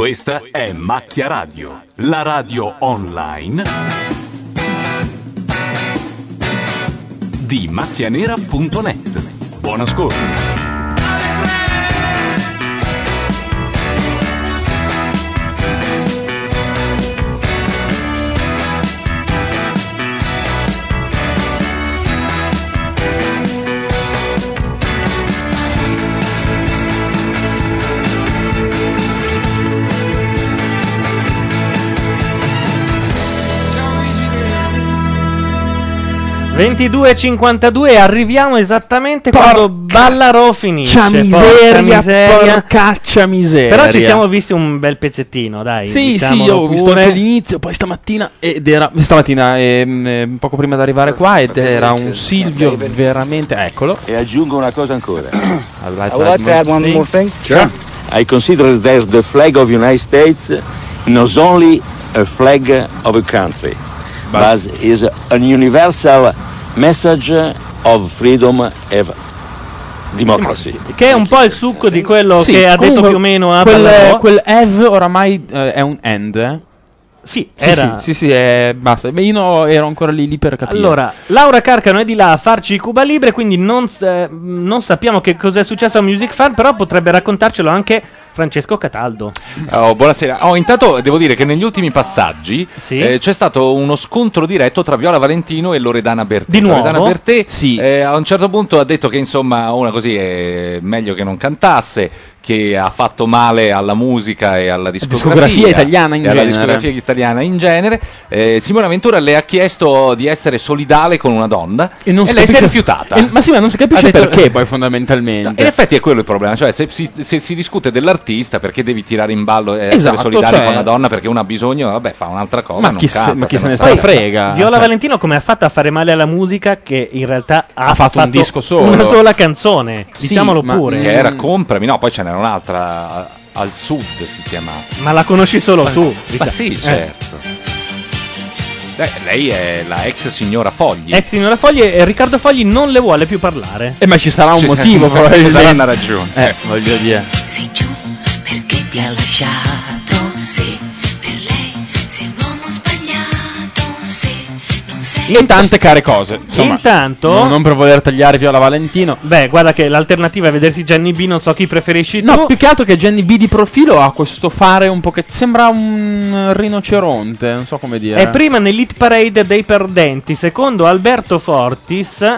Questa è Macchia Radio, la radio online di macchianera.net. Buon ascolto. (22:52), arriviamo esattamente quando Ballarò finisce. Porcaccia miseria. Però ci siamo visti un bel pezzettino, dai. Sì, io ho visto anche l'inizio, poi stamattina poco prima di arrivare qua, ed era un Silvio veramente, eccolo. E aggiungo una cosa ancora. I would like to add one more thing. Sure. I consider that the flag of the United States not only a flag of a country, but is a universal message of freedom and democracy. Che è un po' il succo di quello che ha detto più o meno a Ballarò. Quel have oramai è un end. Sì, era. Sì, basta. Io ero ancora lì per capire. Allora, Laura Carcano è di là a farci Cuba Libre, quindi non sappiamo che cos'è successo a Music Fan, però potrebbe raccontarcelo anche Francesco Cataldo. Buonasera. Intanto devo dire che negli ultimi passaggi c'è stato uno scontro diretto tra Viola Valentino e Loredana Bertè. Di nuovo? Loredana Bertè a un certo punto ha detto che insomma una così è meglio che non cantasse, che ha fatto male alla musica e alla discografia italiana in genere. Alla discografia italiana in genere. Simona Ventura le ha chiesto di essere solidale con una donna e lei si è rifiutata. Ma non si capisce perché poi fondamentalmente. In effetti è quello il problema, cioè se si discute dell'artista, perché devi tirare in ballo e essere solidale con una donna perché una ha bisogno, vabbè, fa un'altra cosa, ma chi se ne frega. Viola Valentino come ha fatto a fare male alla musica, che in realtà ha fatto un disco solo, una sola canzone, diciamolo pure, che era Comprami, no, poi ce n'era un'altra al sud si chiamava. Ma la conosci solo tu? Ma sì, certo. Lei è la ex signora Fogli. Ex signora Fogli, e Riccardo Fogli non le vuole più parlare. Ma ci sarà un motivo, probabilmente. Ci sarà una ragione. Voglio dire. Sei giù perché ti ha lasciato, se per lei sei un uomo sbagliato, se non sei. E tante care cose. Insomma, intanto, non per voler tagliare Viola Valentino. Beh, guarda che l'alternativa è vedersi Jenny B, non so chi preferisci tu. No, più che altro che Jenny B di profilo ha questo fare un po' che sembra un rinoceronte, non so come dire. È prima nell'hit parade dei perdenti, secondo Alberto Fortis,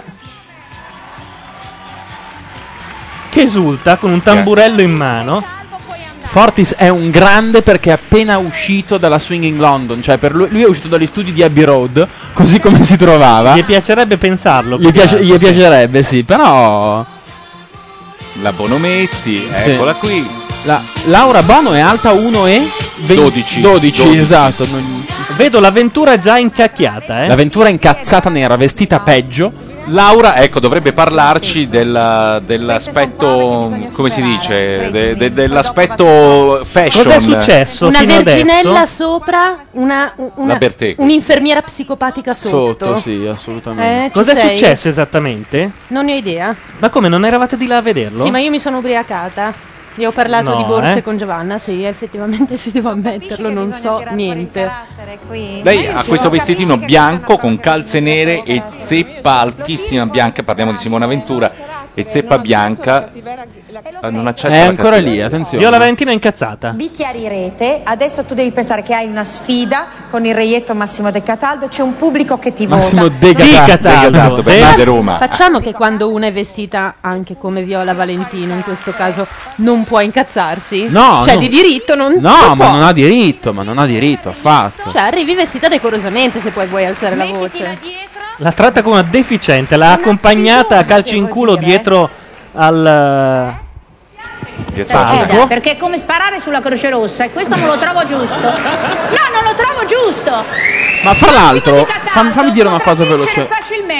che esulta con un tamburello in mano. Fortis è un grande perché è appena uscito dalla Swinging London, cioè per lui è uscito dagli studi di Abbey Road, così come si trovava. Gli piacerebbe pensarlo. Gli piacerebbe, sì, però la Bonometti, eccola qui. La Laura Bono è alta 1,12. 12, esatto. Vedo l'avventura già incacchiata, L'avventura incazzata nera, vestita peggio. Laura, dovrebbe parlarci dell'aspetto, come si dice, dell'aspetto fashion. Cos'è successo? Una fino verginella adesso? sopra, un'infermiera psicopatica sotto. Sì, assolutamente. Cos'è successo esattamente? Non ne ho idea. Ma come, non eravate di là a vederlo? Sì, ma io mi sono ubriacata. Io ho parlato di borse con Giovanna, sì, effettivamente si devo ammetterlo, non so niente. Lei ha questo vestitino bianco con calze nere e zeppa altissima bianca, parliamo di Simona Ventura, e zeppa bianca, non accetta. È ancora lì, attenzione. Viola Valentino è incazzata. Vi chiarirete, adesso tu devi pensare che hai una sfida con il reietto Massimo De Cataldo, c'è un pubblico che ti Massimo vota. De Cataldo, Bernardo Roma. Facciamo che quando una è vestita anche come Viola Valentino, in questo caso, non può incazzarsi? No, cioè no. di diritto non No, può. ma non ha diritto affatto. Cioè arrivi vestita decorosamente se poi vuoi alzare la voce. La tratta come una deficiente, l'ha accompagnata a calci in culo dietro al palco. Perché è come sparare sulla Croce Rossa e questo non lo trovo giusto. No, non lo trovo giusto. Ma fra l'altro, fammi dire una cosa veloce. Facilmente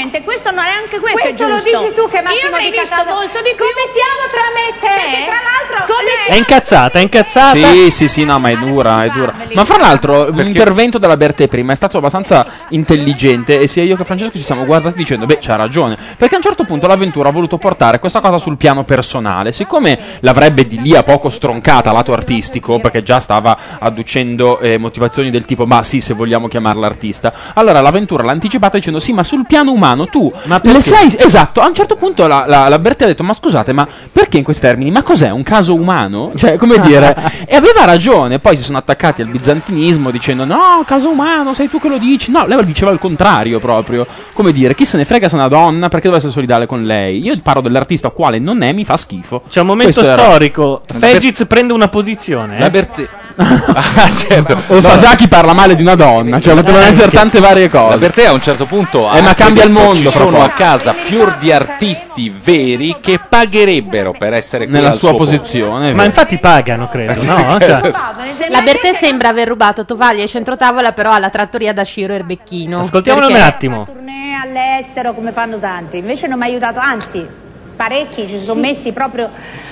niente, questo non è anche questo Questo è lo giusto. dici tu che Massimo Io avrei Di visto Cataldo. molto di più. Scommettiamo tra me e te. Perché tra l'altro È incazzata, è incazzata. Sì, no, ma è dura, è dura. Ma fra l'altro, l'intervento della Bertè prima è stato abbastanza intelligente e sia io che Francesco ci siamo guardati dicendo, beh, c'ha ragione. Perché a un certo punto l'avventura ha voluto portare questa cosa sul piano personale. Siccome l'avrebbe di lì a poco stroncata lato artistico, perché già stava adducendo motivazioni del tipo, ma sì, se vogliamo chiamarla artista, allora l'avventura l'ha anticipata dicendo, sì, ma sul piano umano tu le sai. Esatto, a un certo punto la Bertè ha detto, ma scusate, ma perché in questi termini? Ma cos'è, un caso umano? Cioè, come dire, e aveva ragione. Poi si sono attaccati al bizantinismo dicendo, no, caso umano, sei tu che lo dici. No, lei diceva il contrario proprio. Come dire, chi se ne frega se è una donna, perché deve essere solidale con lei? Io parlo dell'artista quale non è, mi fa schifo. C'è un momento Questo era. storico. Fegiz prende una posizione. La Bertè. Certo. O Sasaki parla male di una donna, cioè potevano essere tante varie cose. La Bertè a un certo punto ma cambia il mondo. Ci sono proprio a casa fior di artisti veri che pagherebbero per essere qui nella al sua suo posizione. Ma infatti pagano, credo, no? Cioè, La Bertè sembra aver rubato tovaglie e centrotavola però alla trattoria da Ciro Erbecchino. ascoltiamolo un Perché- attimo. tournée all'estero come fanno tanti, invece non mi ha aiutato, anzi parecchi ci sono messi proprio.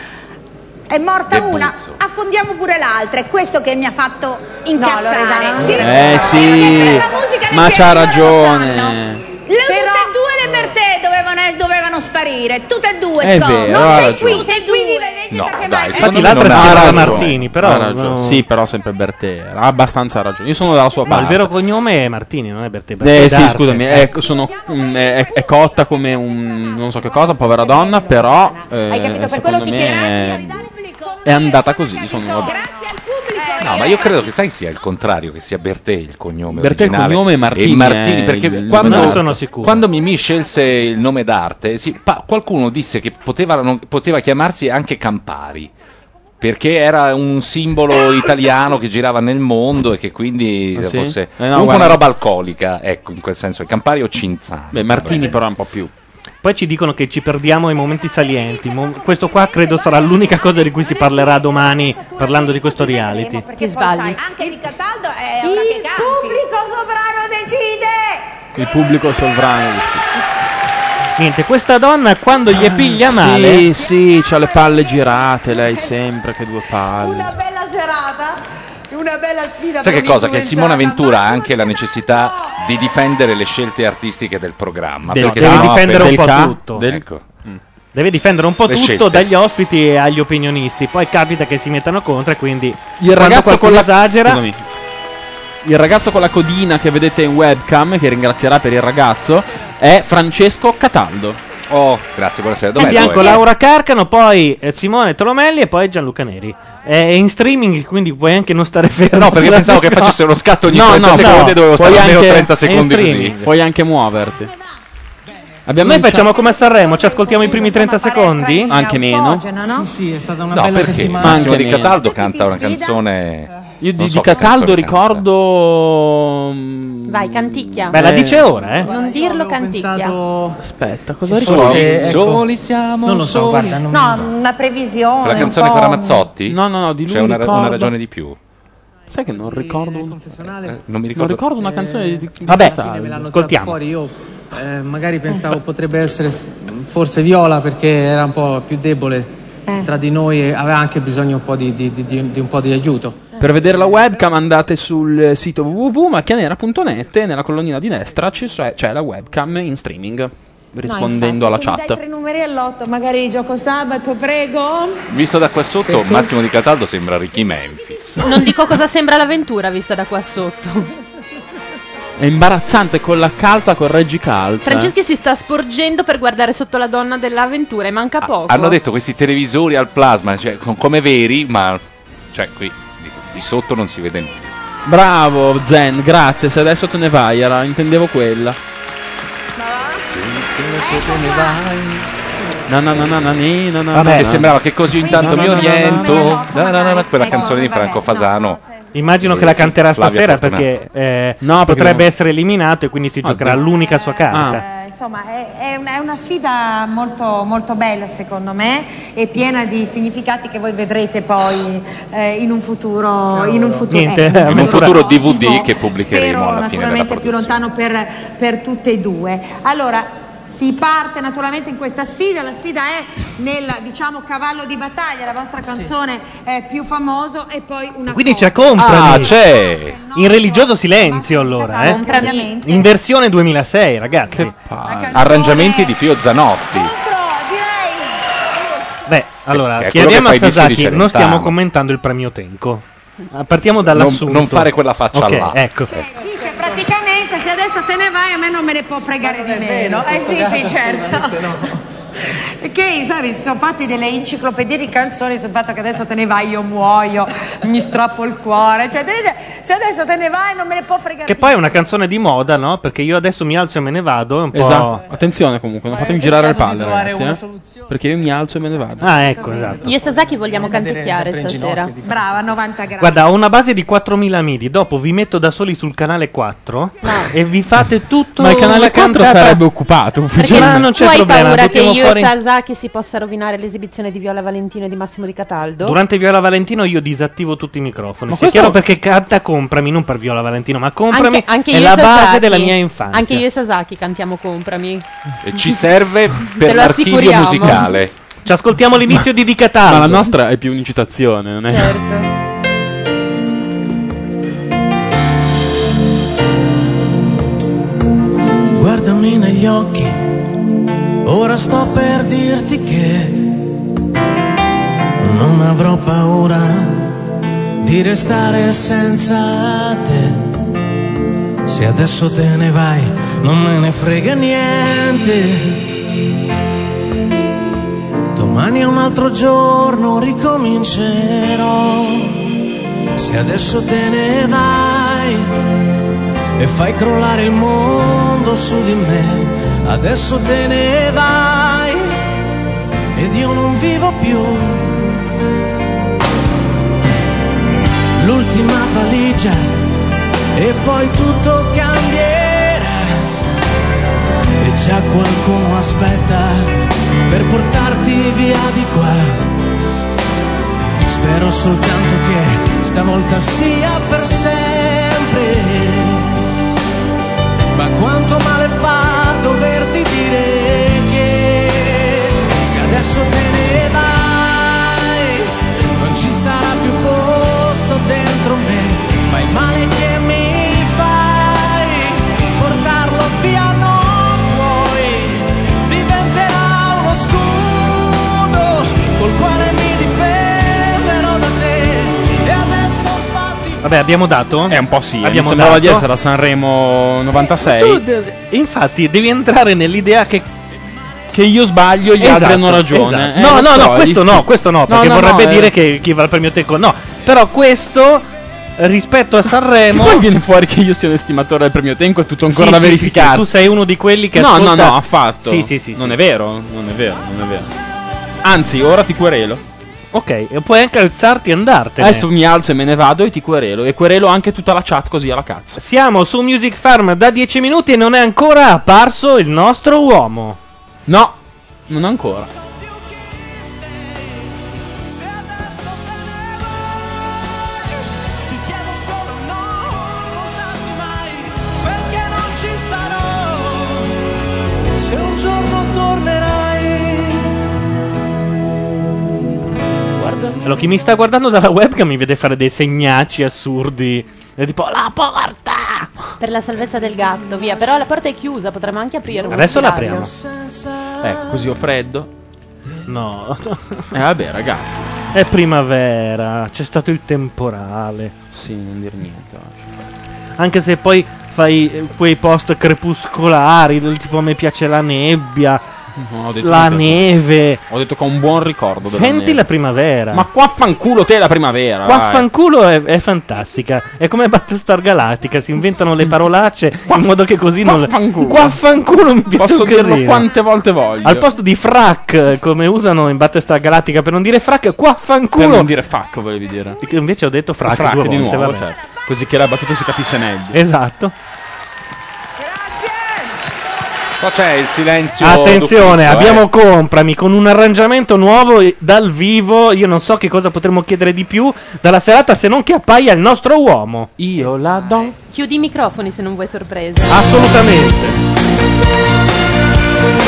È morta Del una, buzzo. affondiamo pure l'altra, è questo che mi ha fatto incazzare. Loredana, non Sì, è sì, perché la musica le ma piace, c'ha loro lo ragione. sanno. Tutte e due le Bertè dovevano sparire, tutte e due. È Scott. vero, non ha sei ragione. qui, sei qui, vedete No, perché dai, vai- secondo Infatti me l'altra non si ha chiama ragione. Martini, però Ha ragione. no. Sì, però sempre Bertè. Ha abbastanza ragione. Io sono dalla sua No, parte. il vero cognome è Martini, non è Bertè. Bertè Sì, d'arte. scusami, è cotta come un non so che cosa, povera donna, però Hai capito? Per secondo quello ti me è andata così. Vabbè. No, ma io credo che sai sia il contrario, che sia Bertè il cognome Bertè il originale. cognome, Martini E Martini, è perché il quando, nome d'arte. Non sono sicuro. quando Mimì scelse il nome d'arte, qualcuno disse che poteva chiamarsi anche Campari. Perché era un simbolo italiano che girava nel mondo e che quindi Ah, sì? fosse No, comunque guarda. una roba alcolica, ecco, in quel senso, Campari o Cinzano. Beh, Martini però è un po' più. Poi ci dicono che ci perdiamo i momenti salienti. Questo qua credo sarà l'unica cosa di cui si parlerà domani parlando di questo reality. Perché Ti poi, sbagli. sai, Anche di Cataldo è ora che il canti. pubblico sovrano decide. Il pubblico sovrano. Niente, questa donna quando gli piglia male. Sì, c'ha le palle girate, lei sempre che due palle. Una bella serata. Una bella sfida. Sai per che cosa? Che Simona un'influenzata, Ventura ha ma anche la necessità di difendere le scelte artistiche del programma. Deve perché sennò difendere un po' appena- tutto. Ecco. Deve difendere un po' Le tutto scelte. dagli ospiti agli opinionisti. Poi capita che si mettano contro e quindi Il quando ragazzo con qualcuno la esagera. Scusami. Il ragazzo con la codina che vedete in webcam, che ringrazierà per il ragazzo, è Francesco Cataldo. Oh, grazie, buonasera. A Dov'è? fianco Dov'è? Laura Carcano, poi Simone Tolomelli e poi Gianluca Neri. È in streaming, quindi puoi anche non stare fermo. No, perché pensavo che facesse uno scatto ogni 30 secondi e dovevo stare puoi almeno anche- 30 è in secondi così. streaming. Puoi anche muoverti. Noi facciamo come a Sanremo, ci ascoltiamo i primi 30 secondi? Anche meno. no? Sì, è stata una No, bella perché settimana. Massimo Anche Di meno. Cataldo canta una canzone. Io non di so che Cataldo canzone canta. ricordo. Vai, canticchia. Beh, la dice ora, eh? Non dirlo, Avevo canticchia. pensato Aspetta, cosa che ricordo? fosse, ecco, Soli siamo. non lo so, soli. guarda, non No, una previsione. La canzone un con po'. Ramazzotti? No, di lui C'è una ricordo. ragione di più. Sai che non ricordo. confessionale. Non mi Non ricordo. ricordo una canzone di Vabbè, Alla fine me l'hanno ascoltiamo. tirato fuori. Io magari pensavo potrebbe essere forse Viola perché era un po' più debole tra di noi e aveva anche bisogno un po' di un po' di aiuto. Per vedere la webcam andate sul sito www.macchianera.net e nella colonnina di destra c'è la webcam in streaming, rispondendo alla Se mi dai chat. 3 numeri all'otto, magari gioco sabato, prego. Visto da qua sotto, Massimo Di Cataldo sembra Ricky Memphis. Non dico cosa sembra l'avventura vista da qua sotto. È imbarazzante con la calza, con Reggi Calza. Franceschi si sta sporgendo per guardare sotto la donna dell'avventura e manca poco. Hanno detto questi televisori al plasma, cioè, come veri, ma cioè qui di sotto non si vede nulla. Bravo Zen, grazie, se adesso te ne vai, intendevo quella. Vabbè, Che sembrava che così intanto mi oriento. no. Quella canzone di Franco Fasano. Immagino che la canterà Flavia stasera Fortunato. perché, No, perché potrebbe no. essere eliminato e quindi si giocherà l'unica sua carta. Insomma, è una sfida molto, molto bella secondo me e piena di significati che voi vedrete poi in un futuro. Niente, In un futuro DVD prossimo, che pubblicheremo spero alla fine della naturalmente più produzione. lontano per tutte e due. Allora, Si parte naturalmente in questa sfida, la sfida è nel, diciamo, cavallo di battaglia, la vostra canzone è più famoso e poi una Quindi coppia. c'è Comprami. Ah, c'è. In religioso silenzio allora, Comprami. in versione 2006, ragazzi. Arrangiamenti di Pio Zanotti. Beh, allora, Che è quello chiediamo a che fa i dischi di Sasaki, non Celentano. stiamo commentando il premio Tenco. Partiamo dall'assunto. Non fare quella faccia Ok, là. ecco. Dice praticamente se adesso te ne vai a me non me ne può fregare di meno. Sì, certo. Che sai, si sono fatti delle enciclopedie di canzoni sul fatto che adesso te ne vai io muoio, mi strappo il cuore, cioè se adesso te ne vai non me ne può fregare Che di poi è una canzone di moda, no? Perché io adesso mi alzo e me ne vado. È un po'... Esatto. Attenzione comunque, non fatemi girare le palle, trovare ragazzi. una Perché io mi alzo e me ne vado. Ah, ecco, esatto. Io e Sasaki vogliamo canticchiare stasera. Brava, 90 gradi. Guarda, ho una base di 4.000 midi. Dopo vi metto da soli sul canale 4 e vi fate tutto. Ma il canale una 4 cantata. sarebbe occupato Perché ufficialmente. non c'è tu hai problema, paura che mettiamo io fuori- e Sasaki si possa rovinare l'esibizione di Viola Valentino e di Massimo Di Cataldo? Durante Viola Valentino io disattivo tutti i microfoni. Ma Sia questo- chiaro, perché canta Comprami, non per Viola Valentino, ma Comprami anche è io la e base Sasaki. della mia infanzia. Anche io e Sasaki cantiamo Comprami. E ci serve Te per lo l'archivio assicuriamo. musicale. Ci ascoltiamo l'inizio di Cataldo. Ma la nostra è più un'incitazione, non è? Certo. Guardami negli occhi, ora sto per dirti che non avrò paura di restare senza te. Se adesso te ne vai, non me ne frega niente. Domani è un altro giorno, ricomincerò. Se adesso te ne vai e fai crollare il mondo su di me, adesso te ne vai ed io non vivo più. L'ultima valigia e poi tutto cambierà e già qualcuno aspetta per portarti via di qua. Spero soltanto che stavolta sia per sempre. Ma quanto male fa doverti dire che se adesso te ne vai non ci sarà più posto dentro me, ma il male che mi fai portarlo via non puoi. Diventerà uno scudo col quale mi difenderò da te e adesso sbatti. Vabbè, abbiamo dato? È un po' sì, mi Abbiamo sembrava dato. di essere a Sanremo 96. Infatti, devi entrare nell'idea che io sbaglio e gli altri hanno ragione. Esatto. Lo so, No, questo no, perché no, vorrebbe no, dire che chi va al premio Tenco no. Però questo rispetto a Sanremo. Poi viene fuori che io sia un estimatore del premio Tenco, è tutto ancora Sì, da sì, verificare. sì, tu sei uno di quelli che no, ascolta... no, affatto. Sì. Non è vero, non è vero. Anzi, ora ti querelo. Ok, e puoi anche alzarti e andartene. Adesso mi alzo e me ne vado e ti querelo. E querelo anche tutta la chat così alla cazzo. Siamo su Music Farm da 10 minuti e non è ancora apparso il nostro uomo. No, non ancora. Ti chiedo solo no, non darti mai, perché non ci sarò. Se un giorno tornerai, guardami. Allora, chi mi sta guardando dalla webcam mi vede fare dei segnacci assurdi. È tipo, la porta! Per la salvezza del gatto, via. Però la porta è chiusa, potremmo anche aprirla. Adesso l'apriamo. Ecco, così ho freddo. No. Vabbè, ragazzi. È primavera, c'è stato il temporale. Sì, non dir niente. Anche se poi fai quei post crepuscolari, del tipo a me piace la nebbia, No, ho detto la che- neve. Ho detto che ho un buon ricordo della Senti neve. la primavera. Ma qua fanculo te la primavera. Qua vai. fanculo è fantastica. È come Battlestar Galactica. Si inventano le parolacce in modo che così non. fanculo. Qua fanculo mi piace Posso un dirlo casino. quante volte voglio. Al posto di frac, come usano in Battlestar Galactica per non dire frac, qua Per fanculo. non dire fuck, volevi dire. Invece ho detto frac, Frac due di volte, nuovo, vabbè. certo. Così che la battuta si capisse meglio. Esatto. Qua c'è il silenzio. Attenzione, d'ufficio, abbiamo Comprami con un arrangiamento nuovo dal vivo. Io non so che cosa potremmo chiedere di più dalla serata se non che appaia il nostro uomo. Io la do. Chiudi i microfoni se non vuoi sorprese. Assolutamente.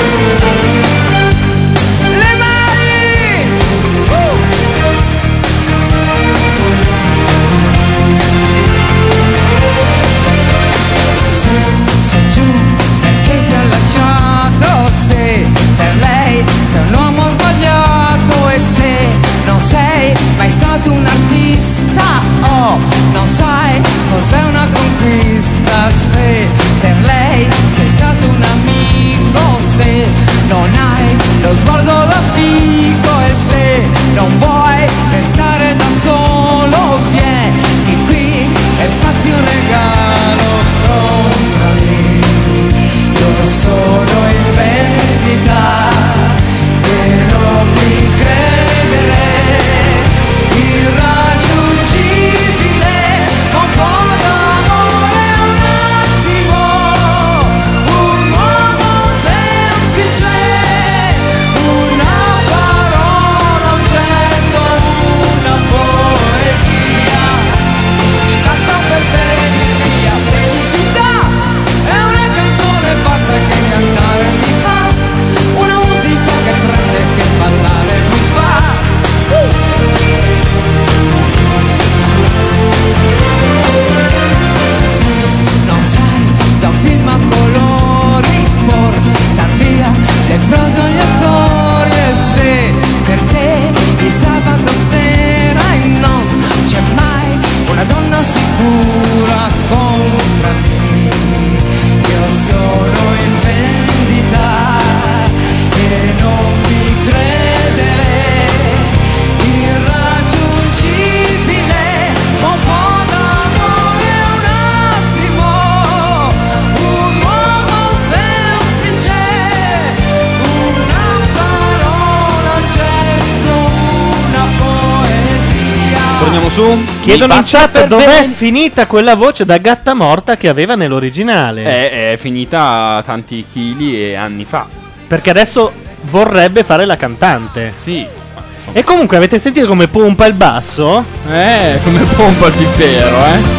su? Chiedono in chat dov'è finita quella voce da gatta morta che aveva nell'originale. È finita tanti chili e anni fa. Perché adesso vorrebbe fare la cantante. Sì. E comunque avete sentito come pompa il basso? Come pompa il pippero,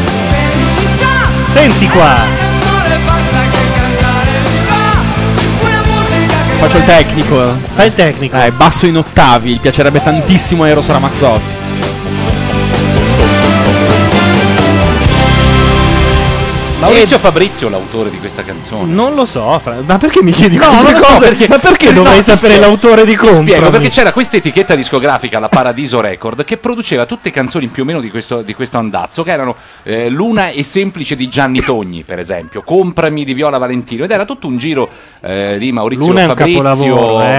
Senti qua. Faccio il tecnico. Fai il tecnico. Basso in ottavi, gli piacerebbe tantissimo a Eros Ramazzotti. Maurizio Fabrizio, l'autore di questa canzone. Non lo so, ma perché mi chiedi No, queste non lo so, cose? perché- Ma perché no, dovrei ti sapere spiego. l'autore di Ti Comprami? spiego, perché c'era questa etichetta discografica, la Paradiso Record, che produceva tutte canzoni più o meno di questo andazzo, che erano Luna e Semplice di Gianni Togni, per esempio, Comprami di Viola Valentino, ed era tutto un giro di Maurizio Luna è un Fabrizio, capolavoro,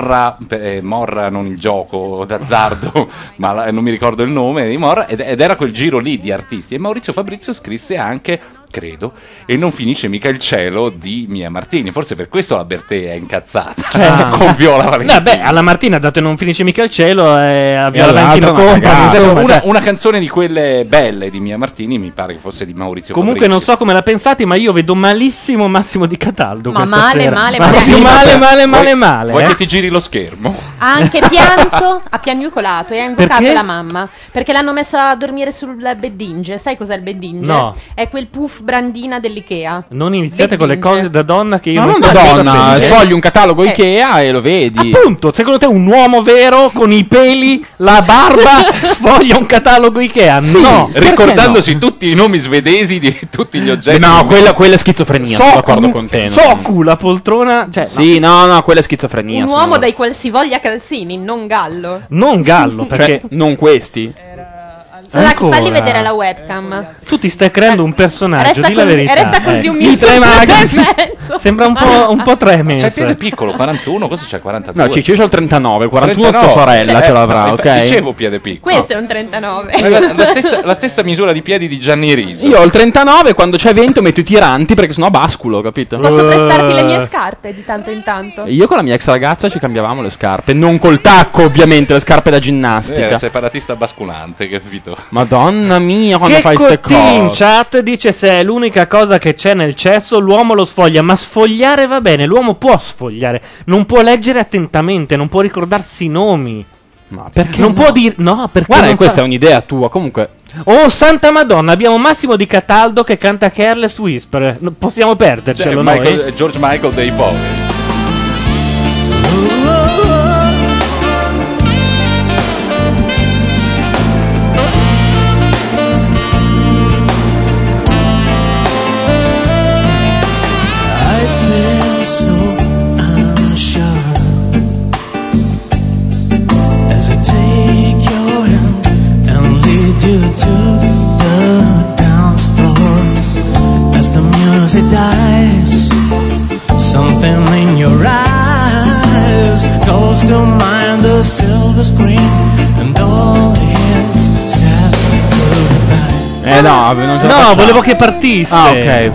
Morra, non il gioco d'azzardo, ma non mi ricordo il nome di Morra, ed era quel giro lì di artisti, e Maurizio Fabrizio scrisse anche, credo, E non finisce mica il cielo di Mia Martini. Forse per questo la Bertè è incazzata con Viola Valentino. Vabbè, alla Martina ha dato E non finisce mica il cielo e a Viola all'altra Valentino Comprami. Insomma, una canzone di quelle belle di Mia Martini mi pare che fosse di Maurizio comunque non Fabrizio. so come la pensate, ma io vedo malissimo Massimo Di Cataldo Ma questa male, sera. male, Ma male. sì, Vuoi- male. Vuoi che ti giri lo schermo? Ha anche pianto, ha piagnucolato e ha invocato Perché? la mamma perché l'hanno messo a dormire sul beddinge. Sai cos'è il beddinge? No. È quel puff brandina dell'Ikea. Non iniziate con le Beddinge. cose da donna che io Ma non posso da donna, sapere. sfogli un catalogo Ikea e lo vedi. Appunto, secondo te un uomo vero con i peli, la barba, sfoglia un catalogo Ikea? Sì, no, ricordandosi tutti i nomi svedesi di tutti gli oggetti. No, quella è schizofrenia, sono d'accordo con te. Soku, la poltrona, cioè, Sì, no, quella è schizofrenia. Un sono- uomo dai qualsivoglia calzini, non gallo. non gallo, perché Cioè, non questi. Sasaki, Ancora? falli vedere la webcam. tu ti stai creando un personaggio, Resta di la così- verità. resta così un Sì, minuto tre e maghi. mezzo. Sembra un po' tremens. C'è il piede piccolo, 41, cosa c'è 42? No, Ciccio, io c'ho il 39, 41 tua 39. sorella ce l'avrà, ok? Dicevo piede piccolo. Questo è un 39. È la stessa misura di piedi di Gianni Riso. Io ho il 39, quando c'è vento metto i tiranti perché sennò basculo, capito? Posso prestarti le mie scarpe di tanto in tanto? Io con la mia ex ragazza ci cambiavamo le scarpe, non col tacco ovviamente, le scarpe da ginnastica. Separatista basculante, capito? Madonna mia, quando Che fai ste in cose. chat dice se è l'unica cosa che c'è nel cesso l'uomo lo sfoglia, ma sfogliare va bene, l'uomo può sfogliare, non può leggere attentamente, non può ricordarsi i nomi. Ma perché non no? può dire no, perché Guarda, non questa fa- è un'idea tua, comunque. Oh santa madonna, abbiamo Massimo Di Cataldo che canta Careless Whisper. Possiamo perdercelo noi? George Michael dei poveri. I've been so unsure as I take your hand and lead you to the dance floor. As the music dies, something in your eyes calls to mind the silver screen and all its sad goodbye. No, non ce la No, facciamo. volevo che partisse. Ah, ok.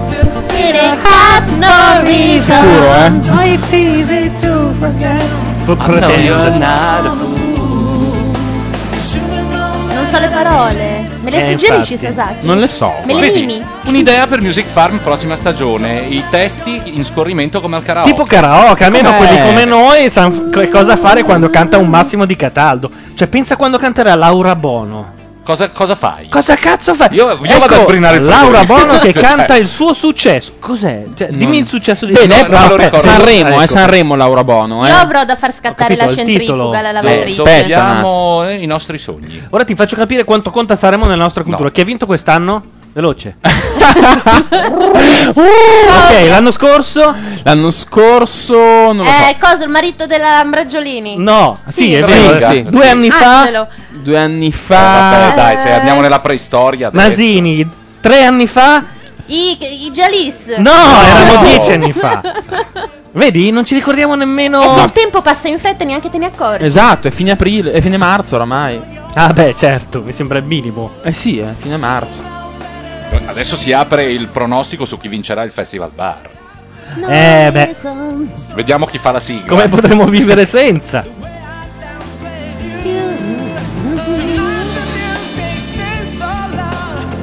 No reason. Sicuro, It's easy to forget. Non so le parole. Me le suggerisci, infatti. Sasaki? Non le so. Me le Vedi, mimi? un'idea per Music Farm prossima stagione, i testi in scorrimento come al karaoke. Tipo karaoke, almeno quelli come noi sanno cosa fare quando canta un Massimo Di Cataldo. Cioè pensa quando canterà Laura Bono. Cosa fai? Cosa cazzo fai? Io vado a sbrinare il Laura frigorifero. Bono che Cioè. canta il suo successo. Cos'è? Cioè, dimmi il successo di Bene, No, però non lo ricordo. Sanremo, Ecco. è Sanremo Laura Bono, Io avrò da far scattare capito, la il centrifuga, titolo. la lavatrice. Soffiamo i nostri sogni. Ora ti faccio capire quanto conta Sanremo nella nostra cultura. Chi ha vinto quest'anno? Veloce. Ok, l'anno scorso? L'anno scorso non lo so. Cosa, il marito della Ambraggiolini? No, sì, è Sì, vero. sì. 2 anni fa Angelo. 2 anni fa. Vabbè, dai, se andiamo nella preistoria adesso. Masini. 3 anni fa? I Jalis. No, erano 10 anni fa. Vedi, non ci ricordiamo E nemmeno. che il tempo passa in fretta e neanche te ne accorgi. Esatto, è fine aprile, è fine marzo oramai. Ah, beh, certo, mi sembra il minimo. Eh sì, è fine marzo. Adesso si apre il pronostico su chi vincerà il Festival Bar. Beh, Vediamo chi fa la sigla. come potremmo vivere senza?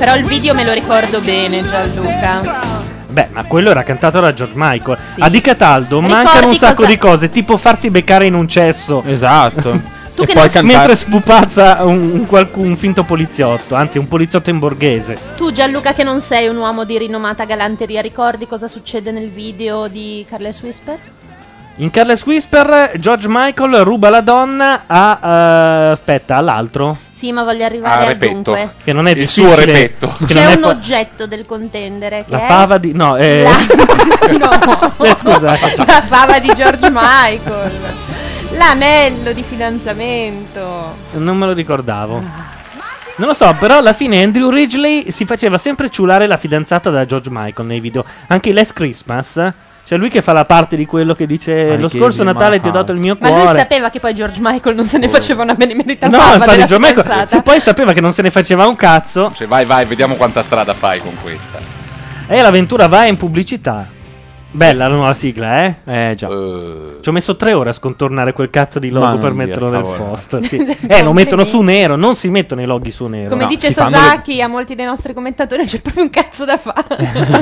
Però il video me lo ricordo bene, Gianluca. Beh, ma quello era cantato da George Michael. Sì. A Di Cataldo Ricordi mancano un sacco cosa- di cose, tipo farsi beccare in un cesso. Esatto. Tu E che poi non- cantare. Mentre spupazza un finto poliziotto, anzi un poliziotto in borghese. Tu Gianluca che non sei un uomo di rinomata galanteria, ricordi cosa succede nel video di Careless Whisper? In Careless Whisper George Michael ruba la donna aspetta, all'altro. Sì, ma voglio arrivare al dunque. Che non è Il difficile, suo repetto. che C'è non è un po- oggetto del contendere che La è fava di... No, no. Scusa. La fava di George Michael. L'anello di fidanzamento. Non me lo ricordavo. Non lo so, però alla fine Andrew Ridgeley si faceva sempre ciulare la fidanzata da George Michael nei video. Anche in Last Christmas, cioè lui che fa la parte di quello che dice lo scorso Natale ti ho dato il mio Ma lui cuore. sapeva che poi George Michael non se ne faceva una benemerita No, fava infatti della George Michael fidanzata. se poi sapeva che non se ne faceva un cazzo. Cioè, vai, vediamo quanta strada fai con questa. E l'avventura va in pubblicità. Bella la nuova sigla, eh? Già. Ci ho messo 3 ore a scontornare quel cazzo di Ma logo non per dire, metterlo nel cavolo. post. Sì. Lo mettono su nero, non si mettono i loghi su nero. Come No, dice si fanno Sasaki a molti dei nostri commentatori, c'è proprio un cazzo da fare.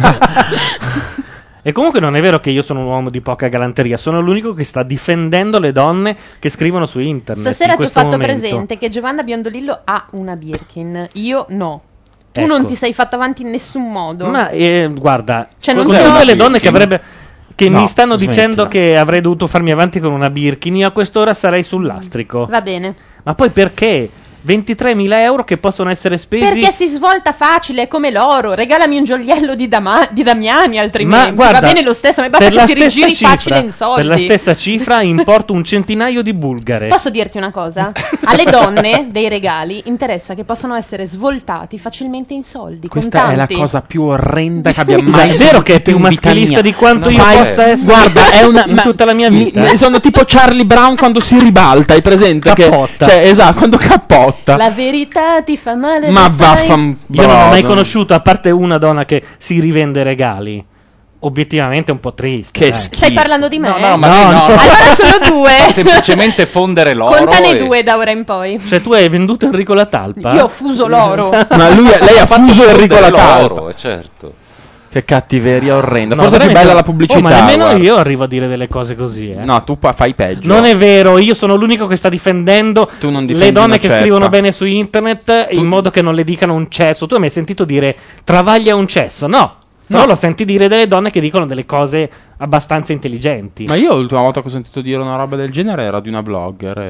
E comunque non è vero che io sono un uomo di poca galanteria, sono l'unico che sta difendendo le donne che scrivono su internet. Stasera in ti ho questo fatto momento. presente che Giovanna Biondolillo ha una Birkin. Io no. Tu Ecco. non ti sei fatta avanti in nessun modo. Ma guarda, Cioè, non con ti ho- tutte le donne che No, mi stanno smettila. dicendo che avrei dovuto farmi avanti con una Birkin, io a quest'ora sarei sul lastrico. Va bene. Ma poi perché? 23.000 euro che possono essere spesi. Perché si svolta facile, è come l'oro. Regalami un gioiello di Damiani, altrimenti. Ma guarda, va bene lo stesso, ma basta per che la si stessa rigiri cifra- facile in soldi. Per la stessa cifra importo un centinaio di bulgare. Posso dirti una cosa? Alle donne dei regali interessa che possano essere svoltati facilmente in soldi. Questa è la contanti. cosa più orrenda che abbia Ma mai è vero che è più sentito in vita maschilista mia. di quanto io Fai- possa essere Guarda, è una in tutta la mia vita. sono tipo Charlie Brown quando si ribalta, hai presente? Cappotta. Che, cioè, esatto, quando cappotta. La verità ti fa male. Ma lo sai. Io non ho mai conosciuto, a parte una donna che si rivende regali. Obiettivamente è un po' triste. Che Stai parlando di me? No, ma No, no, no. Allora sono due. Fa semplicemente fondere l'oro. Contane e- due da ora in poi. Cioè tu hai venduto Enrico La Talpa? Io ho fuso l'oro. Ma lei ha fuso Enrico La l'oro, Talpa. certo. Che cattiveria orrenda. No, Forse è più veramente- bella la pubblicità. Oh, ma nemmeno guarda. io arrivo a dire delle cose così, No, tu fai peggio. Non è vero, io sono l'unico che sta difendendo Tu non le difendi donne una che ceppa. scrivono bene su internet in modo che non le dicano un cesso. Tu hai mai sentito dire travaglia un cesso? No. Però lo senti dire delle donne che dicono delle cose abbastanza intelligenti. Ma io l'ultima volta che ho sentito dire una roba del genere era di una blogger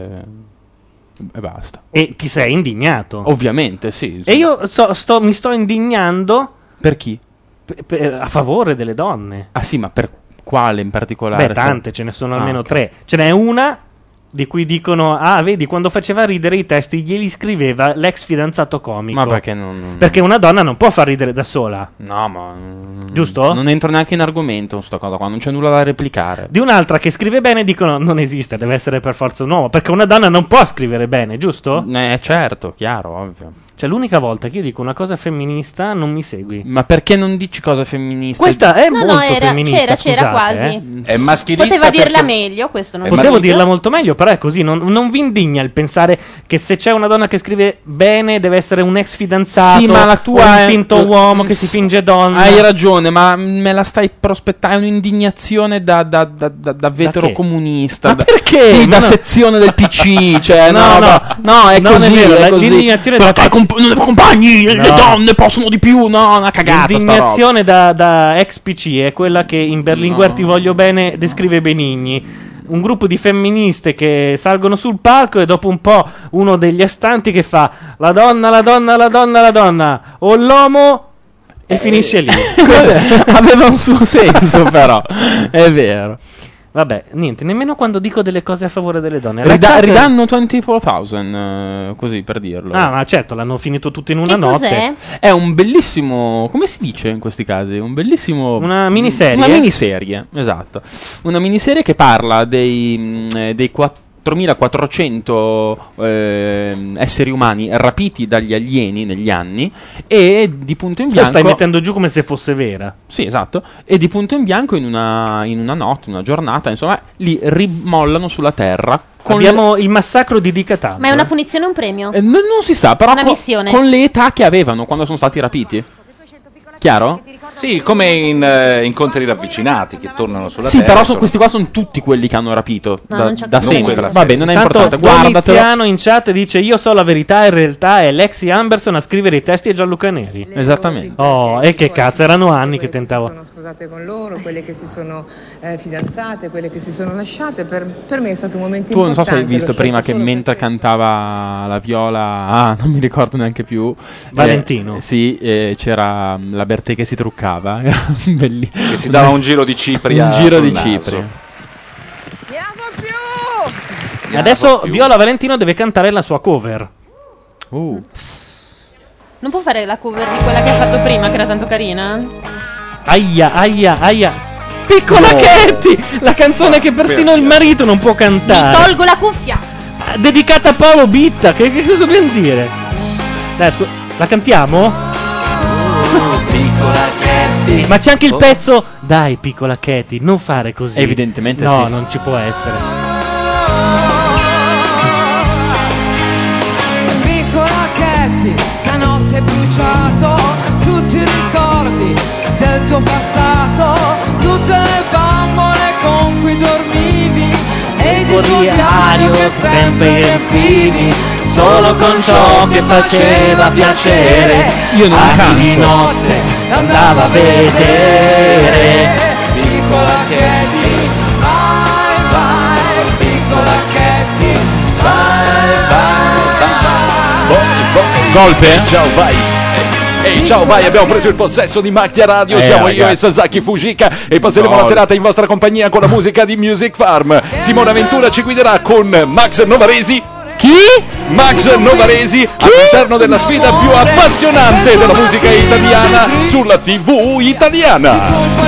e basta. E ti sei indignato. Ovviamente, sì. E io mi sto indignando Per chi? a favore delle donne. Ah sì, ma per quale in particolare? Beh, tante, ce ne sono Ah, almeno ok. 3. Ce n'è una di cui dicono: ah, vedi, quando faceva ridere i testi glieli scriveva l'ex fidanzato comico. Ma perché non... Perché una donna non può far ridere da sola. No, ma... Giusto? Non entro neanche in argomento su sta cosa qua, non c'è nulla da replicare. Di un'altra che scrive bene dicono: non esiste, deve essere per forza un uomo. Perché una donna non può scrivere bene, giusto? Certo, chiaro, ovvio. Cioè, l'unica volta che io dico una cosa femminista, non mi segui. Ma perché non dici cose femministe? Questa è No, molto no, era- femminista. c'era scusate, quasi. È maschilista. Poteva dirla perché- meglio, questo non Potevo lo dico. dirla molto meglio, però è così. Non vi indigna il pensare che se c'è una donna che scrive bene deve essere un ex fidanzato Sì, ma la tua o un è- finto uomo che si finge donna. Hai ragione, ma me la stai prospettando. È un'indignazione da veterocomunista. Ma perché? Sì, Ma da no. sezione del PC. Cioè, No, no, è non così. è vero, è così. l'indignazione Ma da dai, non ne compagni, le No. donne possono di più. No, una cagata. sta roba. L'indignazione da ex PC è quella che in Berlinguer Ti voglio bene descrive Benigni. Un gruppo di femministe che salgono sul palco e dopo un po' uno degli astanti che fa la donna, la donna, la donna, la donna o l'uomo e finisce lì. Aveva un suo senso, però. È vero. Vabbè, niente, nemmeno quando dico delle cose a favore delle donne. Ridanno 24,000, così per dirlo. Ah, ma certo, l'hanno finito tutto in una Che notte. cos'è? È un bellissimo, come si dice in questi casi? Un bellissimo... Una miniserie? Una miniserie, esatto. Una miniserie che parla dei 4.400 esseri umani rapiti dagli alieni negli anni, e di punto in bianco stai mettendo giù come se fosse vera. Sì, esatto. E di punto in bianco in una notte, una giornata, insomma, li rimollano sulla Terra. Abbiamo il massacro di Dicatanto. Ma è una punizione o un premio? Non si sa, però Una missione. con le età che avevano quando sono stati rapiti. Chiaro? Sì, come in incontri ravvicinati che tornano sulla Sì, Terra. però questi qua sono tutti quelli che hanno rapito No, da, non c'è da capito. sempre. Dunque, Vabbè, non è Tanto importante. Guardatelo. Poliziano in chat dice: io so la verità, in realtà è Lexi Amberson a scrivere i testi e Gianluca Neri. Esattamente. Oh, e che cazzo, erano anni che tentavo. Sono sposate con loro, quelle che si sono fidanzate, quelle che si sono lasciate. Per me è stato un momento Tu non so importante. se hai visto l'ho prima scelto che solo mentre cantava la viola, non mi ricordo neanche più, Valentino. sì, c'era la Bertè che si truccava. Era bellissimo. Che si dava un giro di cipria. Un giro sul di naso. cipria. Adesso Viola Valentino deve cantare la sua cover. Non può fare la cover di quella che ha fatto prima, che era tanto carina? Aia, aia, aia. Piccola Katy! La canzone che persino il marito non può Mi cantare. tolgo la cuffia! Dedicata a Paolo Bitta. Che cosa dobbiamo dire? Dai, la cantiamo? Ma c'è anche il pezzo. Dai, piccola Katy, non fare così. Evidentemente no, sì. non ci può essere. Piccola Katy, stanotte hai bruciato tutti i ricordi del tuo passato, tutte le bambole con cui dormivi e il tuo diario che sempre riempivi solo con ciò che faceva piacere. Io non Di canto. notte andava a vedere. Piccola Katy, vai vai, piccola Katy, vai vai. Golpe? Ciao, vai. Ehi, ciao, vai, abbiamo preso il possesso di Macchia Radio, siamo io e ragazzi. Sasaki Fujika e passeremo la serata in vostra compagnia con la musica di Music Farm. Simona Ventura ci guiderà con Max Novaresi. Chi? Max Novaresi all'interno della sfida più appassionante della musica italiana sulla TV italiana.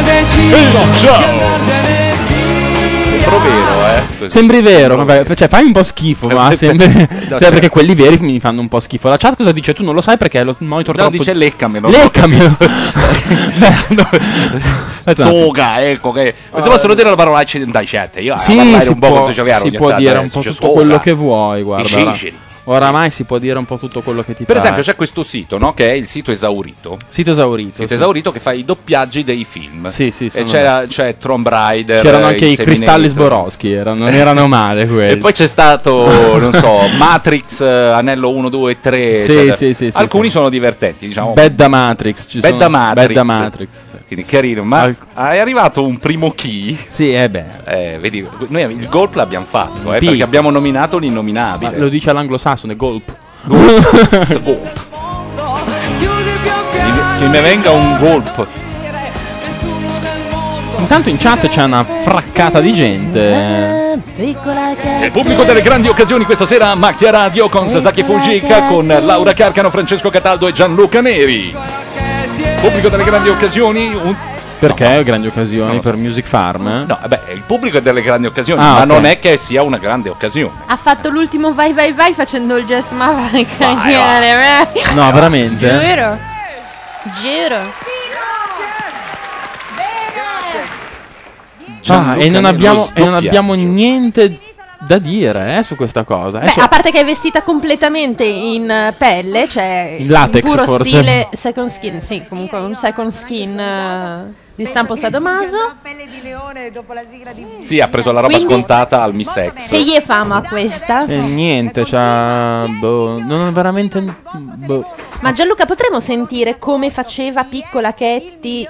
Ciao! Sembro vero, Così. Sembri vero, vabbè, cioè fai un po' schifo, ma sembri, cioè, perché quelli veri mi fanno un po' schifo. La chat cosa dice? Tu non lo sai perché lo monitor No, troppo... dice leccamelo. Leccamelo. Soga, ecco che se possono dire la parola dai chat. Io Sì, parlare si un po' può, con Giuliano, si ogni può tanto, dire un po' dice tutto soga. quello che vuoi, guarda. I ciceri. Oramai si può dire un po' tutto quello che ti Per pare. esempio c'è questo sito, no? Che è il sito Esaurito. Sito Esaurito. Sito Esaurito che fa i doppiaggi dei film. Sì, sì, E sono- c'è Tomb Raider. C'erano anche i cristalli Seminator. Sborowski, non erano male quelli. E poi c'è stato, non so, Matrix, Anello 1, 2 e 3. Sì, eccetera. sì, sì, sì, Alcuni sì. sono divertenti, diciamo. Bad da Matrix. Bad da Matrix. Bad da Matrix. Sì. Quindi carino, ma è arrivato un primo key. Sì, beh. Vedi, noi il golp l'abbiamo fatto, P. perché abbiamo nominato l'innominabile. Ma lo dice all'anglosassone, golp. Golp. Che mi venga un golp. Intanto in chat c'è una fraccata di gente. Il pubblico delle grandi occasioni questa sera a Macchia Radio con Sasaki Fujika, con Laura Carcano, Francesco Cataldo e Gianluca Neri. Pubblico delle grandi occasioni. Perché grandi occasioni per Music Farm? No, vabbè, il pubblico è delle grandi occasioni, Ah, ma ok. non è che sia una grande occasione. Ha fatto l'ultimo vai vai vai facendo il gesto, ma vai cantiere. No, veramente? Giuro. Giuro. E non Gianluca abbiamo niente da dire su questa cosa. Beh, a parte che è vestita completamente in pelle, cioè In latex, in puro forse. stile second skin, sì, comunque un second skin di stampo sadomaso. Sì, ha preso la roba Quindi- scontata al Miss X. Che gli è fama a questa? Niente, non è veramente. Ma Gianluca, potremmo sentire come faceva piccola Katy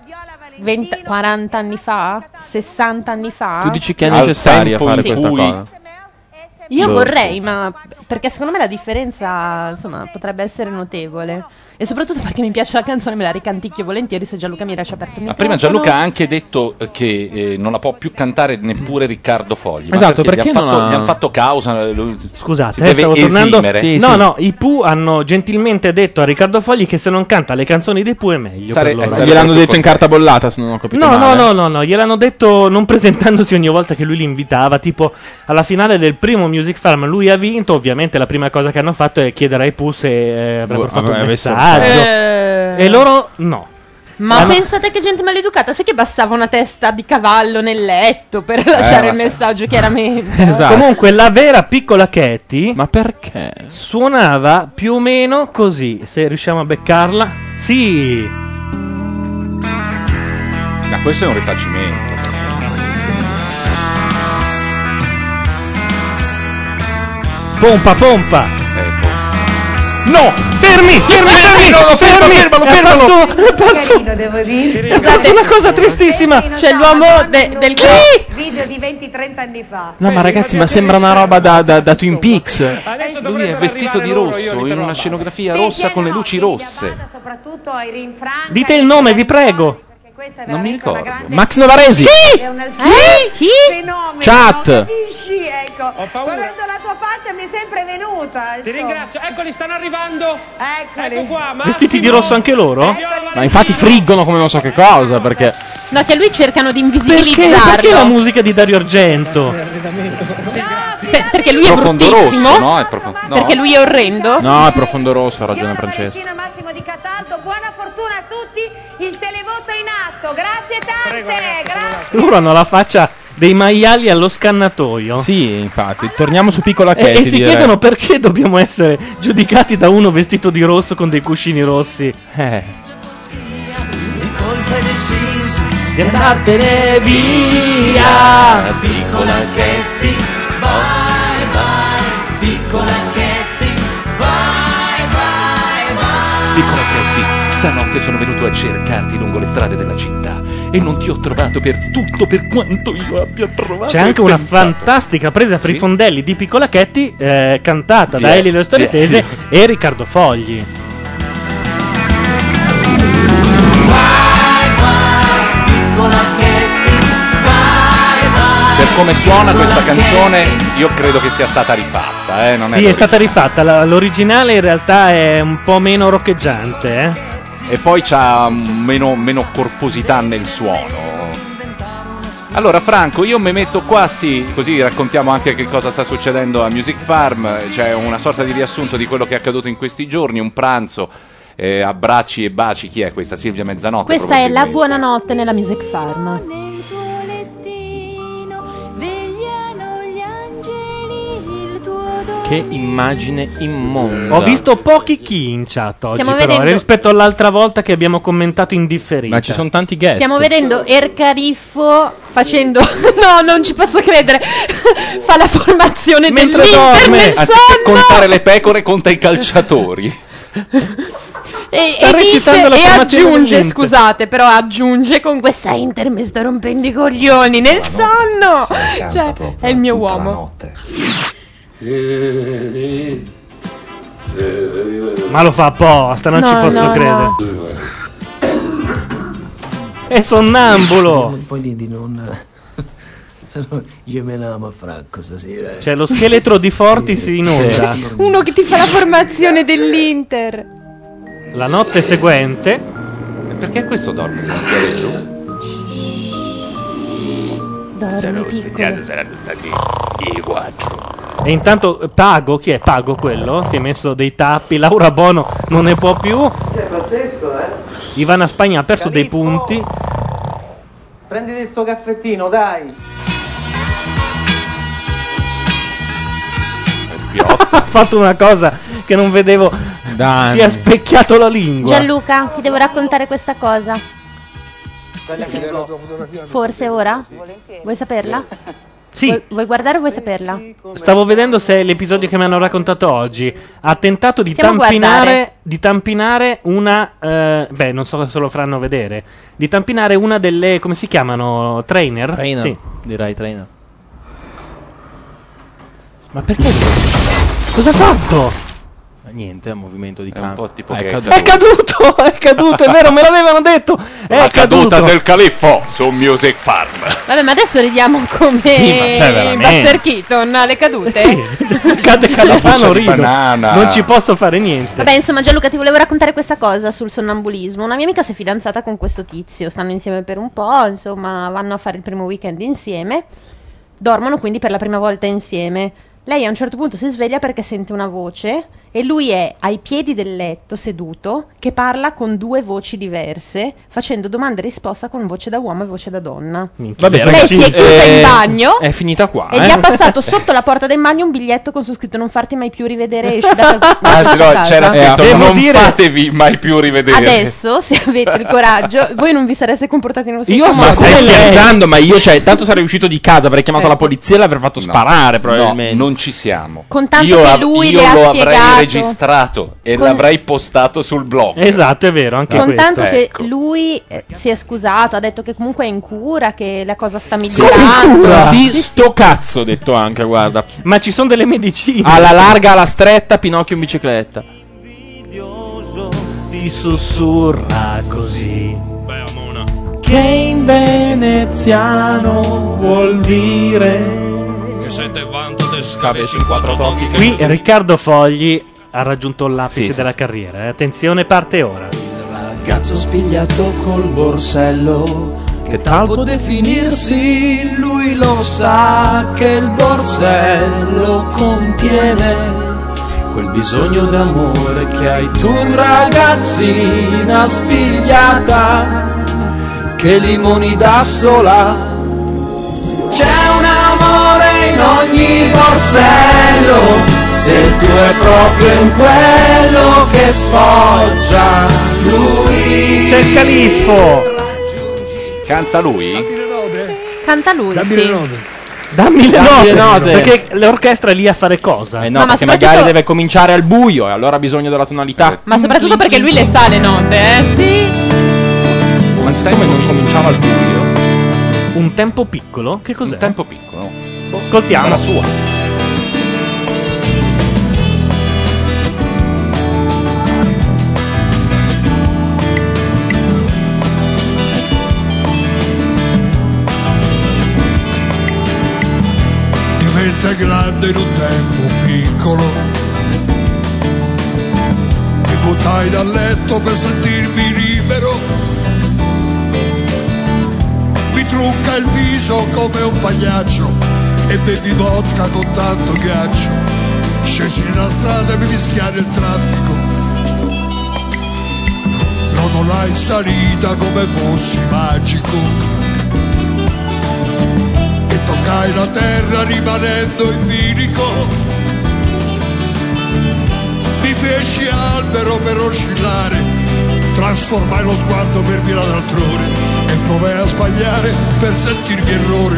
40 anni fa? 60 anni fa? Tu dici che è necessaria fare Sì. questa cosa? Io Boh. vorrei, ma perché secondo me la differenza, insomma, potrebbe essere notevole. E soprattutto perché mi piace la canzone, me la ricanticchio volentieri se Gianluca mi lascia aperto il Ma microfono. prima Gianluca ha anche detto che non la può più cantare neppure Riccardo Fogli. Ma Esatto, perché gli hanno fatto causa. Scusate, stavo tornando. No, i Pooh hanno gentilmente detto a Riccardo Fogli che se non canta le canzoni dei Pooh è meglio. Per loro. Gliel'hanno detto in carta bollata, se non ho capito male. No, gliel'hanno detto non presentandosi ogni volta che lui li invitava. Tipo alla finale del primo Music Farm lui ha vinto. Ovviamente la prima cosa che hanno fatto è chiedere ai Pooh se avrebbero fatto un messaggio. E loro no. Ma pensate che gente maleducata, sai che bastava una testa di cavallo nel letto per lasciare il messaggio chiaramente. Esatto. Comunque la vera piccola Katy, ma perché? Suonava più o meno così, se riusciamo a beccarla. Sì. Ma questo è un rifacimento. Pompa. No! Fermi! Devo dire. È una cosa tristissima. C'è l'uomo del Video di 20-30 anni fa. No, ma ragazzi, ma sembra una roba da Twin Peaks. Lui è vestito di rosso in una scenografia rossa con le luci rosse. Soprattutto ai rinfranchi. Dite il nome, vi prego. Non mi ricordo. Max Novaresi. È una Chi? fenomeno. Chat. Non capisci? Ecco, guardando la tua faccia mi è sempre venuta. Ti ringrazio. Eccoli, stanno arrivando. Eccoli. Ecco qua. Vestiti di rosso anche loro? Ma infatti friggono come non so che cosa, perché No, che lui cercano di Perché invisibilizzarlo. la musica di Dario Argento? Perché lui è Profondo bruttissimo? rosso, no? È profondo. No. Perché lui è orrendo? No, è Profondo Rosso, ha ragione Francesco. Massimo di Cataldo, buona fortuna a tutti. Il televoto è in atto. Grazie tante. Grazie. Loro hanno la faccia dei maiali allo scannatoio. Sì, infatti. Torniamo su Piccola E Katy. si chiedono perché dobbiamo essere giudicati da uno vestito di rosso con dei cuscini rossi. Di andartene via. Piccola Katy, bye bye. Piccola Katy, bye bye. Piccola Katy, stanotte sono venuto a cercarti lungo le strade della città e non ti ho trovato per tutto per quanto io abbia provato. C'è anche una fantastica presa per i fondelli di Piccola Katy cantata da Elio Storitese e Riccardo Fogli. Per come suona questa canzone, io credo che sia stata rifatta. Non Sì, è stata rifatta. L'originale in realtà è un po' meno roccheggiante. E poi c'ha meno corposità nel suono. Allora Franco, io mi metto qua, sì, così raccontiamo anche che cosa sta succedendo a Music Farm. C'è una sorta di riassunto di quello che è accaduto in questi giorni, un pranzo, abbracci e baci. Chi è questa? Silvia Mezzanotte? Questa è la buonanotte nella Music Farm. Che immagine immonda. Ho visto pochi chi in chat oggi, Stiamo però, vedendo- rispetto all'altra volta che abbiamo commentato in differita. Ma ci sono tanti guest. Stiamo vedendo Ercariffo facendo no, non ci posso credere. Fa la formazione Mentre dell'Inter dorme. nel Anziché sonno. contare le pecore, conta i calciatori. E recitando la dice, e formazione aggiunge, dell'Inter. scusate, però aggiunge con questa Inter mi sto rompendo i coglioni nel sonno. Cioè, è il mio uomo. Ma lo fa apposta, non No, ci posso no, credere. no. È sonnambulo. Poi di non. Io me ne amo a Franco stasera. C'è lo scheletro di Fortis in onda. Uno che ti fa la formazione dell'Inter. La notte seguente. Perché questo dorme sempre giù? Dormi, piccolo. Saranno stati i quattro. E intanto Pago, chi è Pago quello? Si è messo dei tappi. Laura Bono non ne può più. È pazzesco, Ivana Spagna ha perso dei punti. Prenditi sto caffettino, dai. Ha fatto una cosa che non vedevo. Si è specchiato la lingua. Gianluca, ti devo raccontare questa cosa. Forse ora? Vuoi saperla? Sì. Vuoi guardare o vuoi saperla? Stavo vedendo se l'episodio che mi hanno raccontato oggi ha tentato di Stiamo a guardare. tampinare una beh, non so se lo faranno vedere. Di tampinare una delle, come si chiamano? Trainer? Sì. Direi trainer. Ma perché? Cosa ha fatto? Niente, è un movimento di campo. Un po' tipo è che È caduto, è vero, me l'avevano detto. È la caduto. caduta del califfo su Music Farm. Vabbè, ma adesso ridiamo come Sì, ma cioè, veramente. Buster Keaton alle cadute. Sì, cade Califano, rido. banana. Non ci posso fare niente. Vabbè, insomma, Gianluca, ti volevo raccontare questa cosa sul sonnambulismo. Una mia amica si è fidanzata con questo tizio, stanno insieme per un po', insomma, vanno a fare il primo weekend insieme, dormono quindi per la prima volta insieme. Lei a un certo punto si sveglia perché sente una voce e lui è ai piedi del letto, seduto, che parla con due voci diverse, facendo domande e risposta con voce da uomo e voce da donna. Vabbè, Lei ragazzi, si è chiusa in bagno è finita qua. e gli ha passato sotto la porta del bagno un biglietto con su scritto non farti mai più rivedere, esci da casa. Anzi, no, c'era scritto devo non dire- fatevi mai più rivedere. Adesso, se avete il coraggio, voi non vi sareste comportati nello stesso Io modo. ma stai come lei. scherzando, ma io, cioè, tanto sarei uscito di casa, avrei chiamato la polizia e l'avrei fatto sparare, probabilmente. No, non ci siamo. Con tanto che lui io le ha lo avrei spiegato. registrato e Con- l'avrei postato sul blog. Esatto, è vero, anche Con questo. tanto che Ecco. lui si è scusato, ha detto che comunque è in cura, che la cosa sta migliorando. Sì, sto cazzo, ho detto anche, guarda. Ma ci sono delle medicine. Alla larga, alla stretta, Pinocchio in bicicletta. Ti sussurra così. Che in veneziano vuol dire. Che se te vanto te scavessi in quattro tocchi. che Qui se- Riccardo Fogli ha raggiunto l'apice Sì, della sì. carriera. Attenzione, parte ora. Ragazzo spigliato col borsello, che tal può definirsi, lui lo sa che il borsello contiene quel bisogno d'amore che hai tu, ragazzina spigliata, che limoni da sola. C'è un amore in ogni borsello, se il tuo è proprio in quello che sfoggia lui. C'è il califfo. Canta lui? Canta lui, Dammi sì. le note. Dammi le Dammi note. le note. Perché l'orchestra è lì a fare cosa? Eh no, No, ma perché soprattutto- magari deve cominciare al buio e allora ha bisogno della tonalità. Ma soprattutto perché lui le sa le note, Sì. Ma siccome non cominciava al buio. Un tempo piccolo? Che cos'è? Un tempo piccolo. Ascoltiamo. La sua. Diventa grande in un tempo piccolo. Mi buttai dal letto per sentirmi libero. Mi trucca il viso come un pagliaccio e bevi vodka con tanto ghiaccio. Scesi nella strada e mi mischiare il traffico. Rodolai in salita come fossi magico. Toccai la terra rimanendo in bilico. Mi feci albero per oscillare, trasformai lo sguardo per mirare altrove e provai a sbagliare per sentirmi errore.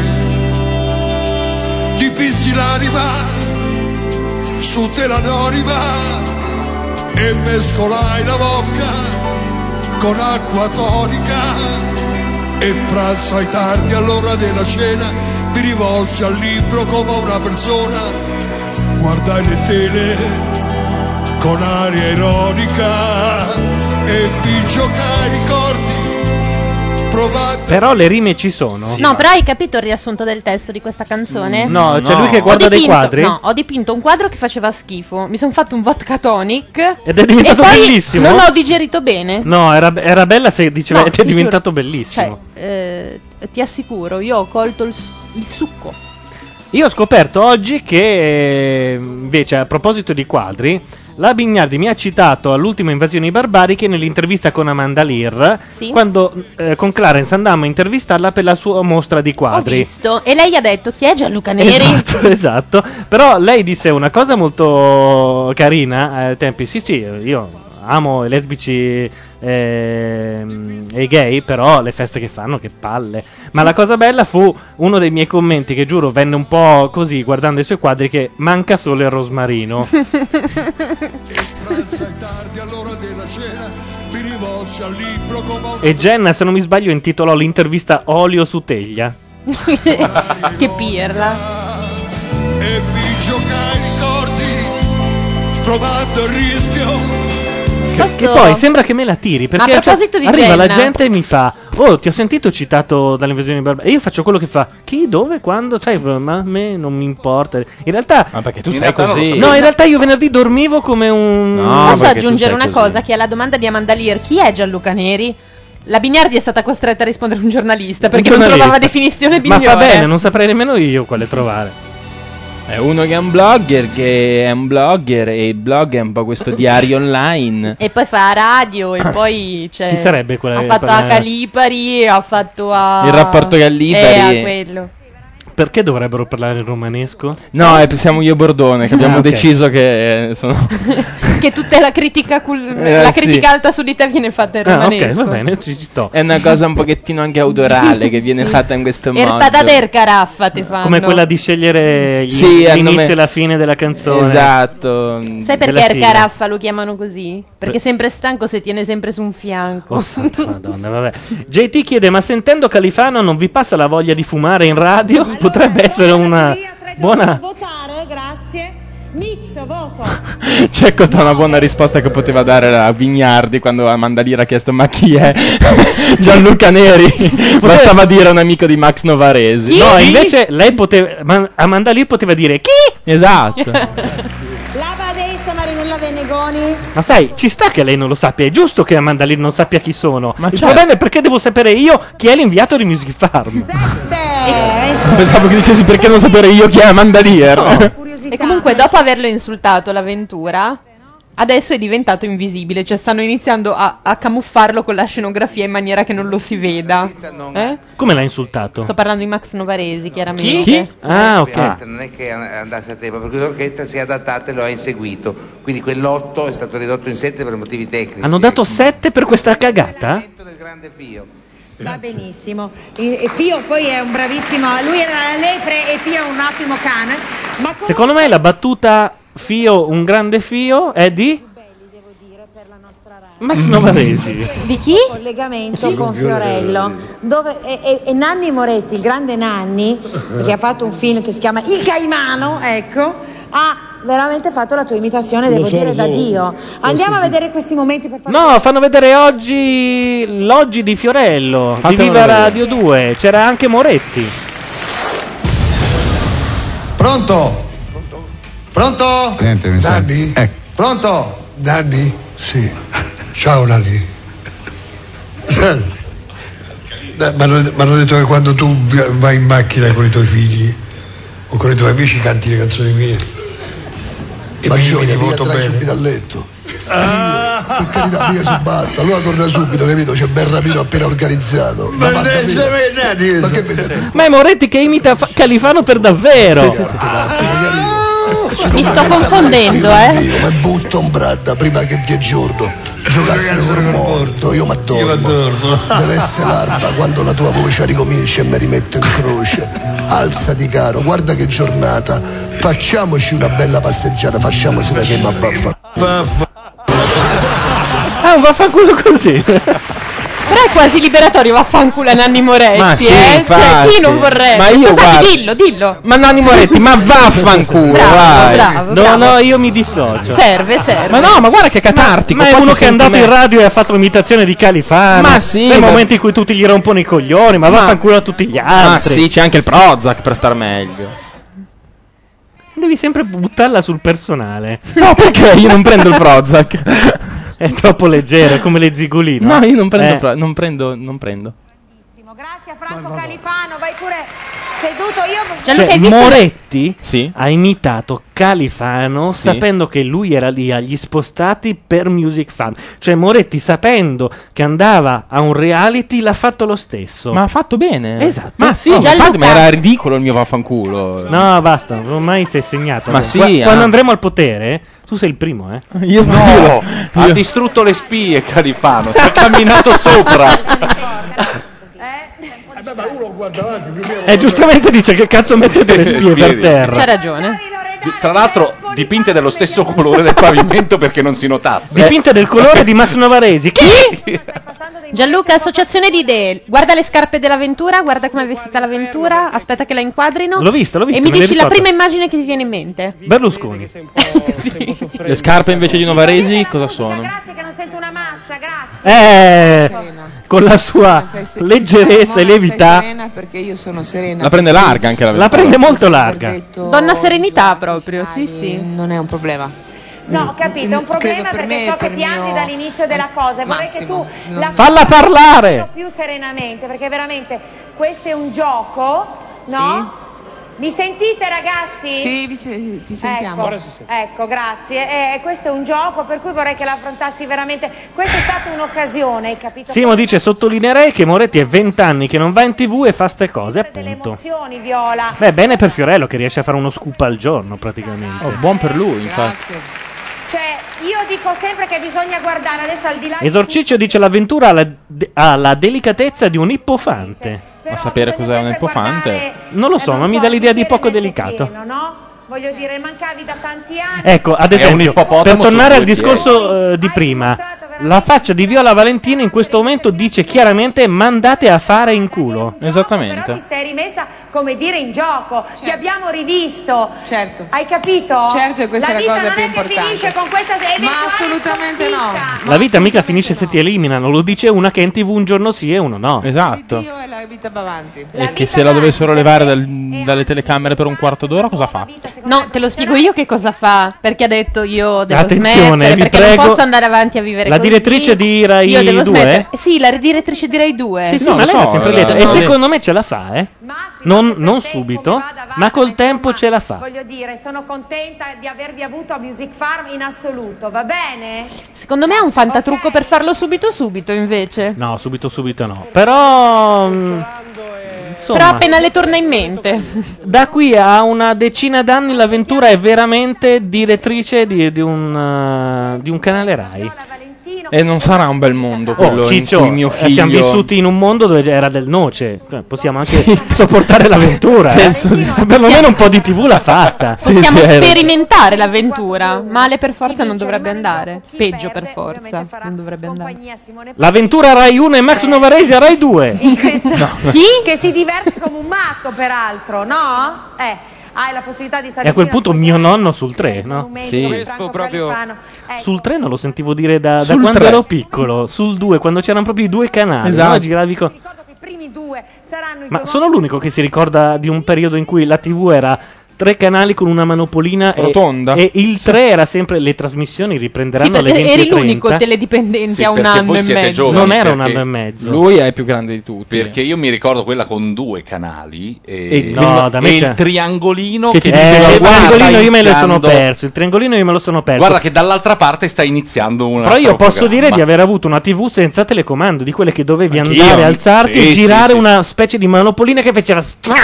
Dipinsi l'anima su tela anonima e mescolai la vodka con acqua tonica e pranzai tardi all'ora della cena. Mi rivolsi al libro come a una persona, guardai le tele con aria ironica e mi giocai ricordi. Provai. Però le rime ci sono. No, però hai capito il riassunto del testo di questa canzone? No, c'è lui che guarda dei quadri. No, ho dipinto un quadro che faceva schifo. Mi sono fatto un vodka tonic. Ed è diventato e poi bellissimo. Non l'ho digerito bene. No, era bella se diceva No, ed è ti diventato giuro. bellissimo. Cioè, ti assicuro, io ho colto il succo. Io ho scoperto oggi che invece a proposito di quadri, la Bignardi mi ha citato all'ultima Invasioni Barbariche nell'intervista con Amanda Lear, Sì. quando con Clarence andammo a intervistarla per la sua mostra di Ho quadri. visto. E lei ha detto: chi è Gianluca Neri? Esatto. Però lei disse una cosa molto carina ai tempi. Sì, io amo i lesbici e i gay, però le feste che fanno, che palle. Ma la cosa bella fu uno dei miei commenti, che giuro venne un po' così guardando i suoi quadri, che manca solo il rosmarino. E Jenna, se non mi sbaglio, intitolò l'intervista Olio su teglia. Che pirla. E mi giocai ricordi trovando il rischio. Che poi sembra che me la tiri, perché A proposito di arriva la Jenna. gente e mi fa: oh, ti ho sentito citato dall'invasione di Barbarossa. E io faccio quello che fa: chi, dove, quando? Sai, ma a me non mi importa. In realtà, Ma perché tu In sei realtà non lo così? sapevo. no, in realtà io venerdì dormivo come un. No, Posso perché tu aggiungere sei una così. cosa? Che alla domanda di Amanda Lear, chi è Gianluca Neri? La Bignardi è stata costretta a rispondere un giornalista perché non giornalista. trovava definizione Ma migliore. fa bene, non saprei nemmeno io quale trovare. È uno che è un blogger e il blog è un po' questo diario online. E poi fa radio e poi c'è... Chi sarebbe quella Ha che fatto parla- a Calipari, ha fatto a... Il rapporto Gallipari. a quello. Perché dovrebbero parlare in romanesco? No, siamo io e Bordone che abbiamo ok. deciso che sono... Che tutta la critica, la sì. critica alta su di te viene fatta in Ah, romanesco. ok, va bene, ci sto. È una cosa un pochettino anche autorale che viene fatta in questo modo. Ertadader caraffa te fanno. Come quella di scegliere Sì, hanno l'inizio me- e la fine della canzone. Esatto. Sai della perché sigla. Ercaraffa lo chiamano così? Perché è sempre stanco se tiene sempre su un fianco. Oh, santa Madonna, vabbè. JT chiede: ma sentendo Califano non vi passa la voglia di fumare in radio? Potrebbe essere una buona. Votare, grazie. Mix, voto. C'è questa una buona risposta che poteva dare la Vignardi quando Amanda Lear ha chiesto ma chi è Gianluca Neri. Bastava dire un amico di Max Novaresi. No, invece lei poteva. Amanda Lear poteva dire chi? Esatto. Lava adesso Marinella Venegoni. Ma sai, ci sta che lei non lo sappia. È giusto che Amanda Lear non sappia chi sono. Il certo. problema è perché devo sapere io chi è l'inviato di Music Farm. Pensavo che dicessi perché non sapere io chi è Amanda Lear. E comunque dopo averlo insultato l'avventura, adesso è diventato invisibile. Cioè stanno iniziando a camuffarlo con la scenografia in maniera che non lo si veda. Come l'ha insultato? Sto parlando di Max Novaresi, chiaramente. Chi? Ah, ok. Ovviamente non è che andasse a tempo, perché l'orchestra si è adattata e lo ha inseguito. Quindi quell'8 è stato ridotto in 7 per motivi tecnici. Hanno dato 7 per questa cagata? Va benissimo. E Fio poi è un bravissimo. Lui era la lepre e Fio è un ottimo cane. Ma Secondo me la battuta Fio, un grande Fio, è di Max Novaresi. Di chi? Collegamento con Fiorello, dove e Nanni Moretti, il grande Nanni, che ha fatto un film che si chiama Il Caimano, ecco, ha veramente fatto la tua imitazione, devo dire, da Dio. Andiamo a vedere questi momenti per favore. No, fanno vedere oggi l'oggi di Fiorello di Fatemelo Viva vedere. Radio 2. C'era anche Moretti. Pronto? Pronto? Niente, mi sa. Nanni? Pronto? Nanni? Sì. Ciao Nanni. Mi hanno detto che quando tu vai in macchina con i tuoi figli o con i tuoi amici canti le canzoni mie. E ma io ti voto bene. Subito a letto. Per carità, mica si batta, allora torna subito, capito? C'è ben rapino appena organizzato. Ma che mi stai? Ma è Moretti che imita Califano per davvero. Mi sto confondendo, Ma Boston Bradda prima che dia giorno giocassero col morto, io m'addormo. Deve essere l'alba quando la tua voce ricomincia e mi rimetto in croce. Alzati caro, guarda che giornata. Facciamoci una bella passeggiata, facciamoci una game a baffa. Ah, un vaffanculo così. Però è quasi liberatorio, vaffanculo a Nanni Moretti, Ma sì, Cioè, infatti. chi non vorrebbe? Ma io Scusate, guarda- dillo. Ma Nanni Moretti, ma vaffanculo, vai. Bravo. No, io mi dissocio. Serve. Ma no, ma guarda che catartico. Ma è poi uno ti che è senti andato in me- radio e ha fatto l'imitazione di Califano. Ma sì, nel ma- momento in cui tutti gli rompono i coglioni, ma vaffanculo a tutti gli Ah altri. sì, c'è anche il Prozac per star meglio. Devi sempre buttarla sul personale. No, perché io non prendo il Prozac. È troppo leggero, è come le zigolino. No, io non prendo non prendo. Grazie a Franco Califano, vai pure seduto. Cioè, Moretti Sì. ha imitato Califano Sì. sapendo che lui era lì agli spostati per Music Fan. Cioè Moretti sapendo che andava a un reality l'ha fatto lo stesso. Ma ha fatto bene. Esatto. Ma sì, Oh, infatti, ma era ridicolo il mio vaffanculo. No, basta, ormai sei segnato. Ma sì, Quando ah. andremo al potere, tu sei il primo, eh. Io No, ha distrutto le spie Califano, ci ha camminato sopra. Ma uno guarda avanti, Giustamente dice che cazzo mettete le spie per terra. C'ha ragione. Tra l'altro dipinte dello stesso colore del pavimento perché non si notasse. Dipinte del colore di Max Novaresi. Chi? Gianluca, associazione di idee. Guarda le scarpe dell'avventura, guarda come è vestita l'avventura. Aspetta che la inquadrino. L'ho visto, E mi me ne dici la ricordo. prima immagine che ti viene in mente. Berlusconi. Le scarpe invece di Novaresi cosa sono? Grazie che non sento una mazza, grazie. Con la sua leggerezza e lievità. Serena perché io sono serena. La prende larga anche la La prende molto larga. Donna serenità proprio, sì, sì. Non è un problema. No, ho capito, è un problema per perché me, so che per piangi mio dall'inizio della cosa e vorrei che tu la Falla parlare! più serenamente, perché veramente questo è un gioco, no? Mi sentite ragazzi? Sì, ti sentiamo. Ecco, ecco, grazie. Questo è un gioco per cui vorrei che l'affrontassi veramente. Questa è stata un'occasione, hai capito? Simo dice: sottolineerei che Moretti è 20 anni che non va in TV e fa ste cose, appunto. Emozioni, Viola. Beh, bene per Fiorello che riesce a fare uno scoop al giorno praticamente. Buon per lui, infatti. Cioè, io dico sempre che bisogna guardare adesso al di là Esorciccio dice: l'avventura ha la delicatezza di un ippofante. Ma sapere cos'è un ippofante? Non lo so, ma mi dà l'idea di poco delicato. no? Voglio dire, mancavi da tanti anni. Ecco, ad È un esempio, ippopotamo per su tornare al due discorso di prima, la faccia di Viola Valentino in questo momento dice chiaramente: mandate a fare in culo. Però Esattamente. ti sei rimessa, come dire, in gioco. Ti abbiamo rivisto. Certo. Hai capito? Certo, e questa è la vita cosa non più è che importante. finisce con questa Ma eventuale assolutamente no. sconfitta. La vita mica finisce se ti eliminano, lo dice una che in TV un giorno sì e uno no. Esatto. Dio e la vita va avanti. E che se la dovessero levare dalle telecamere per un quarto d'ora, cosa fa? No, te lo spiego io che cosa fa. Perché ha detto io devo Attenzione, smettere, vi perché prego, non posso andare avanti a vivere la così. direttrice di Rai Io devo 2? smettere. Sì, la direttrice di Rai 2. Sì, sì, No, ma lo lei l'ha so, sempre la- detto. E no. secondo me ce la fa, non subito, ma col tempo ce la fa. Voglio dire, sono contenta di avervi avuto a Music Farm in assoluto, va bene? Secondo me è un fantatrucco per farlo subito invece. No, subito no. Però insomma, Però appena le torna in mente. da qui a una decina d'anni l'avventura è veramente direttrice di un canale Rai. E non sarà un bel mondo quello Ciccio, in cui mio figlio... siamo vissuti in un mondo dove era del noce. Cioè, possiamo anche sopportare l'avventura. Penso di sì. Perlomeno un po' di TV l'ha fatta. Possiamo sperimentare l'avventura. Male per forza non dovrebbe andare. Peggio per forza non dovrebbe andare. L'avventura Rai 1 e Max Novaresi a Rai 2. Chi? Che si diverte come un matto, peraltro, no? Hai la possibilità di stare E a quel vicino punto mio nonno sul 3, no? Sì. Questo proprio. Sul 3 non lo sentivo dire da Sul quando 3. ero piccolo. Sul 2, quando c'erano proprio i due canali. Esatto. No? Giravi con... I primi due saranno i Ma sono l'unico che si ricorda di un periodo in cui la TV era 3 canali con una manopolina Rotonda. e il 3 era sempre le trasmissioni riprenderanno Sì, alle 20:30. eri l'unico teledipendente a un anno e mezzo. Non era un anno e mezzo. Lui è il più grande di tutti. Perché io mi ricordo quella con 2 canali e, no, da me e c'è- il triangolino Che che ti diceva, il triangolino sta io me lo sono iniziando- perso. Il triangolino io me lo sono perso. Guarda che dall'altra parte sta iniziando una. Però io posso dire di aver avuto una TV senza telecomando, di quelle che dovevi Anch'io. andare, alzarti Sì, e girare sì, una specie di manopolina che faceva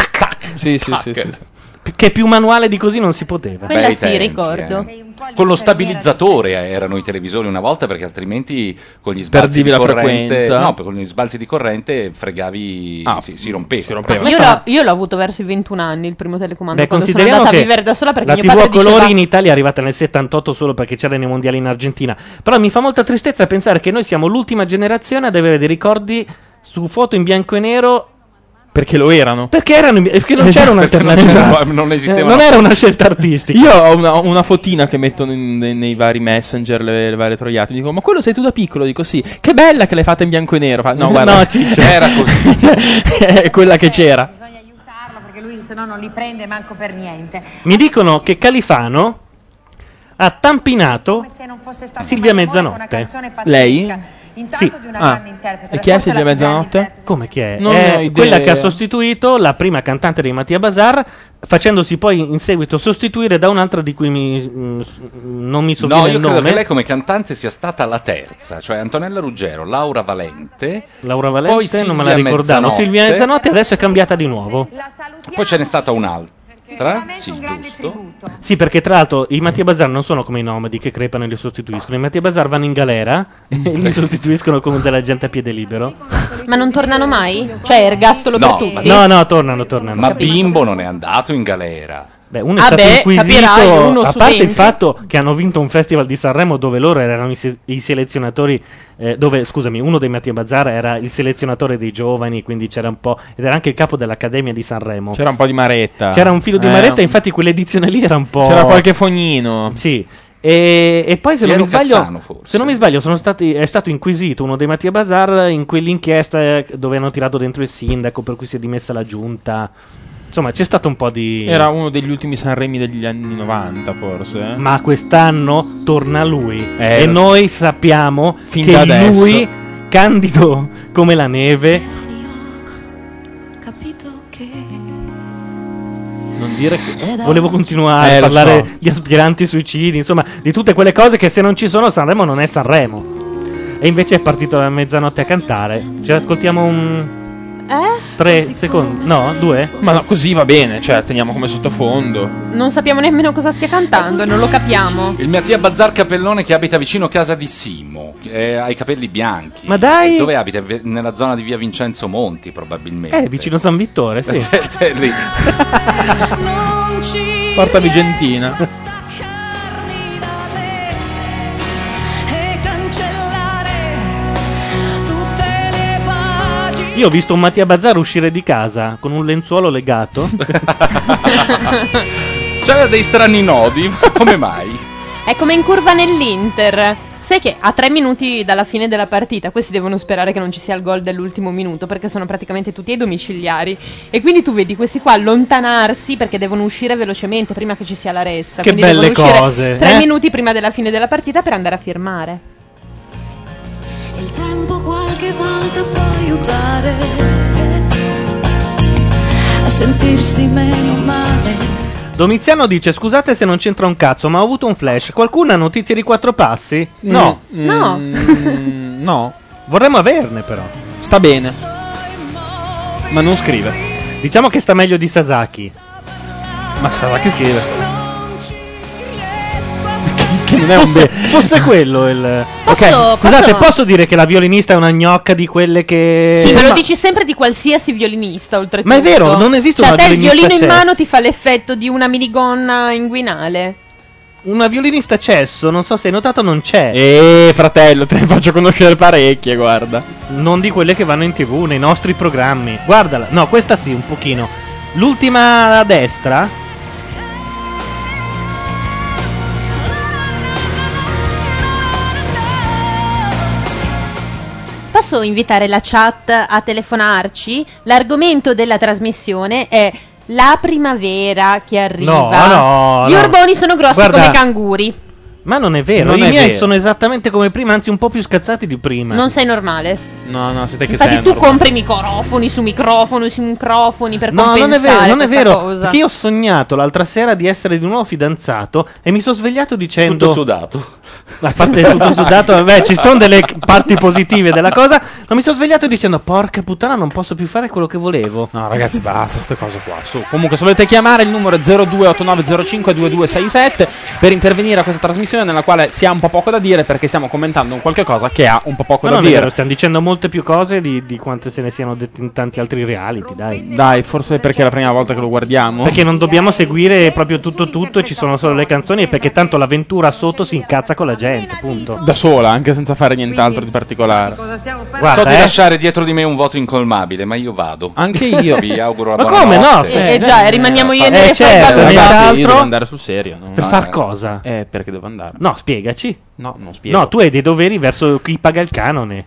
Sì, sì, sì, sì. che più manuale di così non si poteva. Quella Bei sì, tempi, ricordo. Con lo stabilizzatore erano i televisori una volta, perché altrimenti con gli sbalzi Perdivi di la corrente, frequenza. no, con gli sbalzi di corrente fregavi, si rompeva. Io l'ho avuto verso i 21 anni il primo telecomando, Beh, quando sono consideriamo andata a che vivere da sola perché la mio TV a padre colori diceva in Italia è arrivata nel 78 solo perché c'erano i mondiali in Argentina. Però mi fa molta tristezza pensare che noi siamo l'ultima generazione ad avere dei ricordi su foto in bianco e nero. Perché lo erano. Perché non c'era un'alternativa. Esatto. Non esisteva non era una scelta artistica. Io ho una fotina che metto nei vari messenger, le varie troiate. Mi dico, ma quello sei tu da piccolo? Dico, sì. Che bella che l'hai fatta in bianco e nero. No, guarda. No, Ciccio. Era così. È quella che c'era. perché lui se no non li prende manco per niente. Mi dicono che Califano ha tampinato Se non fosse stato Silvia mai amore, una Mezzanotte. canzone pazzesca. Lei? Intanto di una grande interprete. E per chi è forza Silvia la più grande Mezzanotte? Come chi è? Non È ho idea. quella che ha sostituito la prima cantante dei Mattia Bazar, facendosi poi in seguito sostituire da un'altra di cui non mi sovviene No, io il credo nome. che lei come cantante sia stata la terza, cioè Antonella Ruggero, Laura Valente, Laura poi Valente non me la Silvia ricordavo. Mezzanotte. Silvia Mezzanotte adesso è cambiata di nuovo. Poi ce n'è stata un'altra. Sì, giusto. Sì, perché tra l'altro i Mattia Bazar non sono come i nomadi che crepano e li sostituiscono. I Mattia Bazar vanno in galera e li sostituiscono come della gente a piede libero. Ma non tornano mai? Cioè, ergastolo No, per tutti? No, tornano. Ma Bimbo non è andato in galera. Beh, uno è stato inquisito, capirai, uno a su parte 20. il fatto che hanno vinto un festival di Sanremo dove loro erano i selezionatori, dove, scusami, uno dei Mattia Bazzar era il selezionatore dei giovani, quindi c'era un po', ed era anche il capo dell'Accademia di Sanremo. C'era un po' di maretta. C'era un filo di maretta, infatti quell'edizione lì era un po'... C'era qualche fognino. Sì. E poi se non mi Piero sbaglio, Cassano, forse. se non mi sbaglio è stato inquisito uno dei Mattia Bazzar in quell'inchiesta dove hanno tirato dentro il sindaco, per cui si è dimessa la giunta. Insomma, c'è stato un po' di... Era uno degli ultimi Sanremi degli anni 90, forse. Ma quest'anno torna lui. E lo- noi sappiamo Fin che da adesso. lui, candido come la neve... Non dire che... Volevo continuare a lo parlare so. di aspiranti suicidi, insomma, di tutte quelle cose che se non ci sono Sanremo non è Sanremo. E invece è partito a mezzanotte a cantare. Ce l'ascoltiamo un... 3 secondi? No, 2? Ma no, così va bene, cioè teniamo come sottofondo. Non sappiamo nemmeno cosa stia cantando, non lo capiamo. Il Mattia Bazzar Capellone che abita vicino casa di Simo, ha i capelli bianchi. Ma dai! Dove abita? Nella zona di via Vincenzo Monti, probabilmente. Vicino San Vittore, sì. C'è lì. Porta Vigentina. E cancellare tutte le pagine. Io ho visto un Mattia Bazzar uscire di casa con un lenzuolo legato. C'era dei strani nodi, ma come mai? È come in curva nell'Inter. Sai che a 3 minuti dalla fine della partita, questi devono sperare che non ci sia il gol dell'ultimo minuto, perché sono praticamente tutti ai domiciliari. E quindi tu vedi questi qua allontanarsi perché devono uscire velocemente prima che ci sia la ressa. Che quindi belle devono uscire cose, 3 minuti prima della fine della partita per andare a firmare. Il tempo qualche volta può aiutare a sentirsi meno male. Domiziano dice: scusate se non c'entra un cazzo, ma ho avuto un flash. Qualcuno ha notizie di 4 passi? No. No. No. Vorremmo averne, però. Sta bene. Ma non scrive. Diciamo che sta meglio di Sasaki. Ma Sasaki scrive. Che non è un Fosse quello il... Posso- Scusate, posso- posso dire che la violinista è una gnocca di quelle che... Sì, me lo dici sempre di qualsiasi violinista, oltretutto. Ma è vero, non esiste cioè, una a te il violinista violino in chess. mano ti fa l'effetto di una minigonna inguinale. Una violinista cesso, non so se hai notato, non c'è. Fratello, te ne faccio conoscere parecchie, guarda. Non di quelle che vanno in TV, nei nostri programmi. Guardala. No, questa sì, un pochino. L'ultima a destra... Posso invitare la chat a telefonarci? L'argomento della trasmissione è la primavera che arriva. No, Gli no. urboni sono grossi Guarda, come canguri. Ma non è vero, Non i è miei vero. sono esattamente come prima, anzi un po' più scazzati di prima. Non sei normale. No, siete che Infatti sei tu normale. compri microfoni su microfoni per No, non è vero, compensare non è questa vero. cosa. Perché io ho sognato l'altra sera di essere di nuovo fidanzato e mi sono svegliato dicendo... Tutto sudato. A parte tutto sudato, vabbè, ci sono delle parti positive della cosa. Ma mi sono svegliato dicendo: porca puttana, non posso più fare quello che volevo. No, ragazzi, basta queste cose qua. Su. Comunque, se volete chiamare, il numero è 0289052267 per intervenire a questa trasmissione nella quale si ha un po' poco da dire perché stiamo commentando un qualche cosa che ha un po' poco Ma da non è dire. vero, stiamo dicendo molte più cose di quante se ne siano dette in tanti altri reality, dai. Dai, forse perché è la prima volta che lo guardiamo. Perché non dobbiamo seguire proprio tutto e ci sono solo le canzoni e perché tanto l'avventura sotto si incazza con la gente, punto. Da sola, anche senza fare nient'altro di particolare. Guarda, so di lasciare dietro di me un voto incolmabile, ma io vado. Anche io. Vi auguro la Ma buona come no? notte. Già, rimaniamo io e Nere certo, fai Ragazzi, io altro? devo andare sul serio. No? Per far cosa? Perché devo andare. No, spiegaci. No, non spiego. No, tu hai dei doveri verso chi paga il canone.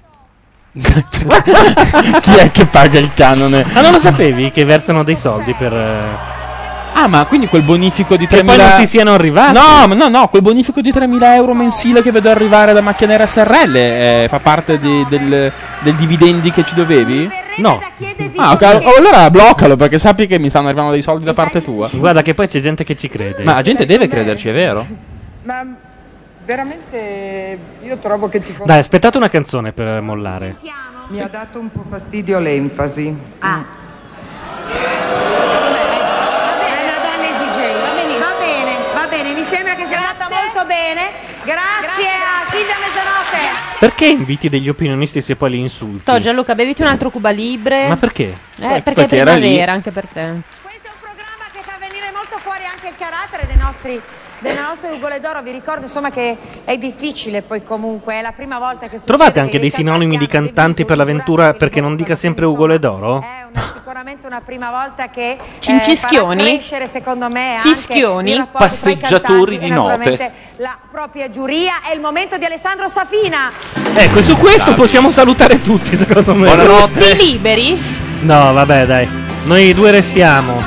Chi è che paga il canone? Ma non lo sapevi che versano dei soldi per... Ah, ma quindi quel bonifico di 3.000... Che poi non ti siano arrivati? No, quel bonifico di 3.000 euro mensile che vedo arrivare da Macchia Nera SRL fa parte del dividendi che ci dovevi? No. Ah, ok, allora bloccalo perché sappi che mi stanno arrivando dei soldi da parte tua. Guarda che poi c'è gente che ci crede. Ma la gente deve crederci, è vero? Ma veramente io trovo che ci fosse... Dai, aspettate una canzone per mollare. Mi ha dato un po' fastidio l'enfasi. Va bene, mi sembra che sia andata molto bene. Grazie a Silvia Mezzanotte. Perché inviti degli opinionisti se poi li insulti? To, Gianluca, beviti un altro Cuba Libre. Ma perché? Perché è Perché era lì. primavera, anche per te. molto fuori anche il carattere dei nostri Ugole d'Oro. Vi ricordo insomma che è difficile, poi comunque è la prima volta che succede. Trovate anche dei sinonimi di cantanti per l'avventura perché non dica sempre Ugole d'Oro? Sicuramente una prima volta che Cincischioni? farà crescere secondo me Fischioni? anche i rapporti tra i Passeggiatori cantanti di e note. naturalmente la propria giuria. È il momento di Alessandro Safina. Ecco, e su questo possiamo salutare tutti, secondo me. Tutti liberi? No, vabbè, dai. Noi due restiamo.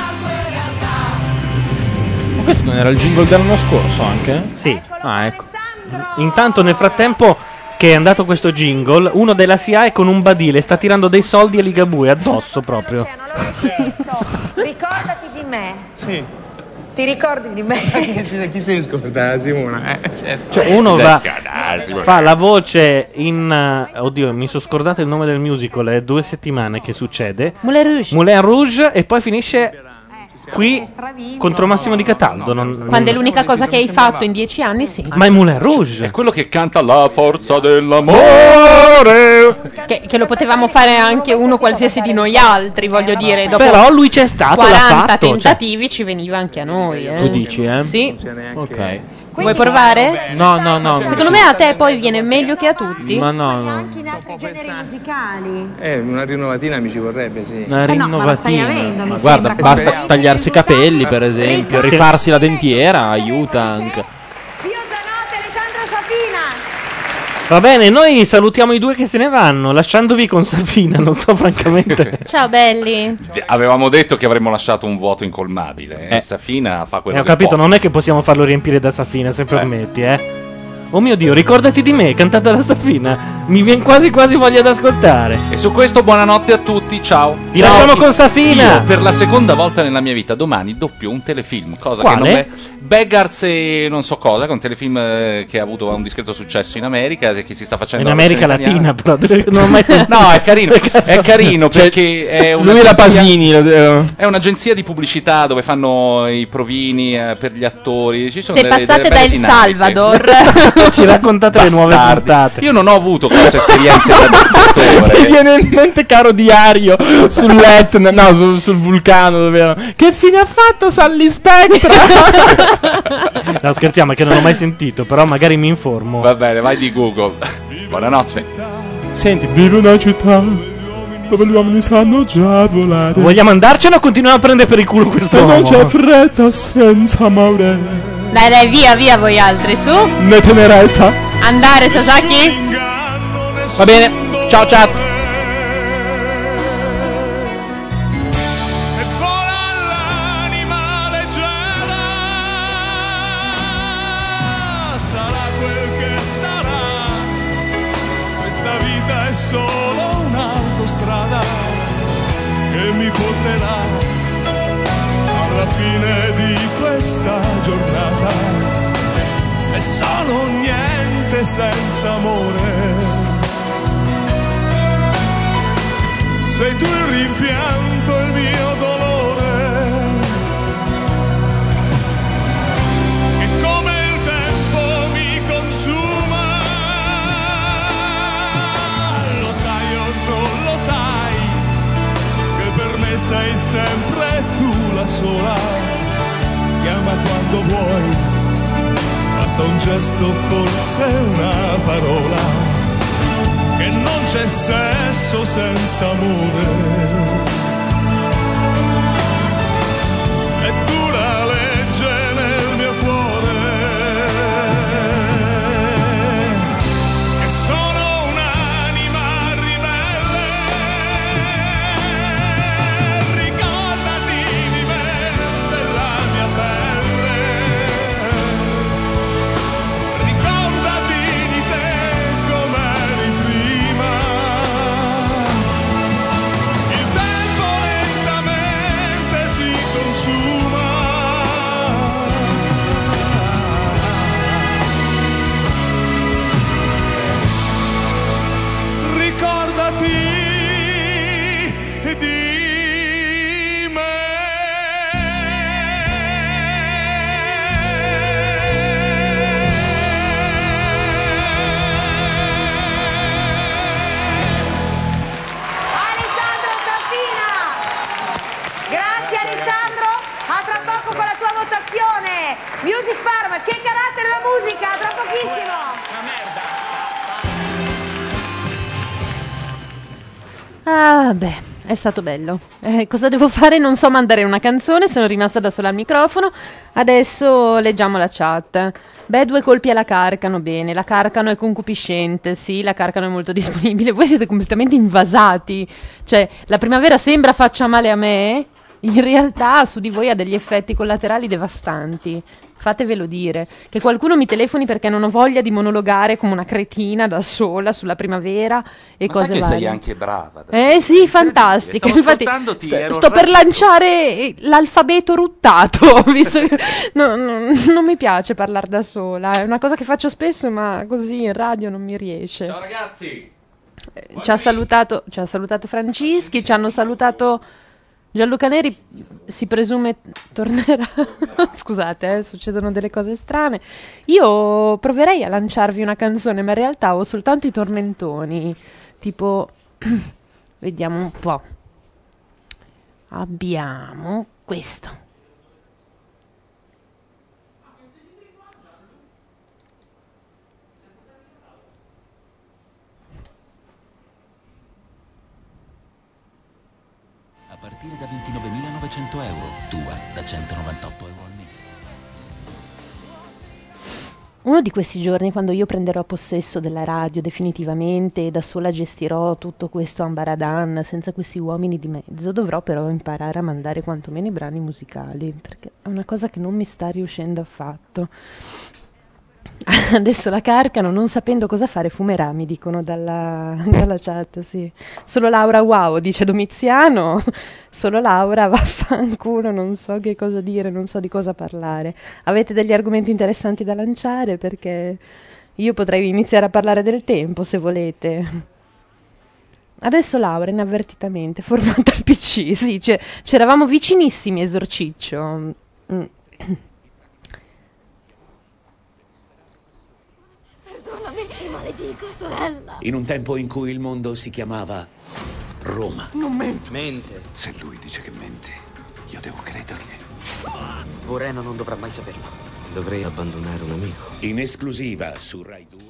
Ma questo non era il jingle dell'anno scorso anche? Sì. Ah, ecco. Intanto, nel frattempo che è andato questo jingle, uno della SIAE con un badile sta tirando dei soldi a Ligabue addosso proprio. Ricordati di me. Sì. Ti ricordi di me? Chi si scorda, Simona? Certo. Cioè uno va, fa la voce in oddio, mi sono scordato il nome del musical, è 2 settimane che succede. Moulin Rouge e poi finisce qui contro Massimo Di Cataldo. Quando è l'unica cosa che hai fatto in 10 anni, sì. Ma è Moulin Rouge. È quello che canta La forza dell'amore. Che lo potevamo fare anche uno qualsiasi di noi altri, voglio dire. Dopo Però lui c'è stato, l'ha 40 fatto, cioè. tentativi ci veniva anche a noi. Tu dici, eh? Sì. Ok. Vuoi provare? No. Secondo me a te poi viene meglio che a tutti. Ma no. Anche in altri generi musicali. Una rinnovatina mi ci vorrebbe, sì. Una no, ma la stai avendo, mi Guarda, sembra, basta come- tagliarsi i capelli, per esempio. Sì. Rifarsi la dentiera aiuta anche. Va bene, noi salutiamo i due che se ne vanno, lasciandovi con Safina, non so francamente. Ciao belli. Avevamo detto che avremmo lasciato un vuoto incolmabile. Safina fa quello Ho che capito, può. non è che possiamo farlo riempire da Safina, se permetti, Oh mio Dio, ricordati di me, cantata da Safina. Mi viene quasi voglia di ascoltare. E su questo buonanotte a tutti, ciao. Vi lasciamo con Safina. Io per la seconda volta nella mia vita domani doppio un telefilm, cosa Quale? che non è Beggars e non so cosa, che è un telefilm che ha avuto un discreto successo in America, che si sta facendo In la America versione Latina, italiana. però non ho mai sentito. No, è carino, è carino Cioè, perché è lui e la Pasini. è un'agenzia di pubblicità dove fanno i provini per gli attori. Ci sono Se delle passate da belle El dinamiche. Salvador. Ci raccontate le nuove Bastardi. puntate. Io non ho avuto queste esperienze da dittatore. Mi viene in mente caro diario sull'Etna, no, sul vulcano dove erano. Che fine ha fatto Sally Spectra? No, scherziamo, è che non l'ho mai sentito, però magari mi informo. Va bene, vai di Google. Buonanotte. Senti, vivo in una città dove gli uomini sanno già volare. Vogliamo andarcene o continuiamo a prendere per il culo questo E non uomo? c'è fretta senza amore Dai, via voi altri, su. né tenerezza. Andare, Sasaki. Va bene, ciao chat. Sarà quel che sarà, questa vita è solo un'autostrada che mi porterà alla fine di questa giornata. E sono niente senza amore. Sei tu il rimpianto, il mio dolore. E come il tempo mi consuma. Lo sai o non lo sai, che per me sei sempre tu la sola. Chiama quando vuoi, basta un gesto, forse una parola. Che non c'è sesso senza amore. È dura legge nel mio cuore. Che sono un'anima ribelle. Ricordati di me, della mia pelle. Ricordati di te come eri prima. Il tempo Music Farm, che carattere la musica, tra pochissimo. Ah, beh, è stato bello. Cosa devo fare? Non so mandare una canzone, sono rimasta da sola al microfono. Adesso leggiamo la chat. Beh, 2 colpi alla Carcano, bene. La Carcano è concupiscente, sì, la Carcano è molto disponibile. Voi siete completamente invasati. Cioè, la primavera sembra faccia male a me, in realtà su di voi ha degli effetti collaterali devastanti. Fatevelo dire. Che qualcuno mi telefoni perché non ho voglia di monologare come una cretina da sola sulla primavera e Ma cose sai che varie. sei anche brava. Sì, fantastica. Stavo Infatti, ascoltandoti, ero sto per lanciare l'alfabeto ruttato. Visto che non mi piace parlare da sola. È una cosa che faccio spesso, ma così in radio non mi riesce. Ciao ragazzi. Ci ha salutato Francischi, ci hanno salutato Gianluca Neri, si presume tornerà. Scusate, succedono delle cose strane. Io proverei a lanciarvi una canzone, ma in realtà ho soltanto i tormentoni. Tipo, vediamo un po'. Abbiamo questo. A partire da 29.900 euro, tua da 198 euro al mese. Uno di questi giorni, quando io prenderò possesso della radio definitivamente e da sola gestirò tutto questo ambaradan senza questi uomini di mezzo, dovrò però imparare a mandare quantomeno i brani musicali, perché è una cosa che non mi sta riuscendo affatto. Adesso la Carcano, non sapendo cosa fare, fumerà, mi dicono dalla chat, sì. Solo Laura wow, dice Domiziano. Solo Laura, vaffanculo, non so che cosa dire, non so di cosa parlare. Avete degli argomenti interessanti da lanciare? Perché io potrei iniziare a parlare del tempo, se volete. Adesso Laura, inavvertitamente, formata al PC, sì, c'eravamo vicinissimi, esorciccio. Perdonami, ti maledico, sorella. In un tempo in cui il mondo si chiamava Roma. Non mente. Mente. Se lui dice che mente, io devo credergli. Moreno non dovrà mai saperlo. Dovrei abbandonare un amico. In esclusiva su Rai 2.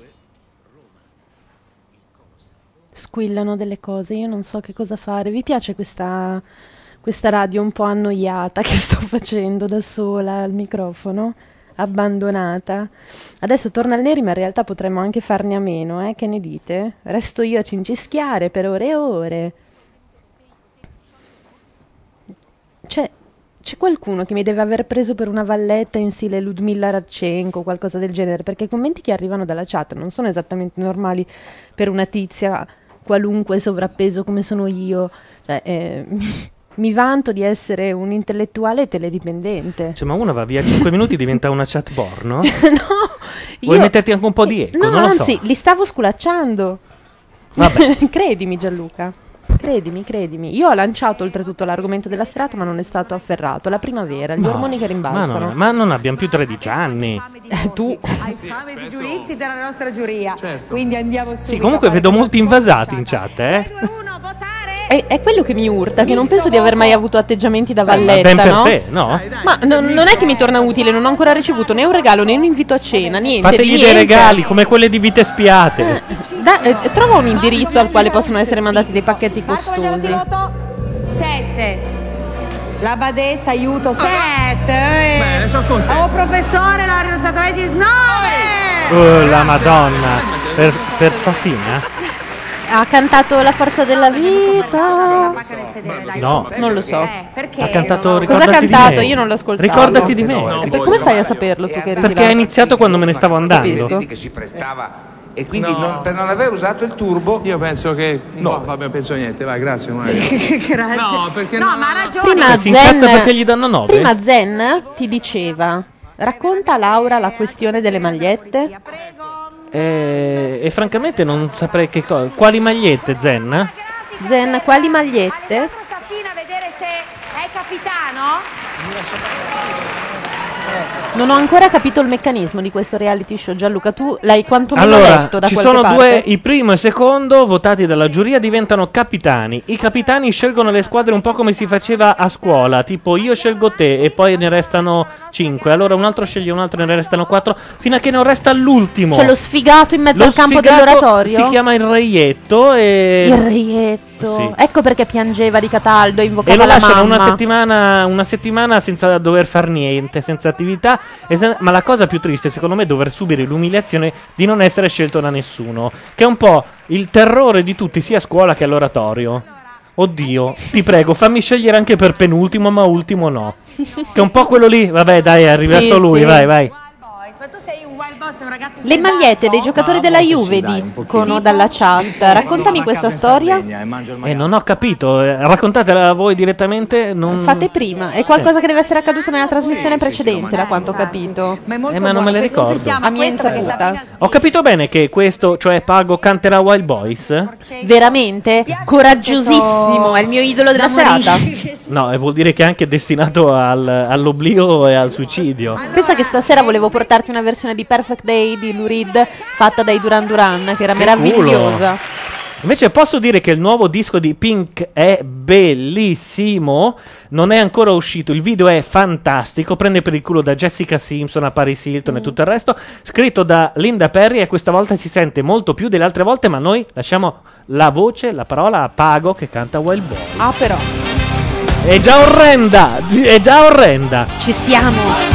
Squillano delle cose, io non so che cosa fare. Vi piace questa radio un po' annoiata che sto facendo da sola al microfono? Abbandonata. Adesso torna il Neri, ma in realtà potremmo anche farne a meno, che ne dite? Resto io a cincischiare per ore e ore. C'è qualcuno che mi deve aver preso per una valletta in stile Ludmilla Radchenko o qualcosa del genere, perché i commenti che arrivano dalla chat non sono esattamente normali per una tizia qualunque sovrappeso come sono io. Cioè, mi vanto di essere un intellettuale teledipendente. Cioè, ma una va via 5 minuti e diventa una chat porno? No, Vuoi metterti anche un po' di eco? No, non lo so. anzi, li stavo sculacciando. Vabbè. Credimi, Gianluca. Credimi. Io ho lanciato oltretutto l'argomento della serata, ma non è stato afferrato. La primavera, gli ormoni che rimbalzano. Ma non abbiamo più 13 anni. Tu. Hai fame di giudizi della nostra giuria. Quindi andiamo subito. Sì, comunque vedo molti invasati in chat, È quello che mi urta, che non penso di aver mai avuto atteggiamenti da valletta, ben per no? te, no? Ma non è che mi torna utile, non ho ancora ricevuto né un regalo né un invito a cena, niente. Fategli di dei niente. regali come quelle di Vite Spiate. Trova un indirizzo al quale possono essere mandati dei pacchetti costosi. 7. La badessa, aiuto, 7. Bene, sono contento. Oh, professore, l'ha rialzato a 9. La Madonna. Per Sofina? Ha cantato La forza della vita. No, non lo so. Perché? Ha cantato Cosa ha Ricordati cantato? di me. Io non l'ho ascoltato. Ricordati di me. Come fai a saperlo tu che eri Perché là? ha iniziato quando me ne stavo andando. Vedi che si prestava e quindi per non aver usato il turbo. Io penso che. No, vabbè, penso niente, vai, grazie. Grazie. No, perché no, ma ha ragione. Prima Si incazza perché gli danno 9? Prima Zen ti diceva: racconta a Laura la questione delle magliette. E francamente non saprei che cosa. Quali magliette, Zen? Zen, quali magliette? Stamattina a vedere se è capitano. Non ho ancora capito il meccanismo di questo reality show, Gianluca. Tu l'hai quantomeno Allora, letto da ci qualche sono parte? due, il primo e il secondo, votati dalla giuria, diventano capitani. I capitani scelgono le squadre un po' come si faceva a scuola, tipo io scelgo te e poi ne restano 5, allora un altro sceglie un altro e ne restano 4, fino a che non resta l'ultimo. C'è lo sfigato in mezzo Lo al campo sfigato dell'oratorio? si chiama il reietto e... Il reietto. Sì. Ecco perché piangeva di Cataldo e E invocava lo la lasciano mamma. una settimana senza dover far niente, senza attività. Ma la cosa più triste, secondo me, è dover subire l'umiliazione di non essere scelto da nessuno. Che è un po' il terrore di tutti, sia a scuola che all'oratorio. Oddio, ti prego, fammi scegliere anche per penultimo, ma ultimo no. Che è un po' quello lì. Vabbè, dai, è arrivato lui, sì. vai. Ma tu sei un wild boss, un ragazzo Le magliette dei giocatori della Juve dicono dalla chat. Raccontami questa storia. Non ho capito, raccontatela voi direttamente. Fate prima, è qualcosa che deve essere accaduto nella trasmissione precedente, da quanto ho capito. Ma è molto ma non me le ricordo. A mia insaputa. Ho capito bene che questo, cioè Pago, canterà Wild Boys? Veramente? Coraggiosissimo, è il mio idolo della serata. No, e vuol dire che è anche destinato all'oblio e al suicidio. Pensa che stasera volevo portarti una versione di Perfect Day di Lou Reed fatta dai Duran Duran, che era meravigliosa. Invece posso dire che il nuovo disco di Pink è bellissimo, non è ancora uscito, il video è fantastico, prende per il culo da Jessica Simpson a Paris Hilton e tutto il resto, scritto da Linda Perry, e questa volta si sente molto più delle altre volte, ma noi lasciamo la voce, la parola a Pago che canta Wild Boy. Ah, però È già orrenda. ci siamo.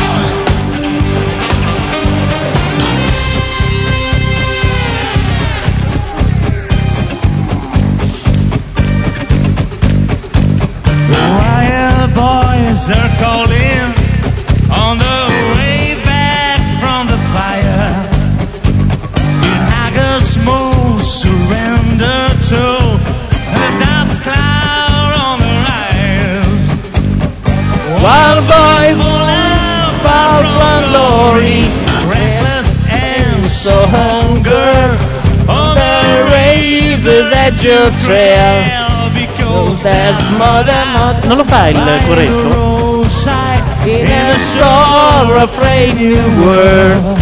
Wild boys are calling on the way back from the fire. In Haggis Moon, surrender to the dust cloud on the rise. Wild boys fall from glory, reckless and so hunger on the razors at your trail. That's more than more. Non lo fa il corretto? In a sorrow afraid new world,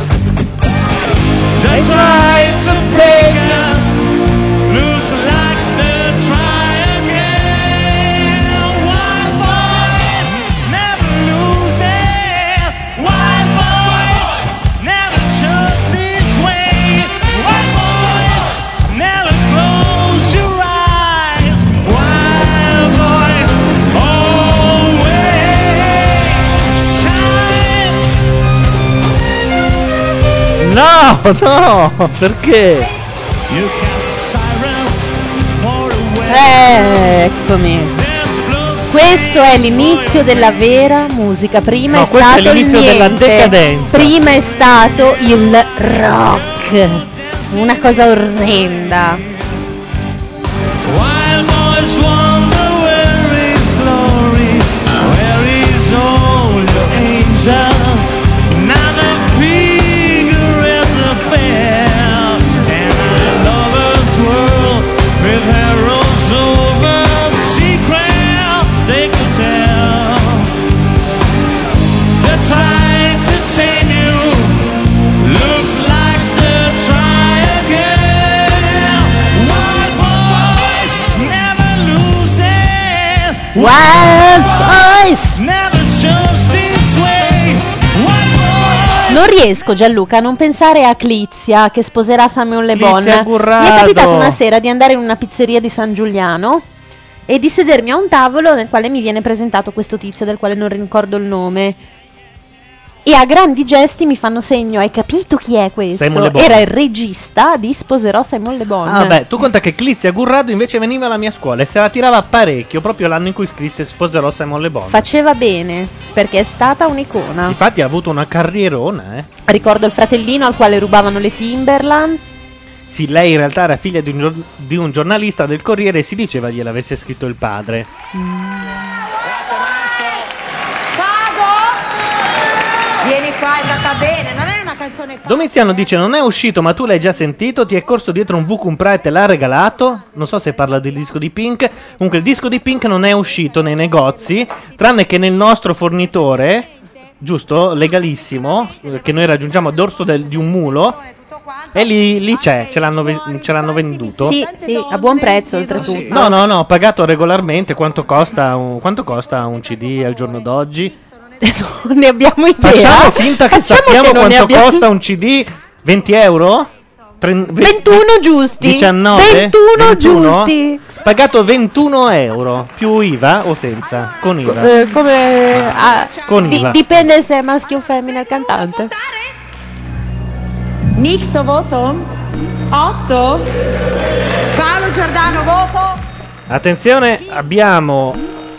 they try to take us. looks like they'll try again. Wild boys never losing. Wild boys never choose this way. Wild boys never close your eyes. Wild boys always shine. No, perché? You got sirens for away. Eccomi. Questo è l'inizio della vera musica. Prima No, è questo è stato il l'inizio della niente. decadenza. Prima è stato il rock. Una cosa orrenda. Wild boys wonder where is glory, where is all your angel. Another figure at the fair, and a lover's world with arrows over secrets they could tell. They're trying to tame you, looks like they'll try again. Wild boys never losing. Wild boys never chose this way. Wild boys. Non riesco, Gianluca, a non pensare a Clizia che sposerà Samuel Le Bon. Mi Clizia Gurrado. è capitato una sera di andare in una pizzeria di San Giuliano e di sedermi a un tavolo nel quale mi viene presentato questo tizio del quale non ricordo il nome. E a grandi gesti mi fanno segno: hai capito chi è questo? Simon Le Bon. Era il regista di Sposerò Simon Le Bon. Ah, beh, tu conta che Clizia Gurrado invece veniva alla mia scuola e se la tirava parecchio proprio l'anno in cui scrisse Sposerò Simon Le Bon. Faceva bene, perché è stata un'icona. Infatti ha avuto una carrierona, Ricordo il fratellino al quale rubavano le Timberland. Sì, lei in realtà era figlia di un giornalista del Corriere e si diceva gliel'avesse scritto il padre. Vieni qua, è andata bene, non è una canzone facile. Domiziano dice: non è uscito ma tu l'hai già sentito, ti è corso dietro un Vucumprà e te l'ha regalato. Non so se parla del disco di Pink. Comunque il disco di Pink non è uscito nei negozi, tranne che nel nostro fornitore giusto? Legalissimo, che noi raggiungiamo a dorso di un mulo. E lì c'è, ce l'hanno venduto. Sì, a buon prezzo oltretutto. No, pagato regolarmente. Quanto costa un CD al giorno d'oggi? Non ne abbiamo idea. Facciamo finta che sappiamo quanto costa un CD. 20 euro? 21 giusti. 19? 21 giusti. Pagato 21 euro. Più IVA o senza? Con IVA. Con IVA. Dipende se è maschio o femmina il cantante. Mix o voto? 8. Paolo Giordano, voto? Attenzione, abbiamo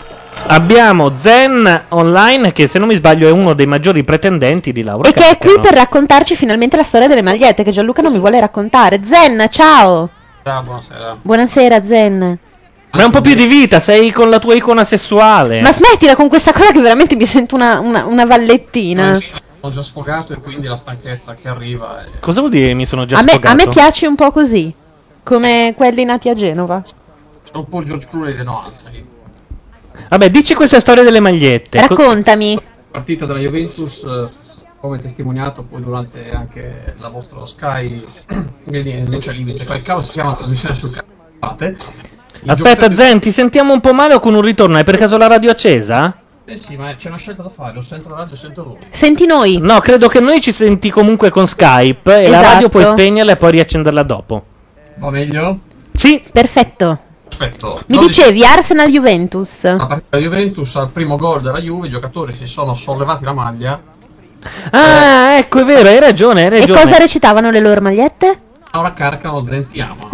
Zen online, che se non mi sbaglio è uno dei maggiori pretendenti di Laura E che è qui Carcano. per raccontarci finalmente la storia delle magliette che Gianluca non mi vuole raccontare. Zen, ciao. Ciao, buonasera. Buonasera Zen. Ma un po' più di vita, sei con la tua icona sessuale. Ma smettila con questa cosa che veramente mi sento una vallettina. Ho già sfogato e quindi la stanchezza che arriva è... Cosa vuol dire mi sono già A sfogato? me piace un po' così, come quelli nati a Genova. Sono un po' il George Clooney dei 90. Vabbè, dici questa storia delle magliette. Raccontami. Partita della Juventus, come testimoniato poi durante anche la vostra Sky, non c'è limite, poi cavolo si chiama la trasmissione sul Capate. Aspetta Zen, ti sentiamo un po' male o con un ritorno? Hai per caso la radio accesa? Sì, ma c'è una scelta da fare, lo sento la radio, sento voi. Senti noi. No, credo che noi ci senti comunque con Skype e la Esatto. radio puoi spegnerla e poi riaccenderla dopo. Va meglio? Sì. Perfetto. Perfetto. Mi dicevi Arsenal-Juventus. La partita della Juventus, al primo gol della Juve, i giocatori si sono sollevati la maglia. Ah, ecco, è vero, hai ragione. E cosa recitavano le loro magliette? Ora Carcano, Zentiama.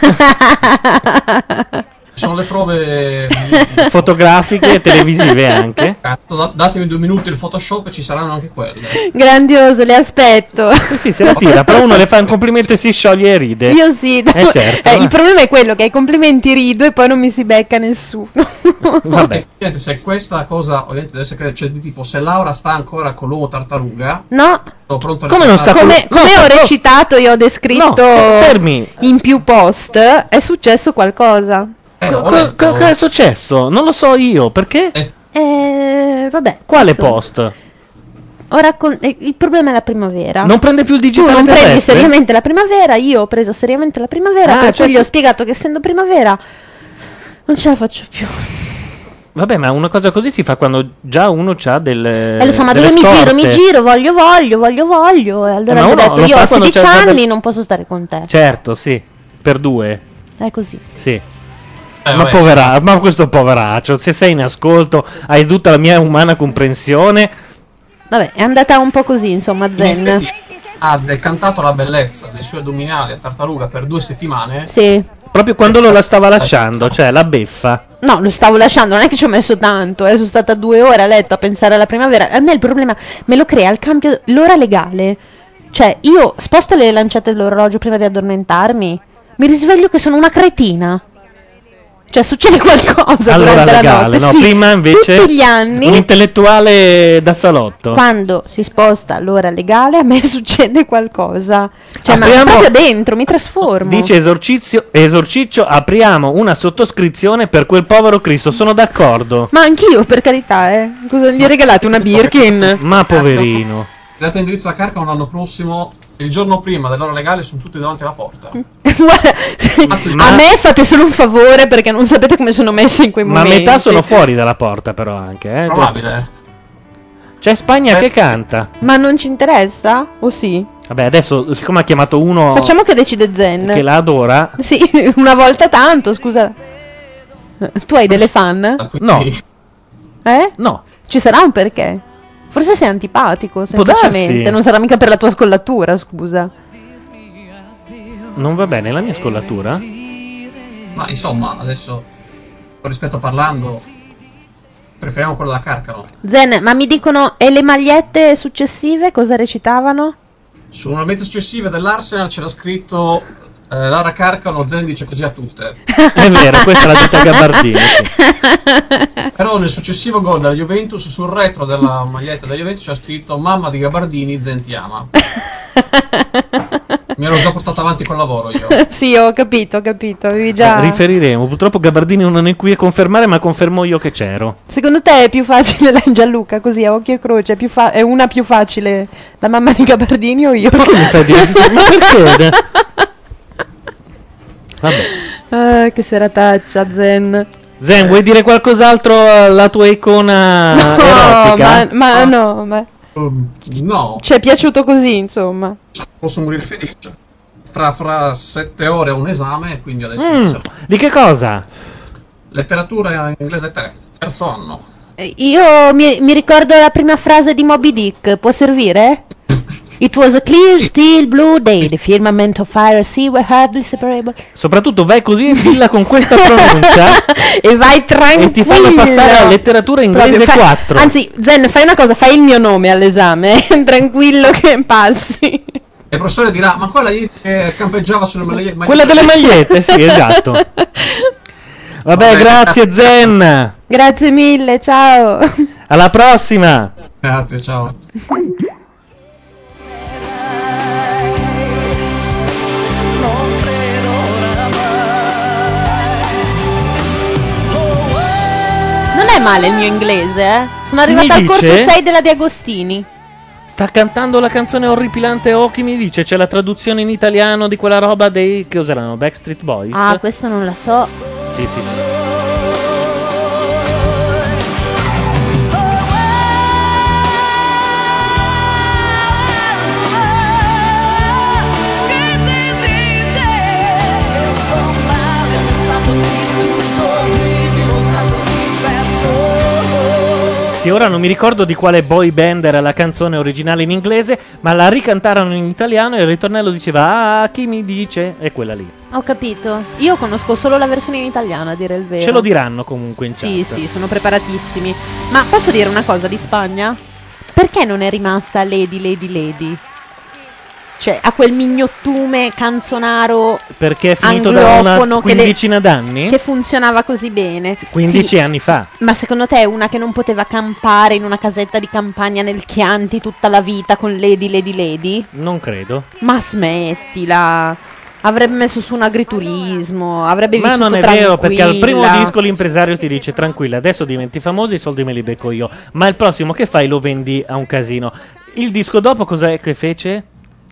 Sono le prove fotografiche e televisive anche. Cazzo, datemi 2 minuti il Photoshop e ci saranno anche quelle. Grandioso, le aspetto. Sì, se la tira, però uno le fa un complimento e si scioglie e ride. Io sì. Certo. Il problema è quello che ai complimenti rido e poi non mi si becca nessuno. Vabbè. Se questa cosa ovviamente deve essere cioè, di tipo se Laura sta ancora con l'uomo tartaruga. No. Sono pronto a Come non sta Come ho recitato e ho descritto fermi. in più post, è successo qualcosa. Cosa è successo? Non lo so io, perché? Vabbè. Quale insomma. post? Ora il problema è la primavera. Non prende più il Tu digitale non prendi terrestre? seriamente la primavera, io ho preso seriamente la primavera, per cui gli ho spiegato che essendo primavera non ce la faccio più. Vabbè, ma una cosa così si fa quando già uno c'ha Lo so, ma dove mi giro, voglio. E allora ma ho uno detto, lo io fa ho quando 16 c'è anni, non posso stare con te. Certo, sì, per 2. È così. Sì. vabbè. Ma questo poveraccio, se sei in ascolto, hai tutta la mia umana comprensione. Vabbè, è andata un po' così, insomma, Zen. Ha decantato la bellezza dei suoi addominali a tartaruga per 2 settimane. Sì. Proprio quando lo la stava lasciando, cioè la beffa. No, lo stavo lasciando, non è che ci ho messo tanto, sono stata 2 ore a letto a pensare alla primavera. A me il problema me lo crea il cambio, l'ora legale. Cioè, io sposto le lancette dell'orologio prima di addormentarmi, mi risveglio che sono una cretina. Cioè, succede qualcosa Allora durante la legale, notte. no? Sì, Prima invece tutti gli anni, un intellettuale da salotto. quando si sposta l'ora legale, a me succede qualcosa. Cioè, ma Apriamo- proprio dentro, mi trasformo. Dice Esorciccio, apriamo una sottoscrizione per quel povero Cristo. Sono d'accordo. Ma anch'io, per carità, Cosa gli regalate una Birkin? Ma poverino. Date indirizzo da Carcano l'anno prossimo, il giorno prima dell'ora legale, sono tutti davanti alla porta. A me fate solo un favore perché non sapete come sono messi in quei Ma momenti. metà sono fuori dalla porta, però anche. Probabile. C'è Spagna che canta. Ma non ci interessa? O sì? Vabbè, adesso, siccome ha chiamato uno Facciamo che decide Zen. che la adora. Sì, una volta tanto, scusa. Tu hai delle fan? No. No. Ci sarà un perché? Forse sei antipatico, semplicemente. darsi. Non sarà mica per la tua scollatura, scusa. Non va bene la mia scollatura? Ma insomma, adesso, con rispetto parlando, preferiamo quello da Carcano. Zen, ma mi dicono, e le magliette successive cosa recitavano? Su una meta successiva dell'Arsenal c'era scritto Lara Carcano, Zen dice così a tutte. È vero, questa l'ha detta Gabardini. Sì. Però nel successivo gol della Juventus, sul retro della maglietta della Juventus c'era scritto mamma di Gabardini, Zen ti ama. Mi ero già portato avanti col lavoro io. Sì, ho capito, avevi già... Riferiremo. Purtroppo Gabardini non è qui a confermare, ma confermo io che c'ero. Secondo te è più facile Gianluca, così a occhio e croce, è una più facile la mamma di Gabardini o io? Perché mi fai dire? Ma perché? Vabbè. Che serataccia, Zen. Zen, vuoi dire qualcos'altro alla tua icona erotica? No. No. Ci è piaciuto così, insomma. Posso morire felice. Fra 7 ore ho un esame, quindi adesso... Di che cosa? Letteratura inglese 3, terzo anno. Io mi ricordo la prima frase di Moby Dick, può servire? It was a clear, still blue day, the firmament of fire and sea were hardly separable. Soprattutto vai così in fila con questa pronuncia e vai tranquillo. E ti fanno passare a letteratura inglese 4. Anzi, Zen, fai una cosa, fai il mio nome all'esame, tranquillo che passi. Il professore dirà, ma quella lì campeggiava sulle magliette. Quella delle magliette, sì, esatto. Vabbè, grazie Zen. Grazie mille, ciao. Alla prossima. Grazie, ciao. Non è male il mio inglese, eh? Sono arrivata al corso 6 della De Agostini. Sta cantando la canzone orripilante Oh chi mi dice, c'è la traduzione in italiano di quella roba dei, che useranno, Backstreet Boys. Ah, questa non la so. Sì. Sì, ora non mi ricordo di quale boy band era la canzone originale in inglese, ma la ricantarono in italiano e il ritornello diceva ah, chi mi dice? È quella lì. Ho capito. Io conosco solo la versione in italiano, a dire il vero. Ce lo diranno comunque in chat. Sì, sono preparatissimi. Ma posso dire una cosa di Spagna? Perché non è rimasta Lady? Cioè, a quel mignottume canzonaro perché è finito da anglofono una quindicina d'anni? Che funzionava così bene. 15 anni fa. Ma secondo te è una che non poteva campare in una casetta di campagna nel Chianti tutta la vita con Lady? Non credo. Ma smettila. Avrebbe messo su un agriturismo, avrebbe vissuto Ma non è tranquilla. vero, perché al primo disco l'impresario ti dice tranquilla, adesso diventi famoso, i soldi me li becco io. Ma il prossimo che fai lo vendi a un casino. Il disco dopo cos'è che fece?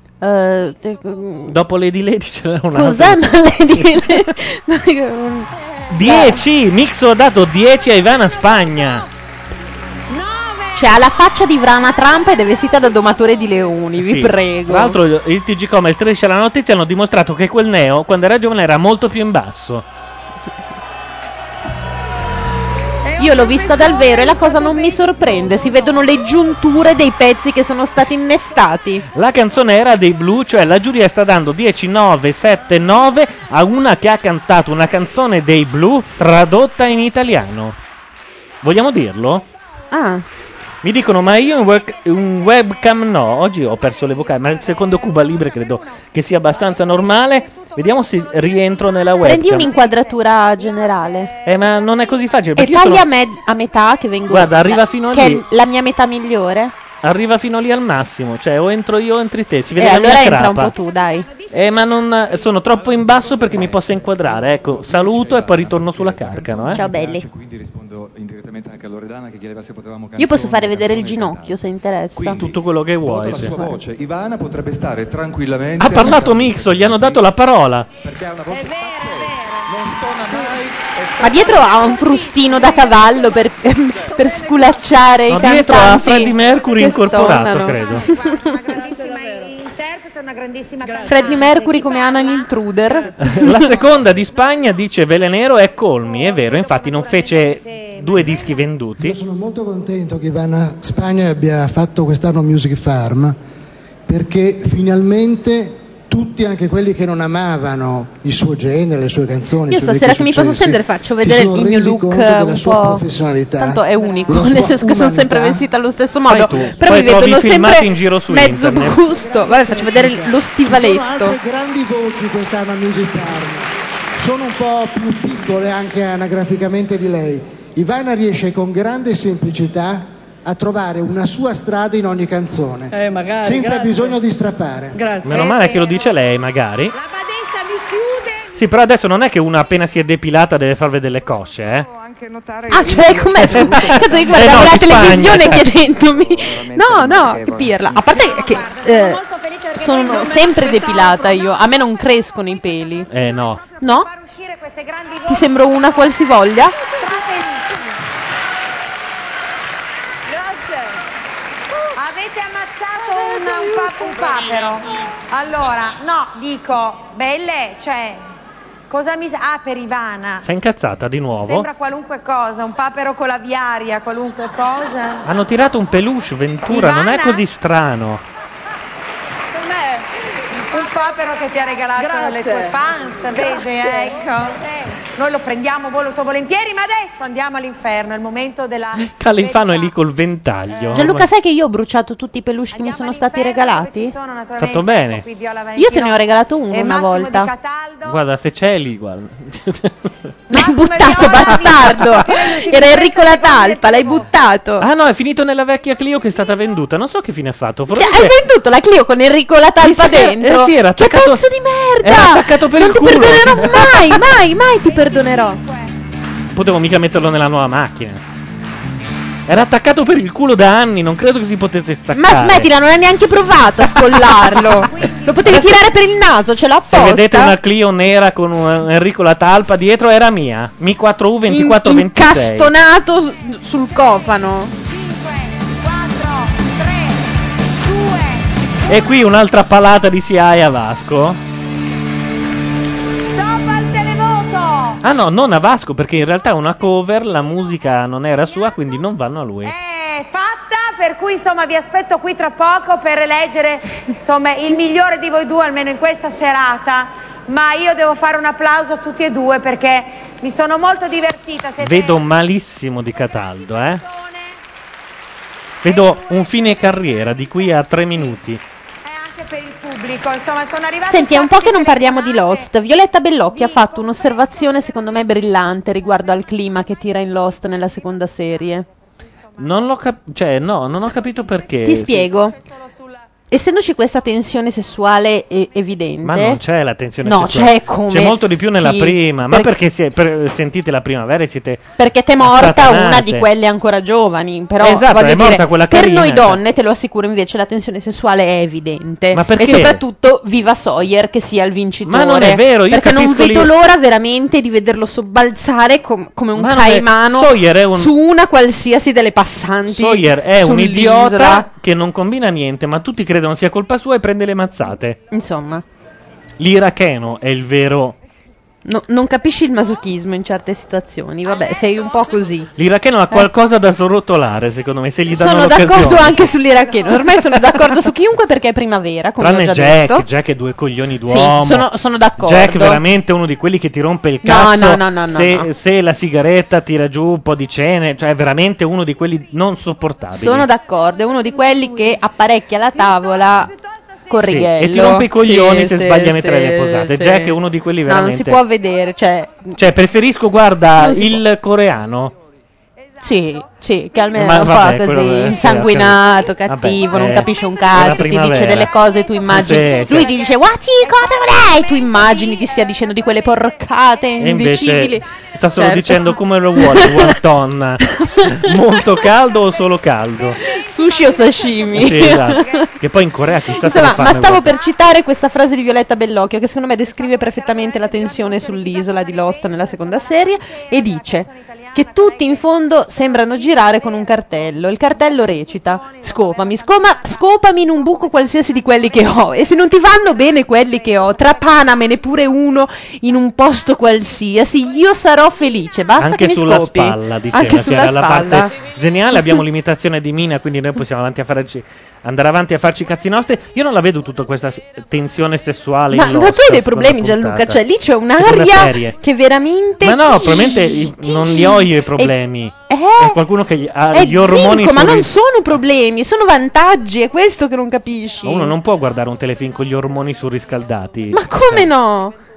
Dopo Lady c'era una. Cos'è Lady? 10! Mixo ha dato 10 a Ivana Spagna. Cioè ha la faccia di Vrana Trump ed è vestita da domatore di leoni, vi Sì. prego. Tra l'altro il TG.com e Striscia la Notizia hanno dimostrato che quel neo quando era giovane era molto più in basso. Io l'ho vista dal vero e la cosa non mi sorprende, si vedono le giunture dei pezzi che sono stati innestati. La canzone era dei Blue, cioè la giuria sta dando 10, 9, 7, 9 a una che ha cantato una canzone dei Blue tradotta in italiano. Vogliamo dirlo? Ah. Mi dicono, ma io in webcam no. Oggi ho perso le vocali, ma il secondo Cuba Libre credo che sia abbastanza normale. Vediamo se rientro nella webcam. Prendi un'inquadratura generale. Ma non è così facile. E perché tagli io sono... a metà che vengo. Guarda, arriva fino che lì. è la mia metà migliore. Arriva fino lì al massimo. Cioè, o entro io o entri te. Si vede la allora mia entra crapa. un po' tu, dai. Ma non sono troppo in basso perché mi possa inquadrare. Ecco, saluto e poi ritorno sulla Carcano. Ciao belli. Quindi rispondo indirettamente anche a Loredana che chiedeva se potevamo Io posso fare vedere il ginocchio se interessa. Tutto quello che vuoi. la sì. sua voce. Ivana potrebbe stare tranquillamente. Ha parlato Mixo, gli hanno dato la parola. Perché ha una voce non stona mai. Ma dietro ha un frustino da cavallo per sculacciare No, i dietro cantanti ha Freddie Mercury che incorporato, stonano. credo. Una grandissima Freddie Mercury come Anan Intruder. La seconda di Spagna dice Velenero è Colmi, è vero, infatti non fece 2 dischi venduti. Sono molto contento che Ivana Spagna abbia fatto quest'anno Music Farm perché finalmente tutti, anche quelli che non amavano il suo genere, le sue canzoni, Io stasera che mi posso stendere faccio vedere il mio look un po'. Tanto è unico, nel senso che sono sempre vestita allo stesso modo. Però mi vedono sempre in giro su mezzo internet. busto. Vabbè, faccio vedere lo Sono stivaletto. altre grandi voci quest'anno a Music Farm. Sono un po' più piccole anche anagraficamente di lei. Ivana riesce con grande semplicità a trovare una sua strada in ogni canzone, magari, senza grazie. bisogno di strafare. Grazie. Meno male che lo dice lei, magari. La badessa mi chiude. Sì, però adesso non è che una appena si è depilata deve far vedere le cosce, eh? Ah, cioè, com'è? Scusa, tanto io guardavo no, la in Spagna. televisione chiedendomi. No, che pirla. A parte che sono sempre depilata io. A me non crescono i peli. No. No? Ti sembro una qualsivoglia? Avete ammazzato un papero. Allora, no, dico, belle, cioè, cosa mi... Ah, per Ivana. Sei incazzata di nuovo? Sembra qualunque cosa, un papero con la viaria, qualunque cosa. Hanno tirato un peluche, Ventura, non è Ivana? così strano. Per me, un papero che ti ha regalato le tue fans, vedi, ecco. Noi lo prendiamo molto volentieri, ma adesso andiamo all'inferno, è il momento della... Califano è lì col ventaglio. Gianluca, sai che io ho bruciato tutti i peluche che mi sono stati regalati? Fatto bene. Io te ne ho regalato uno una volta. Guarda, se c'è lì, guarda. L'hai buttato, bastardo! Era Enrico La Talpa, l'hai buttato. Ah no, è finito nella vecchia Clio che è stata venduta. Non so che fine ha fatto. Cioè, hai venduto la Clio con Enrico La Talpa dentro? Sì, era che attaccato. pezzo di merda! Era attaccato per non il ti culo. perdonerò mai ti perdonerò. Potevo mica metterlo nella nuova macchina. Era attaccato per il culo da anni, non credo che si potesse staccare. Ma smettila, non hai neanche provato a scollarlo. Lo potevi tirare per il naso, ce l'ho Se apposta. vedete una Clio nera con un Enrico La Talpa dietro, era mia. Mi 4U 2426. Incastonato sul cofano. E qui un'altra palata di SIAE a Vasco. Stop al televoto! Ah no, non a Vasco, perché in realtà è una cover, la musica non era sua, quindi non vanno a lui. È fatta, per cui insomma vi aspetto qui tra poco per eleggere insomma il migliore di voi due, almeno in questa serata. Ma io devo fare un applauso a tutti e due perché mi sono molto divertita. Vedo malissimo di Cataldo, eh. Vedo un fine carriera di qui a 3 minuti. Anche per il pubblico, insomma, sono arrivati. Senti, è un po' che non parliamo di Lost. Violetta Bellocchi ha fatto un'osservazione secondo me brillante riguardo al clima che tira in Lost nella seconda serie. Non l'ho non ho capito perché. Ti spiego. Essendoci questa tensione sessuale evidente. Ma non c'è la tensione no, sessuale. c'è come. C'è molto di più nella Sì, prima. Ma perché sentite la primavera e siete. Perché t'è morta assatanate. una di quelle ancora giovani. Però Esatto, voglio è morta dire, quella per carina, noi cioè. donne, te lo assicuro, invece la tensione sessuale è evidente. Ma perché? E soprattutto viva Sawyer che sia il vincitore. Ma non è vero, io perché non capisco vedo lì- l'ora veramente di vederlo sobbalzare come un Ma non è- caimano Sawyer è un- su una qualsiasi delle passanti. Sawyer è un sull'isola. idiota che non combina niente, ma tutti credono sia colpa sua e prende le mazzate. Insomma, L'iracheno è il vero. non capisci il masochismo in certe situazioni. Vabbè, sei un po' così. L'iracheno ha qualcosa da sorrotolare, secondo me, se gli danno Sono l'occasione. d'accordo anche sull'iracheno. Ormai sono d'accordo su chiunque perché è primavera, come Tranne ho già Jack, detto. Jack è due coglioni d'uomo. Sì, sono d'accordo. Jack è veramente uno di quelli che ti rompe il No, cazzo no, se la sigaretta tira giù un po' di cene, cioè è veramente uno di quelli non sopportabili. Sono d'accordo, è uno di quelli che apparecchia la tavola col Sì, righello. e ti rompe i coglioni Sì, se sì, sbaglia a mettere sì, le posate. sì. Jack è uno di quelli No, veramente. non si può vedere, cioè preferisco, guarda, Non si il coreano. sì, che almeno Ma è un vabbè, po' quello così, è- insanguinato, vabbè, cattivo, non eh, capisce un è cazzo, la ti dice primavera. delle cose, tu immagini. Sì, Lui sì. ti dice "What cosa vorrei?" Tu immagini ti stia dicendo di quelle porcate E indicibili. invece sta solo Certo. dicendo come lo vuole il wonton. Molto caldo o solo caldo? Sushi o sashimi. Sì, esatto. Che poi in Corea chissà se lo Insomma, fanno. ma il stavo wonton. per citare questa frase di Violetta Bellocchio che secondo me descrive perfettamente la tensione sull'isola di Lost nella seconda serie e dice che tutti in fondo sembrano girare con un cartello. Il cartello recita: scopami in un buco qualsiasi di quelli che ho, e se non ti vanno bene quelli che ho, trapanamene pure uno in un posto qualsiasi, io sarò felice, basta Anche che mi sulla scopi. spalla, diceva, Anche che sulla era la spalla. parte geniale. Abbiamo l'imitazione di Mina, quindi noi possiamo andare avanti a farci i cazzi nostri. Io non la vedo tutta questa tensione sessuale Ma in tu Lost, hai dei seconda problemi, Gianluca, puntata. cioè lì c'è Seconda un'aria serie. che veramente... Ma no, probabilmente non li ho io i problemi. È qualcuno che ha È gli ormoni zinco, ma sul non ris- sono problemi, sono vantaggi, è questo che non capisci. Ma uno non può guardare un telefilm con gli ormoni surriscaldati. Ma come no?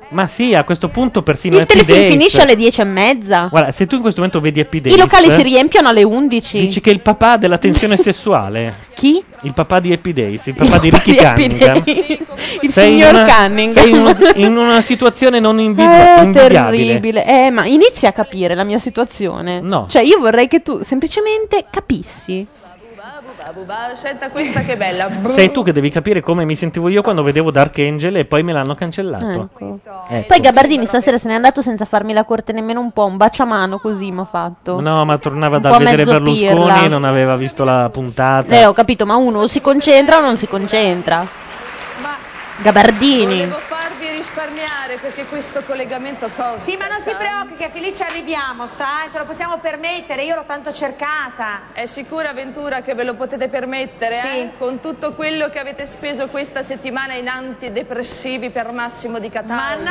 Ma sì, a questo punto persino Il Happy telefilm Days. finisce alle 10:30. Guarda, se tu in questo momento vedi Happy Days, I locali si riempiono alle 11. dici che il papà della tensione sessuale. Chi? Il papà di Happy Days, il papà di Ricky Di Happy Cunningham. Days. Il Sei in signor una- Cunningham. Sei in una situazione non invidiabile. Terribile. Ma inizi a capire la mia situazione. No. Cioè, io vorrei che tu semplicemente capissi. Senta questa che bella. Sei tu che devi capire come mi sentivo io quando vedevo Dark Angel e poi me l'hanno cancellato. Ecco. Ecco. Poi Gabardini stasera se n'è andato senza farmi la corte nemmeno un po', un baciamano così mi ha fatto. No, ma tornava Un da po' vedere mezzo Berlusconi, pirla. non aveva visto la puntata. Ho capito, ma uno o si concentra o non si concentra. Gabardini. Volevo farvi risparmiare perché questo collegamento costa. Sì, ma non si preoccupi che Felice arriviamo, sai? Ce lo possiamo permettere, io l'ho tanto cercata. È sicura, Ventura, che ve lo potete permettere, Sì. Con tutto quello che avete speso questa settimana in antidepressivi per Massimo Di Cataldo.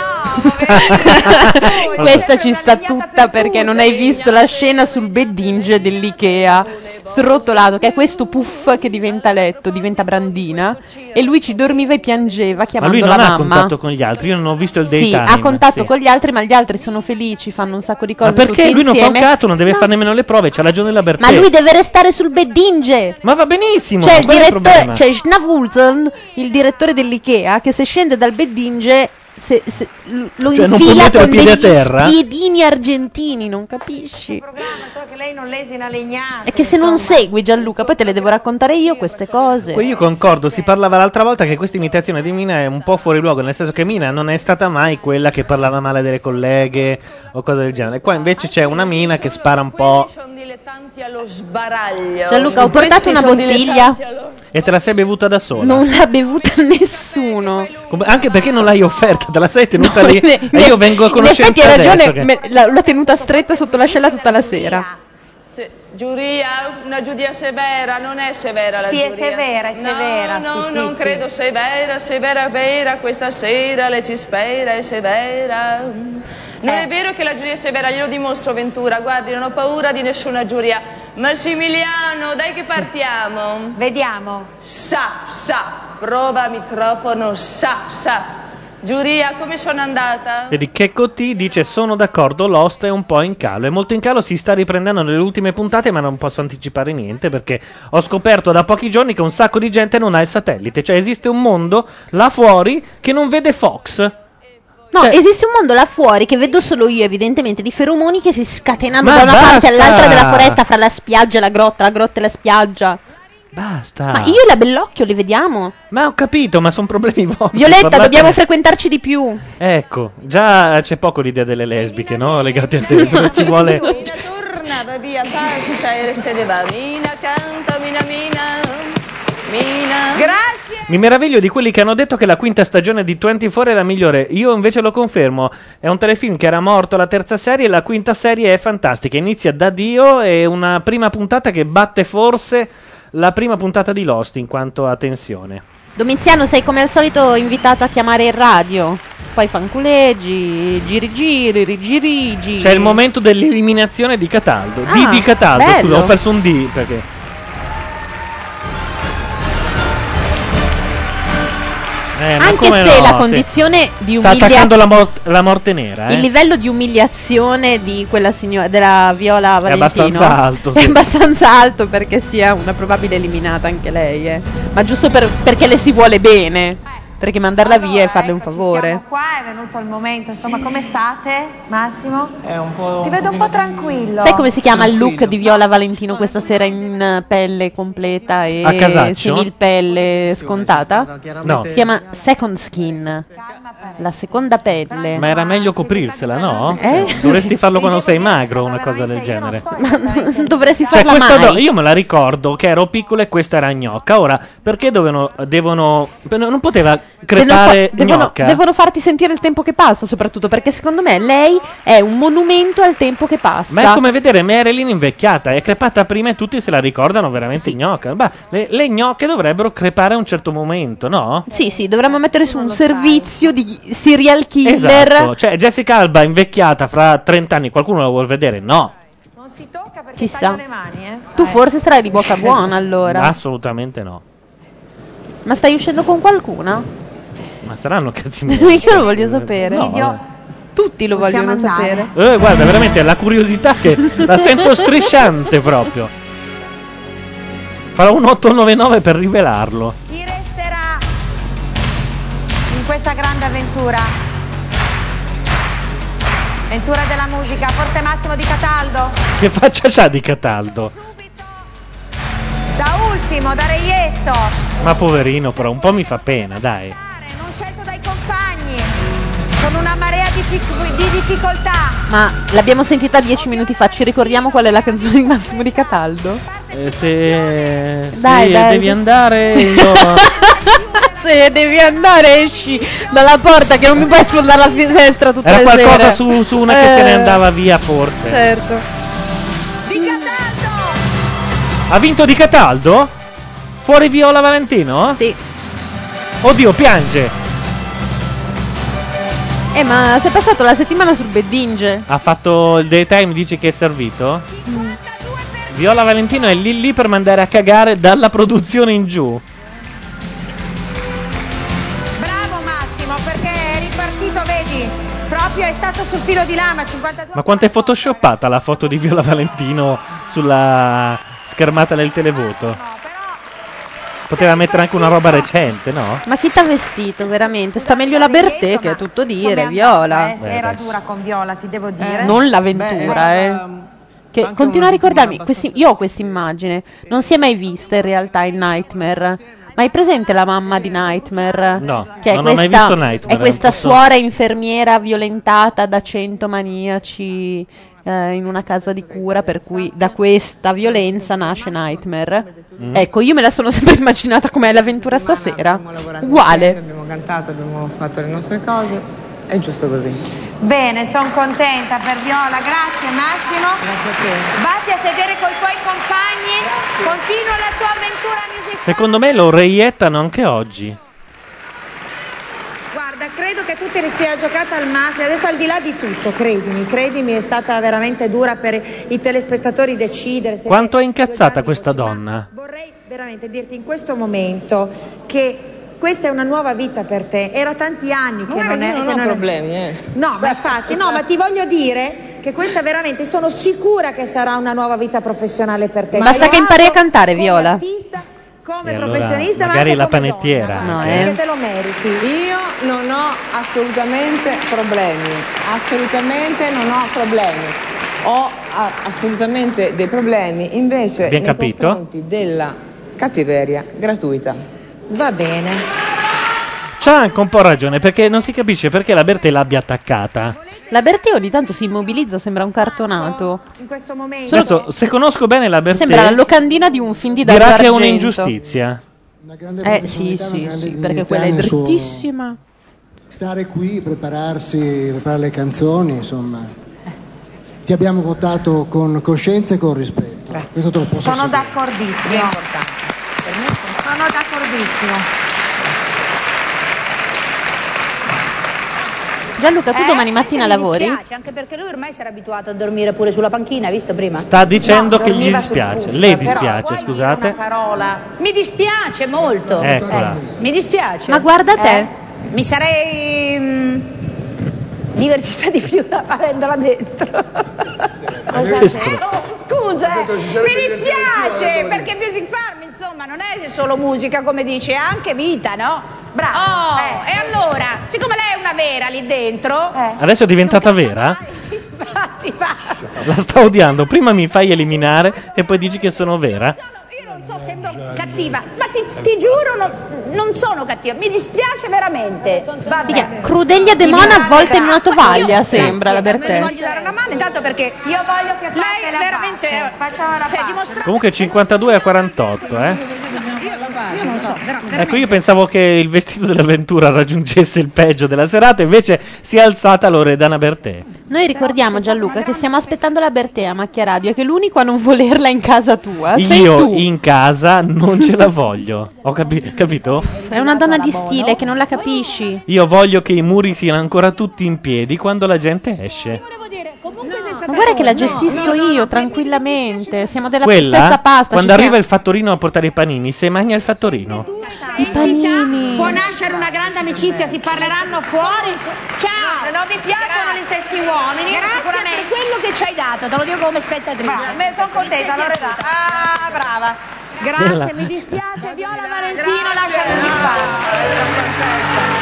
Questa ci sta tutta perché non hai visto la scena sul beddinge dell'Ikea srotolato, che è questo puff che diventa letto, diventa brandina, e lui ci dormiva e piangeva Ma chiamando lui la non ha mamma. contatto con gli altri, io non ho visto il Sì, daytime. ha contatto sì. con gli altri, ma gli altri sono felici, fanno un sacco di cose. Ma perché tutti lui non fa un insieme. cazzo, non deve fare nemmeno le prove, c'ha ragione la Bertè. Ma lui deve restare sul beddinge. Ma va benissimo, C'è il qual è il direttore, problema? c'è Schnavulzen, il direttore dell'Ikea, che se scende dal beddinge lo Cioè, non può infila mettere con i piedi a degli terra? spiedini argentini, non capisci? Solo che lei non lesina legnate. È che se non segui Gianluca, poi te le devo raccontare io queste cose. Poi io concordo, si parlava l'altra volta che questa imitazione di Mina è un po' fuori luogo, nel senso che Mina non è stata mai quella che parlava male delle colleghe o cose del genere. Qua invece c'è una Mina che spara un po' Sono dilettanti allo sbaraglio. Gianluca, ho portato una bottiglia, e te la sei bevuta da sola. non l'ha bevuta nessuno. Anche perché non l'hai offerta, te la sei tenuta lì e io vengo a In effetti conoscenza hai adesso ragione, che- l'ho tenuta stretta sotto l'ascella tutta la sera. Giuria, una giudia severa, non è severa la Sì, giuria. è severa, è severa, No, sì, sì, non sì. credo severa, vera, questa sera le ci spera, è severa. Non è vero che la giuria è severa, glielo dimostro Ventura, guardi, non ho paura di nessuna giuria. Massimiliano, dai che partiamo. Vediamo. Prova microfono, sa. Giuria, come sono andata? Vedi, Checco T dice sono d'accordo, Lost è un po' in calo, è molto in calo, si sta riprendendo nelle ultime puntate, ma non posso anticipare niente perché ho scoperto da pochi giorni che un sacco di gente non ha il satellite, cioè esiste un mondo là fuori che non vede Fox. No, Cioè- esiste un mondo là fuori che vedo solo io, evidentemente, di feromoni che si scatenano Ma da una parte basta! all'altra della foresta, fra la spiaggia e la grotta e la spiaggia. Basta. Ma io e la Bellocchio li vediamo. Ma ho capito, ma sono problemi vostri. Violetta, parlate- dobbiamo frequentarci di più. Ecco, già c'è poco l'idea delle lesbiche, no? Legate al telefono, ci vuole... Tornava via, passa e se ne va. Mina, canta, mina. Grazie. Mi meraviglio di quelli che hanno detto che la quinta stagione di 24 è la migliore. Io invece lo confermo. È un telefilm che era morto la terza serie e la quinta serie è fantastica. Inizia da Dio e una prima puntata che batte forse la prima puntata di Lost in quanto a tensione. Domiziano, sei come al solito invitato a chiamare il radio. Poi fanculeggi, rigirigi. C'è il momento dell'eliminazione di Cataldo. Ah, Di Cataldo, bello. scusa, ho perso un D perché... ma Anche come se no, la sì. condizione di Sta attaccando umiliazione, la morte nera, il livello di umiliazione di quella signora, della Viola Valentino, abbastanza alto, sì. è abbastanza alto perché sia una probabile eliminata anche lei, ma giusto perché le si vuole bene, perché mandarla via e farle un favore. Siamo qua, è venuto il momento. Insomma, come state, Massimo? È un po'. Ti vedo un po' tranquillo. Sai come si chiama il look di Viola Valentino questa sera in pelle completa A e casaccio? similpelle scontata? No. Si chiama Second Skin, la seconda pelle. Ma era meglio coprirsela, no? Eh? Dovresti farlo quando sei magro, una cosa del genere. Dovresti Cioè, farla questa mai. io me la ricordo che ero piccola e questa era gnocca. Ora, perché devono non poteva crepare gnocca? Devono farti sentire il tempo che passa, soprattutto perché secondo me lei è un monumento al tempo che passa. Ma è come vedere Marilyn invecchiata, è crepata prima e tutti se la ricordano veramente gnocca. Bah, le gnocche dovrebbero crepare a un certo momento, no? Sì, dovremmo mettere su un servizio di serial killer. Esatto, cioè Jessica Alba invecchiata fra 30 anni, qualcuno la vuol vedere? No, Non si tocca perché Chissà. taglio le mani, Tu forse starai di bocca buona allora. assolutamente no. Ma stai uscendo con qualcuna? Ma saranno cazzi miei. Io lo voglio sapere. No, Tutti lo Possiamo vogliono andare? sapere. guarda, veramente la curiosità che la sento strisciante proprio. Farò un 899 per rivelarlo. Chi resterà in questa grande avventura? Avventura della musica, forse Massimo Di Cataldo? Che faccia c'ha di Cataldo? Da ultimo, da reietto, Ma poverino, però un po' mi fa pena, dai. non scelto dai compagni, con una marea di difficoltà. Ma l'abbiamo sentita 10 minuti fa, ci ricordiamo qual è la canzone di Massimo Di Cataldo? Se Dai, dai. devi andare, io... Se devi andare esci dalla porta che non mi puoi sfondare la finestra tutte Era le qualcosa sere. su una che se ne andava via, forse. Certo. Ha vinto Di Cataldo? Fuori Viola Valentino? Sì. Oddio, piange. Ma sei passato la settimana sul Beddinge. Ha fatto il daytime, dice che è servito? Viola Valentino è lì per mandare a cagare dalla produzione in giù. Bravo Massimo, perché è ripartito, vedi, proprio è stato sul filo di lama, 52. Ma quanto è photoshoppata la foto di Viola Valentino sulla schermata del televoto? Poteva mettere anche una roba recente, no? Ma chi t'ha vestito veramente? Sta meglio la Bertè, che è tutto dire, Viola. Era dura con Viola, ti devo dire. Non l'avventura, Che continua a ricordarmi, io ho questa immagine, non si è mai vista in realtà in Nightmare. Ma hai presente la mamma di Nightmare? No, che è non ho mai questa, visto Nightmare. è questa non posso- suora infermiera violentata da 100 maniaci in una casa di cura, per cui da questa violenza nasce Nightmare. Ecco, io me la sono sempre immaginata com'è l'avventura stasera. Uguale. Abbiamo cantato, abbiamo fatto le nostre cose, è giusto così. Bene, sono contenta per Viola, grazie Massimo. Grazie a te. Vatti a sedere coi tuoi compagni, continua la tua avventura musicale. Secondo me lo reiettano anche oggi. Guarda, credo che tu te ne sia giocata al massimo, adesso al di là di tutto, credimi, è stata veramente dura per i telespettatori decidere. se- Quanto è incazzata questa donna? Vorrei veramente dirti in questo momento che questa è una nuova vita per te, era tanti anni che non è... io non che ho problemi, No, ma infatti, no, ma ti voglio dire che questa veramente, sono sicura che sarà una nuova vita professionale per te. Basta che impari a cantare, Viola. Come E allora, professionista, ma magari anche la come panettiera. donna, anche. perché te lo meriti. Io non ho assolutamente problemi, assolutamente non ho problemi. Ho assolutamente dei problemi invece Abbiamo nei capito? confronti della cattiveria gratuita. Va bene. C'ha anche un po' ragione, perché non si capisce perché la Bertè l'abbia attaccata. La Bertè ogni tanto si immobilizza, sembra un cartonato. In questo momento Adesso, se conosco bene la Bertè, Sembra la locandina di un film di Dario dirà che è Argento. un'ingiustizia. Sì, perché quella è drittissima. Stare qui, preparare le canzoni, insomma. Ti abbiamo votato con coscienza e con rispetto. Questo te lo posso sono assicurare. d'accordissimo. Sono d'accordissimo. Gianluca, tu domani mattina lavori? Mi dispiace, anche perché lui ormai si era abituato a dormire pure sulla panchina, hai visto prima? Sta dicendo che gli dormiva sul dispiace. puff, Lei però dispiace, scusate. Parola. Mi dispiace molto. Eccola. Mi dispiace. Ma guarda te. Mi sarei divertita di più avendola dentro. Scusa, mi dispiace perché Music Farm insomma non è solo musica come dice, è anche vita, no? Bravo. E allora, siccome lei è una vera lì dentro, Adesso è diventata vera? La sta odiando. Prima mi fai eliminare e poi dici che sono vera. io non so, sembro cattiva, ma ti giuro non sono cattiva, mi dispiace veramente. Crudeglia demona avvolta in una tovaglia, sembra la Me ne Bertè. voglio dare una mano intanto perché io voglio che lei veramente si è dimostrata. Comunque 52 a 48, Io non so, Ecco, io pensavo che il vestito dell'avventura raggiungesse il peggio della serata, invece si è alzata Loredana Bertè. Noi ricordiamo, Gianluca, che stiamo aspettando la Bertè a Macchia Radio e che l'unico a non volerla in casa tua sei Io tu. in casa non ce la voglio. Ho capito? È una donna di stile che non la capisci. Io voglio che i muri siano ancora tutti in piedi quando la gente esce. Comunque se Ma guarda che la gestisco io tranquillamente. Siamo della Quella, stessa pasta. quando ci arriva il fattorino a portare i panini, se mangia il fattorino. I panini. Può nascere una grande amicizia, si parleranno fuori. Ciao! Non vi piacciono gli stessi uomini? Grazie per quello che ci hai dato, te lo dico come spettatrice. Me sono contenta, Loredana. Ah, brava. Grazie, mi dispiace, Viola Valentino, lasciami in pace.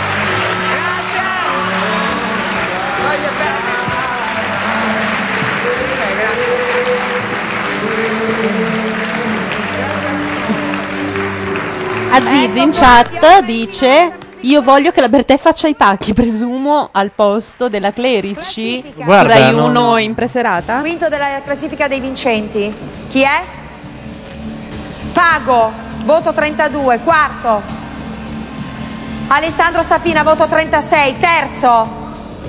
Aziz in chat dice: io voglio che la Bertè faccia i pacchi, presumo al posto della Clerici. Guarda, Rai non- 1 in preserata. Quinto della classifica dei vincenti. Chi è? Pago, voto 32. Quarto. Alessandro Safina, voto 36. Terzo.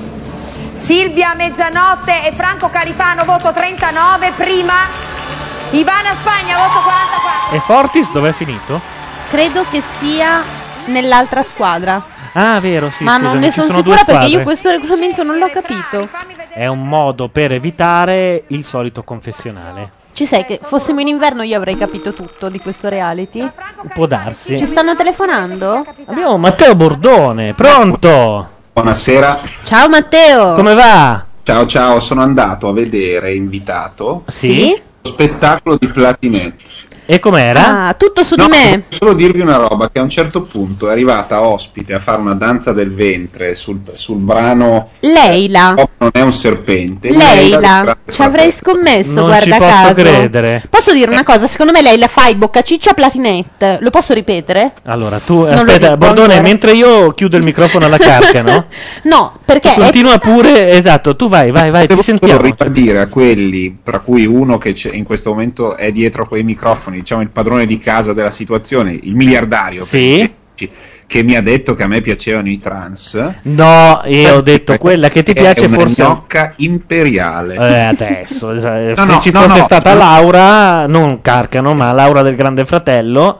Silvia Mezzanotte e Franco Califano, voto 39. Prima. Ivana Spagna, voto 44. E Fortis dov'è finito? Credo che sia nell'altra squadra. Ah, vero, sì. Ma scusami, non ne ci sono sono due sicura perché squadre. io questo regolamento non l'ho capito. È un modo per evitare il solito confessionale. Ci sai che fossimo in inverno io avrei capito tutto di questo reality? Può darsi. Ci stanno telefonando? Abbiamo Matteo Bordone, pronto? Buonasera. Ciao Matteo. Come va? Ciao, sono andato a vedere, invitato, Sì? lo spettacolo di Platinet. E com'era? Ah, tutto su di me. Voglio solo dirvi una roba, che a un certo punto è arrivata ospite a fare una danza del ventre sul brano Leila. Non è un serpente. Leila, ci avrei scommesso, Non guarda ci posso caso. credere. Posso dire una cosa? Secondo me Leila fa i boccaciccia a Platinet. Lo posso ripetere? Allora, tu, Non lo aspetta, dico Bordone, ancora. mentre io chiudo il microfono alla Carcano, No, perché tu continua pure, esatto, tu vai, ti Devo sentiamo. ribadire a quelli, tra cui uno che in questo momento è dietro a quei microfoni, diciamo il padrone di casa della situazione, il miliardario, Sì? che mi ha detto che a me piacevano i trans. No, io ho detto quella che ti piace è una forse. gnocca imperiale. Adesso, se No, ci no, fosse no, stata no. Laura, non Carcano, ma Laura del Grande Fratello.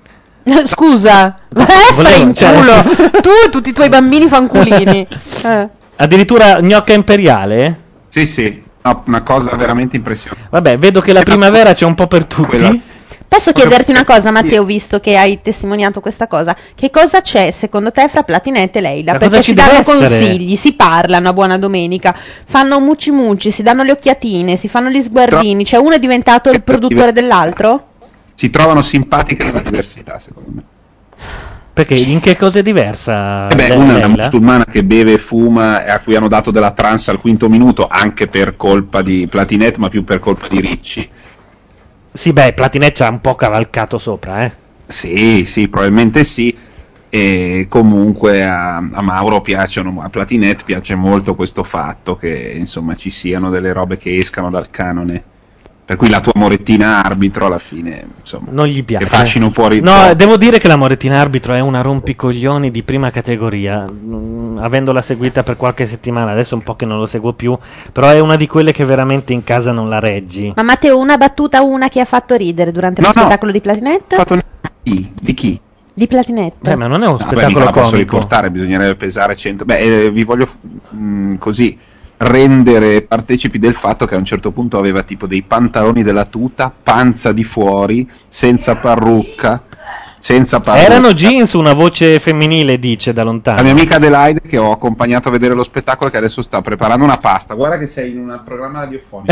Scusa, fai in cioè, culo. Tu e tutti i tuoi bambini fanculini. Addirittura gnocca imperiale? Sì, no, una cosa veramente impressionante. Vabbè, vedo che la primavera c'è un po' per tutti. Posso chiederti una cosa, Matteo, visto che hai testimoniato questa cosa? Che cosa c'è secondo te fra Platinet e Leila? Ma Perché cosa si ci danno deve essere? consigli, si parlano a buona domenica, fanno mucci mucci, si danno le occhiatine, si fanno gli sguardini. Cioè uno è diventato il produttore dell'altro? Si trovano simpatiche nella diversità, secondo me. Perché in che cosa è diversa? Una è una Leila? musulmana che beve e fuma e a cui hanno dato della trans al quinto minuto, anche per colpa di Platinet, ma più per colpa di Ricci. Sì, beh, Platinet ci ha un po' cavalcato sopra, eh. Sì, probabilmente sì. E comunque a Mauro piacciono, a Platinet piace molto questo fatto che insomma ci siano delle robe che escano dal canone. Per cui la tua Morettina arbitro alla fine, insomma, Non gli piace. che fascino fuori. No, devo dire che la Morettina arbitro è una rompicoglioni di prima categoria. Avendola seguita per qualche settimana, adesso è un po' che non lo seguo più, però è una di quelle che veramente in casa non la reggi. Ma Matteo, una battuta, una che ha fatto ridere durante lo spettacolo di Platinet? Di chi? Di Platinet. Ma non è un Beh, mica spettacolo la posso comico. riportare, bisognerebbe pesare 100. Beh, vi voglio così rendere partecipi del fatto che a un certo punto aveva tipo dei pantaloni della tuta, panza di fuori, senza parrucca. Erano jeans, una voce femminile dice da lontano. La mia amica Adelaide, che ho accompagnato a vedere lo spettacolo, che adesso sta preparando una pasta. Guarda che sei in un programma radiofonico.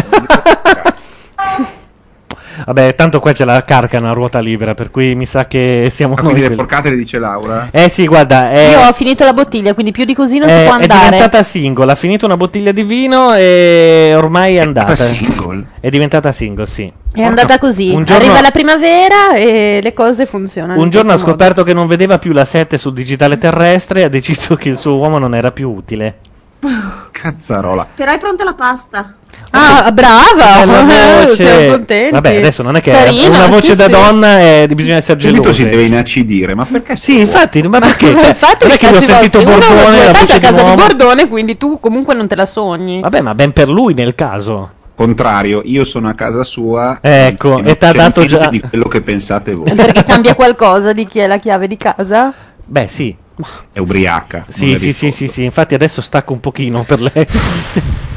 Vabbè, tanto qua c'è la Carcano a ruota libera, per cui mi sa che siamo Ma noi quindi le quelli. porcate le dice Laura? Sì, guarda, Io ho finito la bottiglia, quindi più di così non si può è andare. diventata single, ha finito una bottiglia di vino e ormai è andata. single? È diventata single, sì. È andata così. Un giorno- Arriva la primavera e le cose funzionano. Un in giorno ha questo modo. scoperto che non vedeva più la 7 sul digitale terrestre e ha deciso che il suo uomo non era più utile. Cazzarola. Però è pronta la pasta. Ah, brava! Bella voce. Siamo contenti. Vabbè, adesso non è che Carina, una voce sì, da sì. donna bisogna essere Subito gelosi. si deve inacidire, ma perché? Sì, infatti, ma perché? Cioè, Infatti, non è che io ho cazzi sentito vostri, uno Bordone, due la tanti voce a casa di un di uomo. Bordone, quindi tu comunque non te la sogni. Vabbè, ma ben per lui nel caso. Contrario, io sono a casa sua. Ecco, non e t'ha c'è dato niente già- di quello che pensate voi. Perché cambia qualcosa di chi è la chiave di casa? Beh, sì. È ubriaca. Sì, sì, infatti adesso stacco un pochino per lei.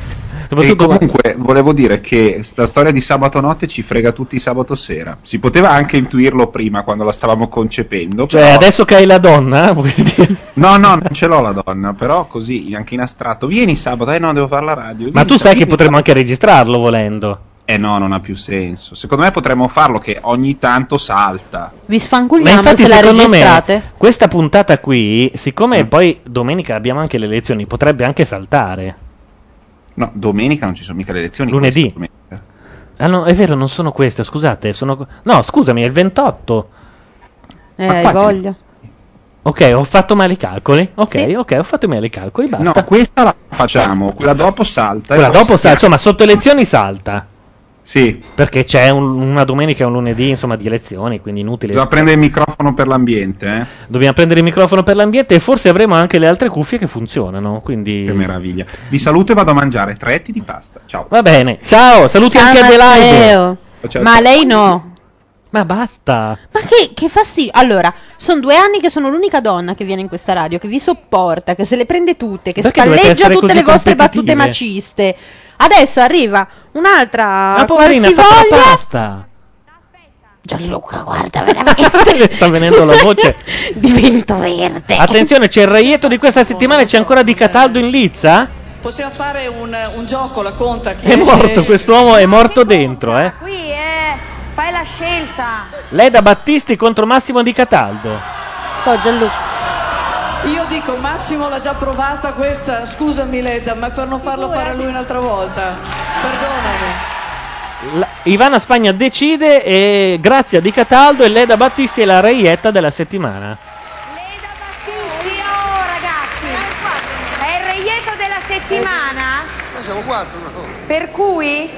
E comunque volevo dire che sta storia di sabato notte ci frega tutti sabato sera. Si poteva anche intuirlo prima quando la stavamo concependo. Cioè, però... adesso che hai la donna, vuoi dire? No, non ce l'ho la donna, però così, anche in astratto. Vieni sabato, no, devo fare la radio. Ma tu sai che potremmo anche registrarlo volendo. No, non ha più senso. Secondo me potremmo farlo che ogni tanto salta. Vi Ma sfanculiamo infatti se la secondo registrate. me questa puntata qui, siccome poi domenica abbiamo anche le elezioni, potrebbe anche saltare. No, domenica non ci sono mica le elezioni. Lunedì. Ah no, è vero, non sono queste, scusate, no, scusami, è il 28. Hai voglia. Ok, ho fatto male i calcoli. Ok, ho fatto male i calcoli, basta. No, questa la facciamo, quella dopo salta. Quella dopo salta, insomma, sotto elezioni salta. Sì. Perché c'è una domenica e un lunedì, insomma, di elezioni, quindi inutile. Bisogna prendere il microfono per l'ambiente, Dobbiamo prendere il microfono per l'ambiente e forse avremo anche le altre cuffie che funzionano, quindi... Che meraviglia. Vi saluto e vado a mangiare 3 etti di pasta. Ciao. Va bene, ciao, saluti Ciao, anche Adelaide. Matteo. Ciao, Ma ciao. lei no. Ma basta. Ma che fastidio. Allora, sono 2 anni che sono l'unica donna che viene in questa radio, che vi sopporta, che se le prende tutte, che Perché dovete spalleggia essere tutte così le vostre competitive? battute maciste. Adesso arriva un'altra Ma poverina, ha fatto la pasta. Gianluca, guarda, veramente. Sta venendo la voce. Divento verde. Attenzione, c'è il reietto di questa settimana e c'è ancora Di Cataldo in lizza? Possiamo fare un gioco, la conta che È morto, quest'uomo è morto dentro, Qui fai la scelta. Leda Battisti contro Massimo Di Cataldo. Poi Gianluca. Io dico Massimo l'ha già provata questa, scusami Leda, ma per non farlo fare a lui un'altra volta. Perdonami. Ivana Spagna decide e grazie a Di Cataldo e Leda Battisti è la reietta della settimana. È il reietto della settimana. Noi siamo 4, no? Per cui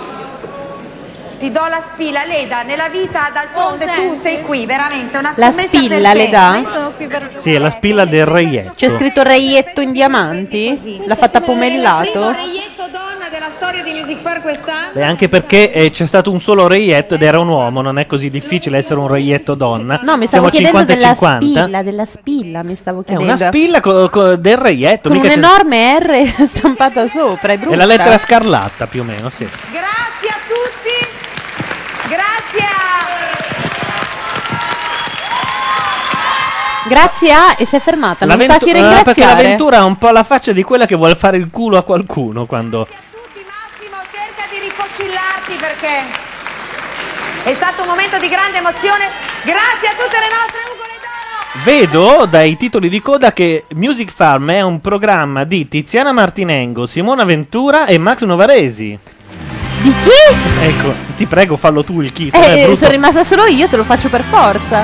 ti do la spilla, Leda, nella vita d'altronde tu sei qui, veramente una La scommessa per spilla te. le dà? Io sono qui per Sì, è la spilla del reietto. C'è scritto reietto in diamanti? L'ha fatta pomellato? reietto donna della storia di Music Fair quest'anno. Beh, anche perché c'è stato un solo reietto ed era un uomo, non è così difficile essere un reietto donna. No, mi stavo Siamo chiedendo 50 e 50. della spilla mi stavo È chiedendo. una spilla del reietto. con mica c'è- un'enorme R stampata sopra, è brutta. È la lettera scarlatta più o meno, sì. Grazie a tutti. Grazie Grazie a e si è fermata, non sa L'avventu- chi perché ringraziare. l'avventura ha un po' la faccia di quella che vuole fare il culo a qualcuno quando... cerca di rifocillarti perché è stato un momento di grande emozione. Grazie a tutte le nostre Vedo dai titoli di coda che Music Farm è un programma di Tiziana Martinengo, Simona Ventura e Max Novaresi. Di chi? Ecco, ti prego fallo tu il chi, se no è brutto. Sono rimasta solo io, te lo faccio per forza.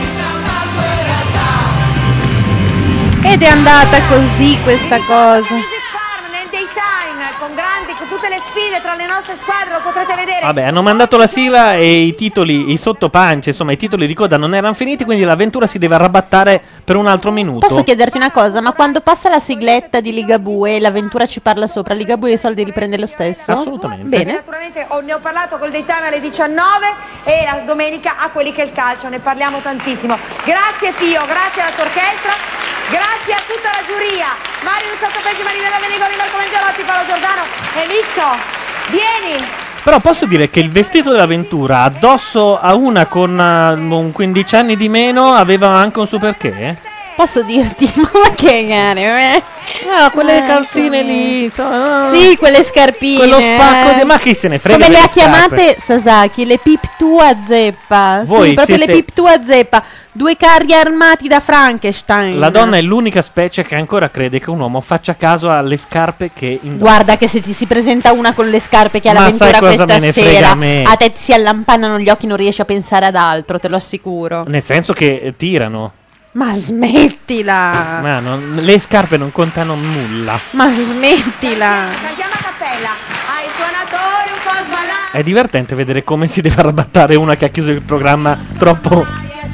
Ed è andata così questa cosa. nel daytime con tutte le sfide tra le nostre squadre, lo potrete vedere. Vabbè, hanno mandato la sigla e i titoli, i sottopance, insomma i titoli di coda non erano finiti, quindi l'avventura si deve arrabattare per un altro minuto. Posso chiederti una cosa, ma quando passa la sigletta di Ligabue e l'avventura ci parla sopra, Ligabue i soldi li prende lo stesso? Assolutamente. Bene. Naturalmente ne ho parlato col daytime alle 19 e la domenica a quelli che è il calcio, ne parliamo tantissimo. Grazie Pio, grazie alla tua orchestra, grazie a tutta la giuria, Mario Luzzotto Peggi, Marinella Venegoli, Marco Mangialotti, Paolo Giordano e Mixo, vieni! Però posso dire che il vestito dell'avventura addosso a una con un 15 anni di meno aveva anche un suo perché? Posso dirti, ma che gare? No, quelle calzine lì, insomma, no. Sì, quelle scarpine. Quello spacco di... Ma chi se ne frega? Come le delle ha chiamate scarpe? Sasaki, le pip tu a zeppa. Voi Sì, proprio siete- le pip tu a zeppa. 2 carri armati da Frankenstein. La donna è l'unica specie che ancora crede che un uomo faccia caso alle scarpe che indossa. Guarda che se ti si presenta una con le scarpe che ha Ma l'avventura sai cosa questa me ne frega sera, a me? a te si allampannano gli occhi, non riesci a pensare ad altro, te lo assicuro. Nel senso che tirano. Ma smettila. Ma le scarpe non contano nulla. Ma smettila. Cantiamo a cappella, ai suonatori un po' sballati. È divertente vedere come si deve arrabattare una che ha chiuso il programma troppo...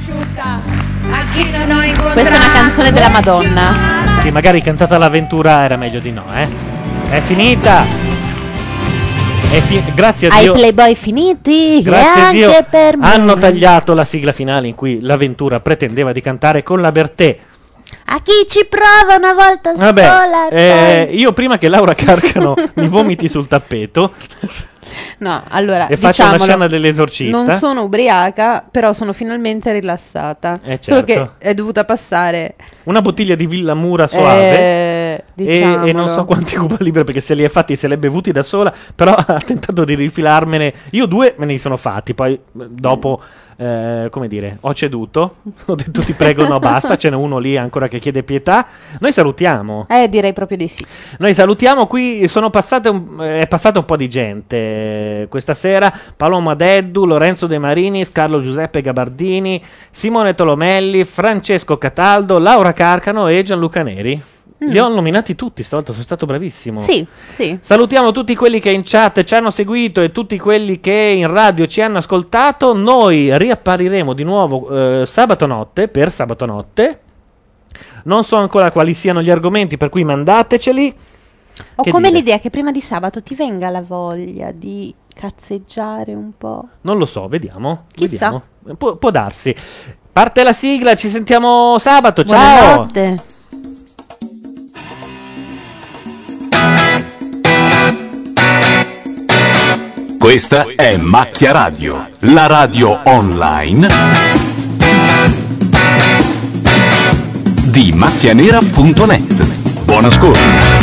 Questa è una canzone della Madonna. Sì, magari cantata all'avventura era meglio di no, eh. È finita. Grazie a Ai Dio. Playboy finiti. Grazie e a Dio anche per me. hanno tagliato la sigla finale in cui l'avventura pretendeva di cantare con la Bertè. A chi ci prova una volta sola. Vabbè, io prima che Laura Carcano mi vomiti sul tappeto No, allora, e faccio una diciamolo, scena dell'esorcista. non sono ubriaca, però sono finalmente rilassata. Solo certo. che è dovuta passare una bottiglia di Villamura Soave e diciamolo. non so quanti Cuba Libre, perché se li ha fatti se li ha bevuti da sola, però ha tentato di rifilarmene. Io 2 me ne sono fatti, poi dopo come dire, ho ceduto, ho detto ti prego no basta, ce n'è uno lì ancora che chiede pietà. Noi salutiamo. Direi proprio di sì. Noi salutiamo, qui è passata un po' di gente questa sera: Paloma Deddu, Lorenzo De Marinis, Carlo Giuseppe Gabardini, Simone Tolomelli, Francesco Cataldo, Laura Carcano e Gianluca Neri. Li ho nominati tutti stavolta, sono stato bravissimo. Sì, sì. Salutiamo tutti quelli che in chat ci hanno seguito e tutti quelli che in radio ci hanno ascoltato. Noi riappariremo di nuovo sabato notte, per sabato notte. Non so ancora quali siano gli argomenti, per cui mandateceli. Ho Che come dire? l'idea che prima di sabato ti venga la voglia di cazzeggiare un po'. Non lo so, vediamo. Chissà. Vediamo. Può darsi. Parte la sigla, ci sentiamo sabato. Ciao. Buonanotte. Questa è Macchia Radio, la radio online di macchianera.net. Buon ascolto.